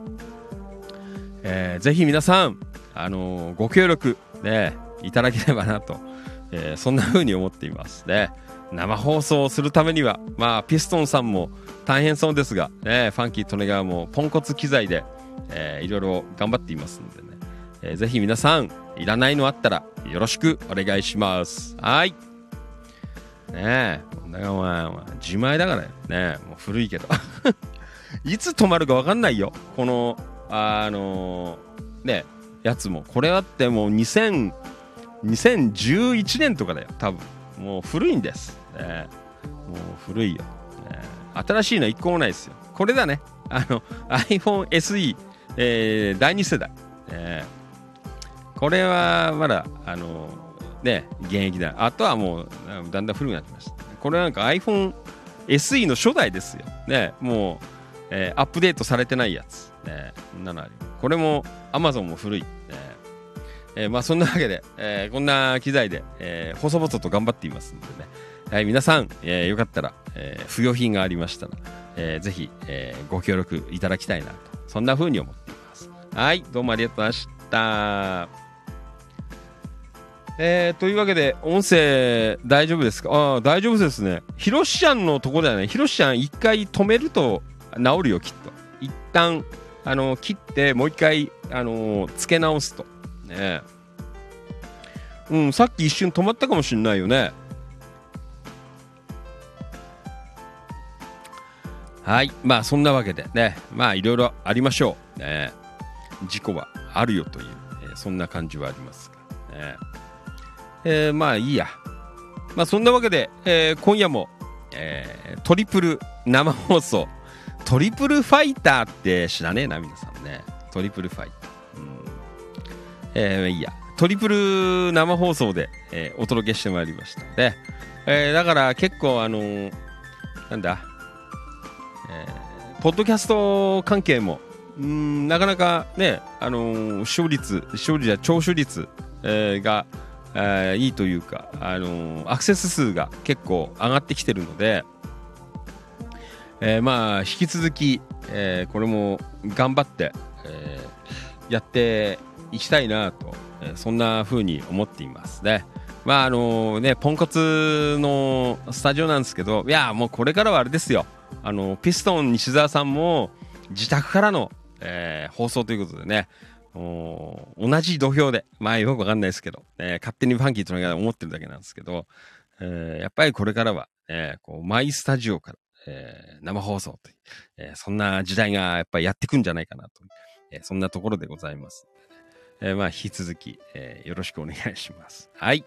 えー、ぜひ皆さん、あのー、ご協力ねいただければなと、えー、そんな風に思っていますね。生放送をするためには、まあピストンさんも大変そうですが、ね、ファンキー利根川もポンコツ機材で、えー、いろいろ頑張っていますのでね、えー、ぜひ皆さんいらないのあったらよろしくお願いします。はい。ねえ、だからまあ、まあ、自前だからよね、もう古いけどいつ止まるか分かんないよ、このあのー、ねやつも。これはってもうにせんじゅういちねんとかだよ多分。もう古いんです、ね、もう古いよ、ね、新しいのはいっこもないですよ。これだね、あの iPhone エスイー、えー、だいに世代、ね、これはまだあのね現役だ。あとはもうだんだん古くなってました。これなんか iPhone エスイー の初代ですよね。もう、えー、アップデートされてないやつ、ね、なのある。これも Amazon も古い、ね。えー、まあそんなわけで、えー、こんな機材で、えー、細々と頑張っていますのでね、はい、皆さん、えー、よかったら、えー、不要品がありましたら、えー、ぜひ、えー、ご協力いただきたいなと、そんな風に思っています。はい、どうもありがとうございました。えー、というわけで音声大丈夫ですか？ああ、大丈夫ですね。ひろしちゃんのとこだよね。ひろしちゃん一回止めると治るよきっと。一旦あの切ってもう一回あのー、付け直すと。ね、うん、さっき一瞬止まったかもしれないよね。はい、まあそんなわけでね、まあいろいろありましょう、ね、事故はあるよという、えー、そんな感じはありますが、ね、えー、まあいいや。まあそんなわけで、えー、今夜も、えー、トリプル生放送、トリプルファイターって知らねえな皆さんね。トリプルファイター、えー、いいや、トリプル生放送で、えー、お届けしてまいりましたので、えー、だから結構あのー、なんだ、えー、ポッドキャスト関係もうーんなかなかね、あのー、視聴率視聴率や聴取率、えー、が、えー、いいというか、あのー、アクセス数が結構上がってきてるので、えー、まあ引き続き、えー、これも頑張って、えー、やっていきたいなと、えー、そんな風に思っていますね。まああのー、ねポンコツのスタジオなんですけど、いやもうこれからはあれですよ、あのー、ピストン西澤さんも自宅からの、えー、放送ということでね、同じ土俵で、まあよくわかんないですけど、えー、勝手にファンキーとのが思ってるだけなんですけど、えー、やっぱりこれからは、えー、こうマイスタジオから、えー、生放送という、えー、そんな時代がやっぱりやってくんじゃないかなと、えー、そんなところでございます。えー、まあ引き続き、えー、よろしくお願いします。はい。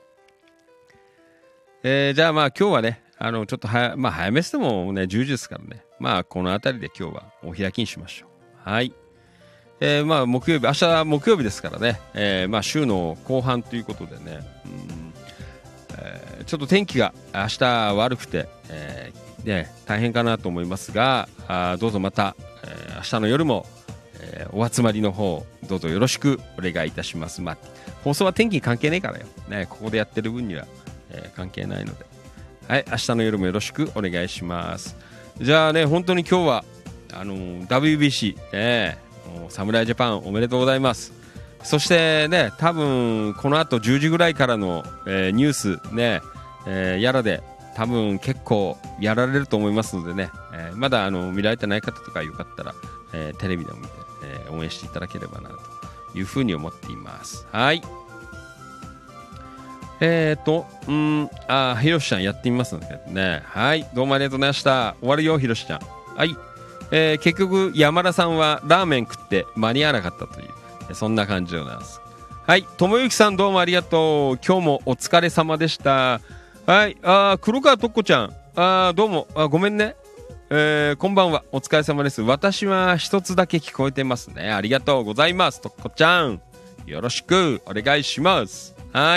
えー、じゃあまあ今日はね、あのちょっとはまあ早めしてもねじゅうじですからね、まあこのあたりで今日はお開きにしましょう。はい。えー、まあ木曜日、明日は木曜日ですからね、えー、まあ週の後半ということでね、うん、えー、ちょっと天気が明日悪くて、えー、ね大変かなと思いますが、あどうぞまた、えー、明日の夜もえー、お集まりの方どうぞよろしくお願いいたします。まあ、放送は天気に関係ないからよ、ね、ここでやってる分には、えー、関係ないので、はい、明日の夜もよろしくお願いします。じゃあね、本当に今日はあのー、ダブリュービーシー、ね、侍ジャパンおめでとうございます。そしてね、多分この後じゅうじぐらいからの、えー、ニュースね、えー、やらで多分結構やられると思いますのでね、えー、まだあの見られてない方とかよかったら、えー、テレビでも見て、えー、応援していただければなというふうに思っています。はい。えーと、うん、あ、ひろしちゃんやってみますのでね。はい。どうもありがとうございました。終わるよ、ひろしちゃん。はい。えー、結局、山田さんはラーメン食って間に合わなかったという、えー、そんな感じでございます。はい。ともゆきさんどうもありがとう。今日もお疲れ様でした。はい。あ、黒川とっこちゃん。あ、どうも。あ、ごめんね。 えー、こんばんは。お疲れ様です。私は一つだけ聞こえてますね。ありがとうございます。とっこちゃん。よろしくお願いします。はい。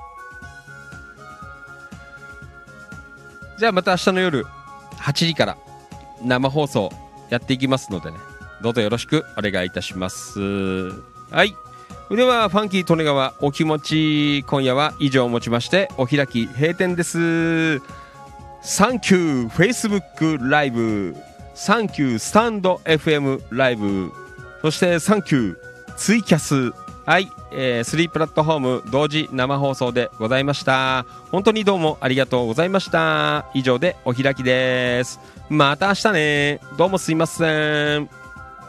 じゃあまた明日の夜はちじから生放送やっていきますのでね。どうぞよろしくお願いいたします。はい。ではファンキー利根川お気持ち今夜は以上をもちましてお開き閉店です。サンキュー Facebook ライブ、サンキュースタンド エフエム ライブ、そしてサンキューツイキャス、はい、えー、スリープラットフォーム同時生放送でございました。本当にどうもありがとうございました。以上でお開きです。また明日ね。どうもすいません。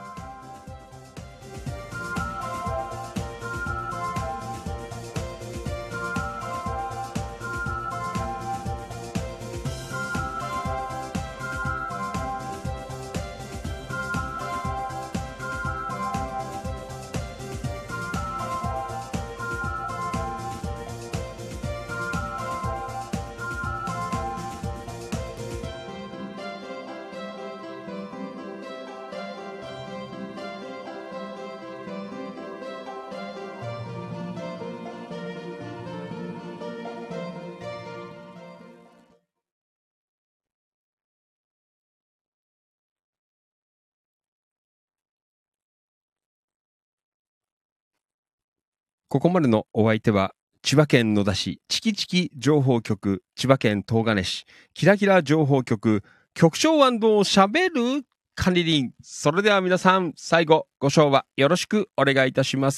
ここまでのお相手は千葉県野田市チキチキ情報局、千葉県東金市キラキラ情報局局長&しゃべる管理人。それでは皆さん最後ご唱和よろしくお願いいたします。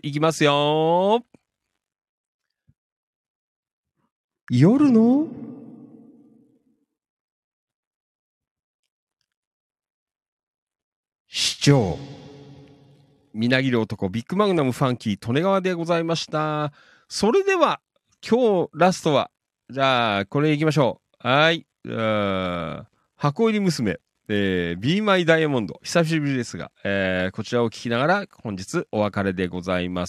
いきますよ。夜の市長、みなぎる男ビッグマグナムファンキー利根川でございました。それでは今日ラストはじゃあこれいきましょう。はい、箱入り娘、えー、Be My Diamond 久しぶりですが、えー、こちらを聞きながら本日お別れでございます。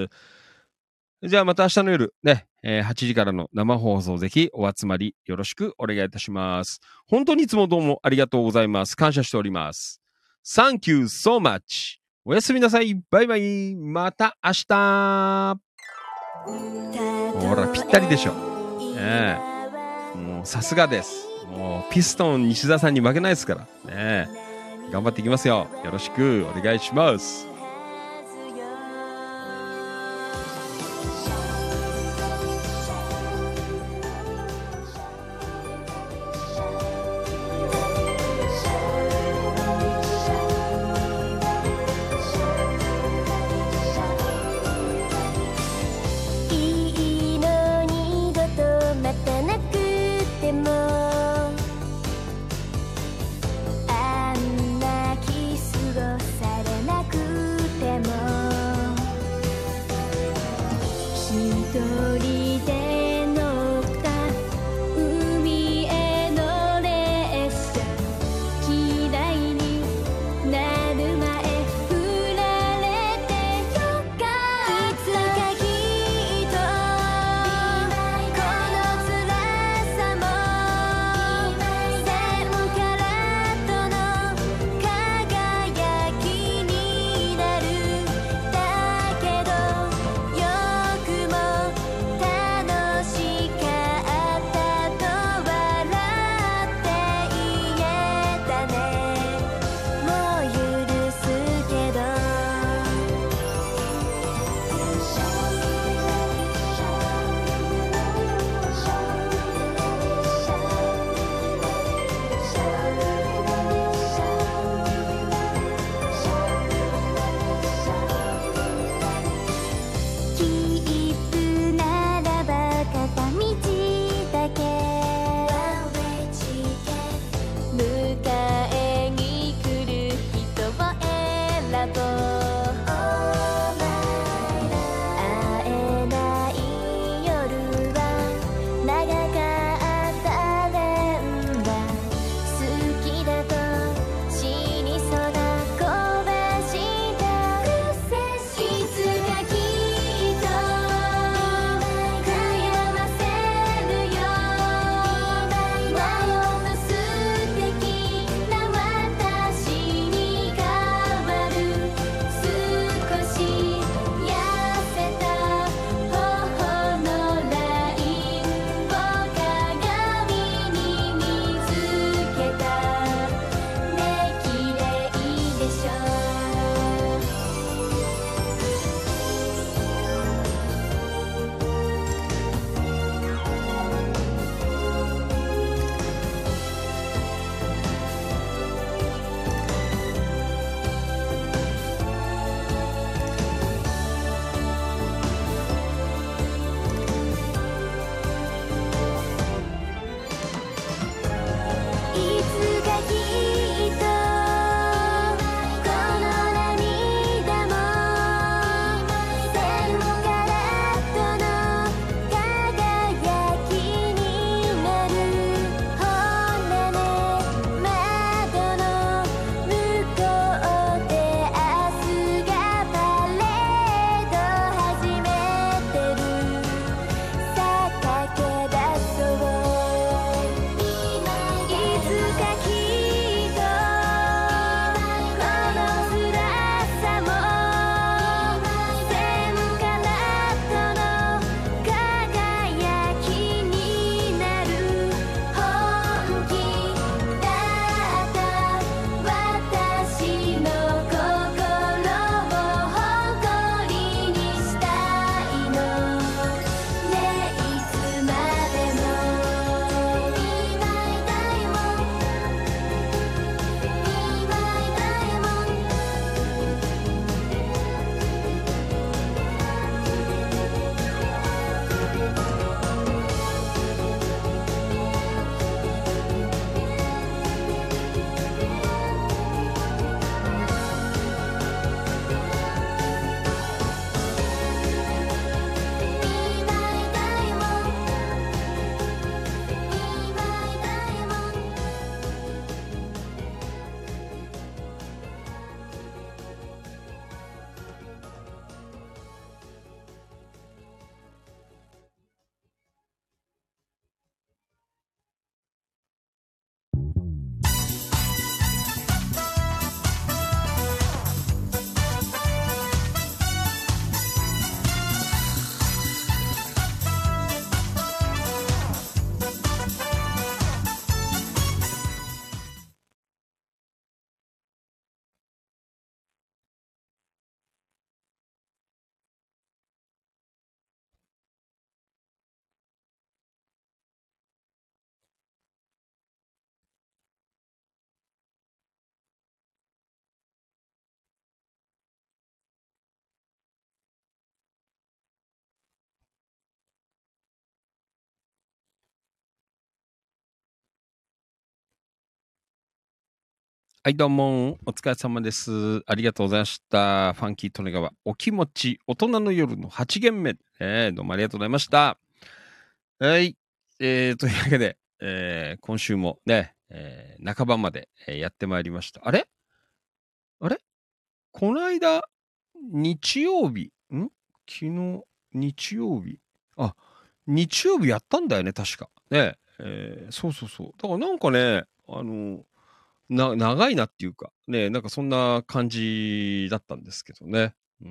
じゃあまた明日の夜ね、えー、はちじからの生放送ぜひお集まりよろしくお願いいたします。本当にいつもどうもありがとうございます。感謝しております。Thank you so much。おやすみなさい。バイバイ。また明日。ほら、ぴったりでしょ。ねえ。もうさすがです。もうピストン西田さんに負けないですから。ねえ。頑張っていきますよ。よろしくお願いします。 あんなキスをされなくはい、どうも、お疲れ様です。ありがとうございました。ファンキー利根川、お気持ち、大人の夜のはち限目。えー、どうもありがとうございました。はい。えー、というわけで、えー、今週もね、えー、半ばまで、えー、やってまいりました。あれあれこの間、日曜日、ん昨日、日曜日。あ、日曜日やったんだよね、確か。ね、えー、そうそうそう。だからなんかね、あの、な、長いなっていうか、ね、なんかそんな感じだったんですけどね。うん。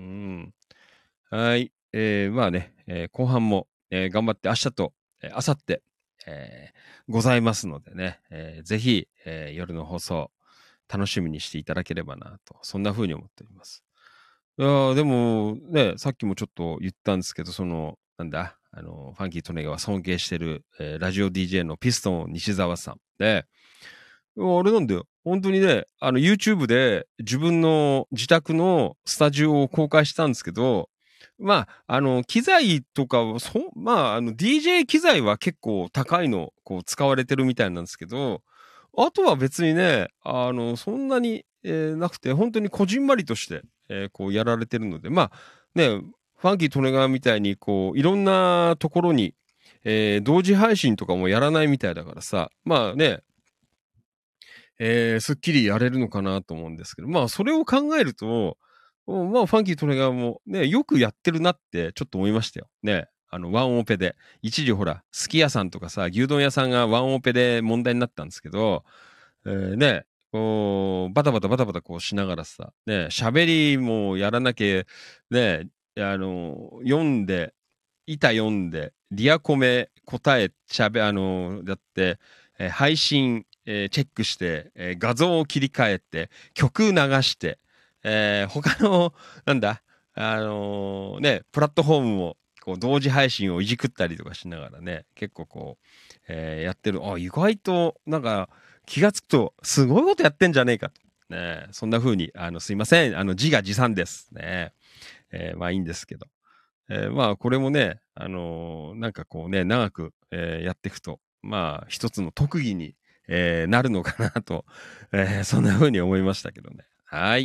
はい。えー、まあね、えー後半も、えー頑張って明日と、えー明後日、えーございますのでね、えーぜひ、えー夜の放送、楽しみにしていただければなと、そんな風に思っております。いやーでも、ね、さっきもちょっと言ったんですけど、その、なんだ、あの、ファンキー・トネガは尊敬してる、えーラジオ ディージェー のピストン西澤さんで、あれなんだよ。本当にね、あの、YouTube で自分の自宅のスタジオを公開したんですけど、まあ、あの、機材とかを、そ、まあ、あの、ディージェー 機材は結構高いの、こう、使われてるみたいなんですけど、あとは別にね、あの、そんなに、えーなくて、本当にこじんまりとして、えーこう、やられてるので、まあ、ね、ファンキー・利根川みたいに、こう、いろんなところに、えー同時配信とかもやらないみたいだからさ、まあね、えー、すっきりやれるのかなと思うんですけど、まあ、それを考えると、うんまあ、ファンキー・トレガーもね、よくやってるなってちょっと思いましたよ。ね。あの、ワンオペで。一時ほら、すき家さんとかさ、牛丼屋さんがワンオペで問題になったんですけど、えー、ね、こう、バタバタバタバタこうしながらさ、ね、喋りもやらなきゃ、ね、あの、読んで、板読んで、リアコメ答え、喋、あの、だって、えー配信、えーチェックして、えー画像を切り替えて、曲流して、えー他の、なんだ、あのーね、プラットフォームも、こう、同時配信をいじくったりとかしながらね、結構こう、えーやってる。あ、意外と、なんか、気がつくと、すごいことやってんじゃねえかと。ね、そんな風に、あの、すいません。あの、自画自賛です。ね。えーまあいいんですけど。えーまあ、これもね、あのーなんかこうね、長く、えーやっていくと、まあ、一つの特技に、えーなるのかなと、えーそんな風に思いましたけどね。はい。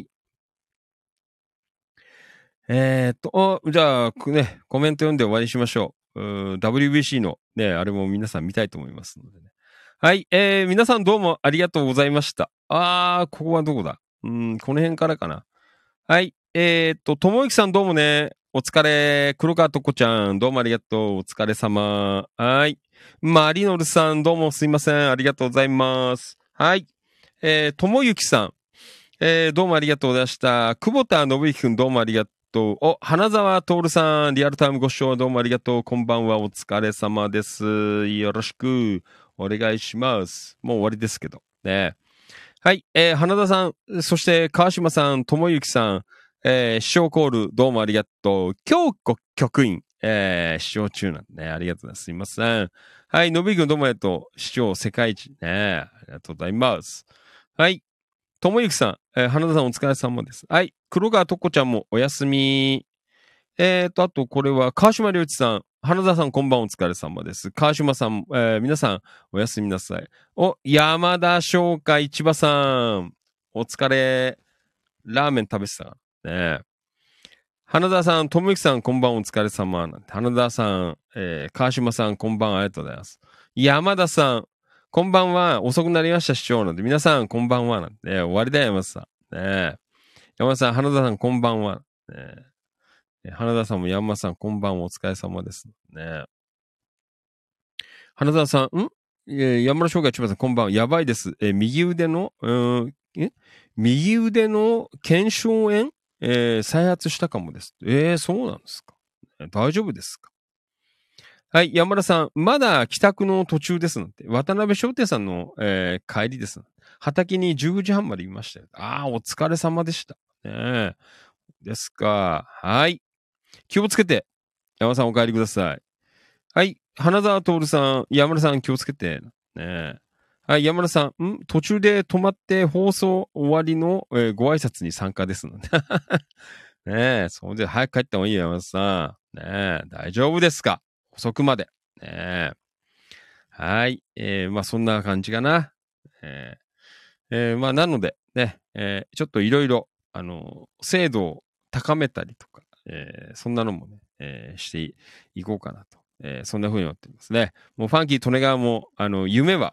えーっと、おじゃあ、くね、コメント読んで終わりにしましょう。うー ダブリュービーシー のね、あれも皆さん見たいと思いますのでね。はい、えー、皆さんどうもありがとうございました。あー、ここはどこだうーん、この辺からかな。はい。えー、っと、ともゆきさんどうもね。お疲れ。黒川とこちゃん、どうもありがとう。お疲れ様。はい。マリノルさん、どうもすいません。ありがとうございます。はい。えー、ともゆきさん、えー、どうもありがとうございました。久保田信之くん、どうもありがとう。お、花沢徹さん、リアルタイムご視聴どうもありがとう。こんばんは。お疲れ様です。よろしくお願いします。もう終わりですけど。ね。はい、えー、花田さん、そして川島さん、智之さん、えー、視聴コール、どうもありがとう。京子局員、えー、視聴中なんでね、ありがとうございます。すいません。はい、のびくんどうもありがとう。視聴世界一ね、ありがとうございます。はい、智之さん、えー、花田さんお疲れ様です。はい、黒川とこちゃんもおやすみ。えーと、あと、これは、川島良一さん。花田さん、こんばんお疲れ様です。川島さん、えー皆さん、おやすみなさい。お、山田翔海千葉さん。お疲れ。ラーメン食べてたからね。花田さん、ともゆきさん、こんばんお疲れ様。なんて花田さん、えー川島さん、こんばんありがとうございます。山田さん、こんばんは。遅くなりました、視聴なんで。皆さん、こんばんは。なんて、ね、終わりだよ、山田さん。ね、山田さん、花田さん、こんばんは。ね花田さんも山田さん、こんばんはお疲れ様です。ね。花田さん、んえ山田翔海千葉さん、こんばんは。やばいです。え右腕の、うーん、え右腕の腱鞘炎、えー再発したかもです。えー、そうなんですか。大丈夫ですか。はい、山田さん、まだ帰宅の途中ですなんて。渡辺翔太さんの、えー帰りです。畑にじゅうじはんまでいましたよ。ああ、お疲れ様でした。ねですか。はい。気をつけて。山田さんお帰りください。はい。花沢徹さん、山田さん気をつけて。ねはい。山田さん、ん途中で止まって放送終わりの、えーご挨拶に参加ですので。ねえ、そうで早く帰った方がいいよ、山田さん。ねえ、大丈夫ですか遅くまで。ねえ。はい。えー、まあそんな感じかな。えーえーまあなので、 ね、えーちょっといろいろ、あの、精度を高めたりとか、えーそんなのもね、えーしていこうかなと、えーそんな風に思っていますね。もうファンキー利根川も、あの、夢は、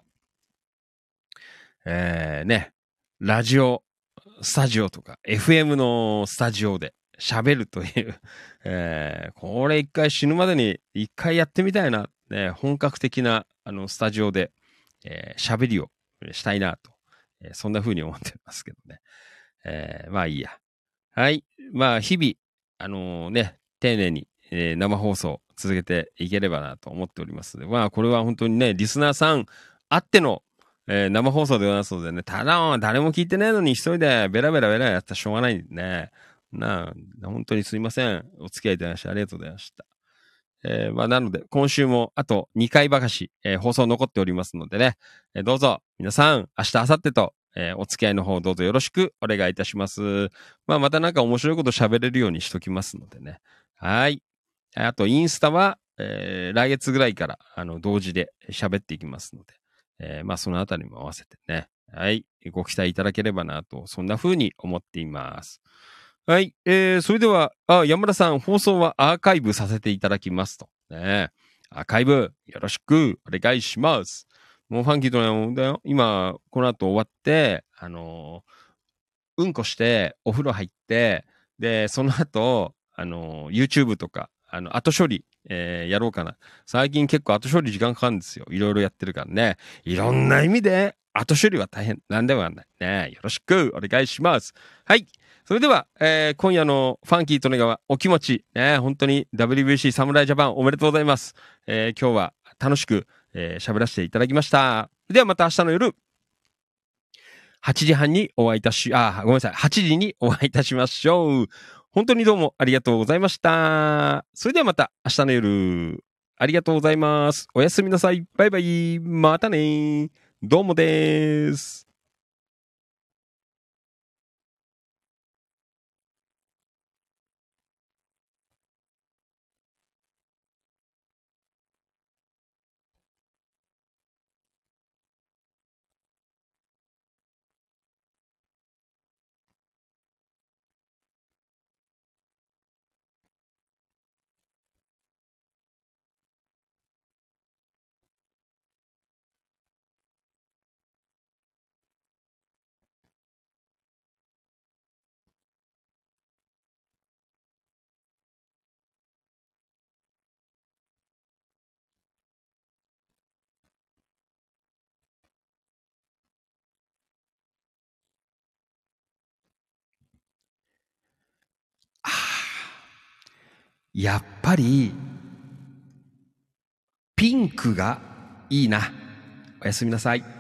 えーね、ラジオスタジオとか、エフエム のスタジオで喋るという、えーこれ一回死ぬまでに一回やってみたいな、ね、本格的な、あの、スタジオで、えー喋りをしたいなと、えーそんな風に思ってますけどね。えーまあいいや。はい。まあ、日々、あのね、丁寧に、えー生放送続けていければなと思っておりますので、まあ、これは本当にね、リスナーさんあっての、えー生放送でございますのでね、ただ、誰も聞いてないのに一人でベラベラベラやったらしょうがないんでね。なあ、本当にすいません。お付き合いいただきましてありがとうございました。えーまあ、なので、今週もあとにかいばかし、えー放送残っておりますのでね、えーどうぞ、皆さん、明日、明後日と、えーお付き合いの方どうぞよろしくお願いいたします。まあ、またなんか面白いこと喋れるようにしときますのでね。はい。あと、インスタは、えー来月ぐらいから、あの、同時で喋っていきますので、えーまあ、そのあたりも合わせてね、はい、ご期待いただければなと、そんな風に思っています。はい。えー、それでは、あ、山田さん、放送はアーカイブさせていただきますと。ね。アーカイブ、よろしくお願いします。もうファンキーとね、今、この後終わって、あのーうんこして、お風呂入って、で、その後、あのー YouTube とか、あの、後処理、えーやろうかな。最近結構後処理時間かかるんですよ。いろいろやってるからね。いろんな意味で、後処理は大変。なんでもない。ね。よろしくお願いします。はい。それでは、えー今夜のファンキー利根川お気持ち、ね、本当に ダブリュービーシー 侍ジャパンおめでとうございます。えー今日は楽しく喋、えーらせていただきました。ではまた明日の夜、はちじはんにお会いいたし、あ、ごめんなさい、はちじにお会いいたしましょう。本当にどうもありがとうございました。それではまた明日の夜、ありがとうございます。おやすみなさい。バイバイ。またね。どうもです。あーやっぱり、ピンクがいいな。おやすみなさい。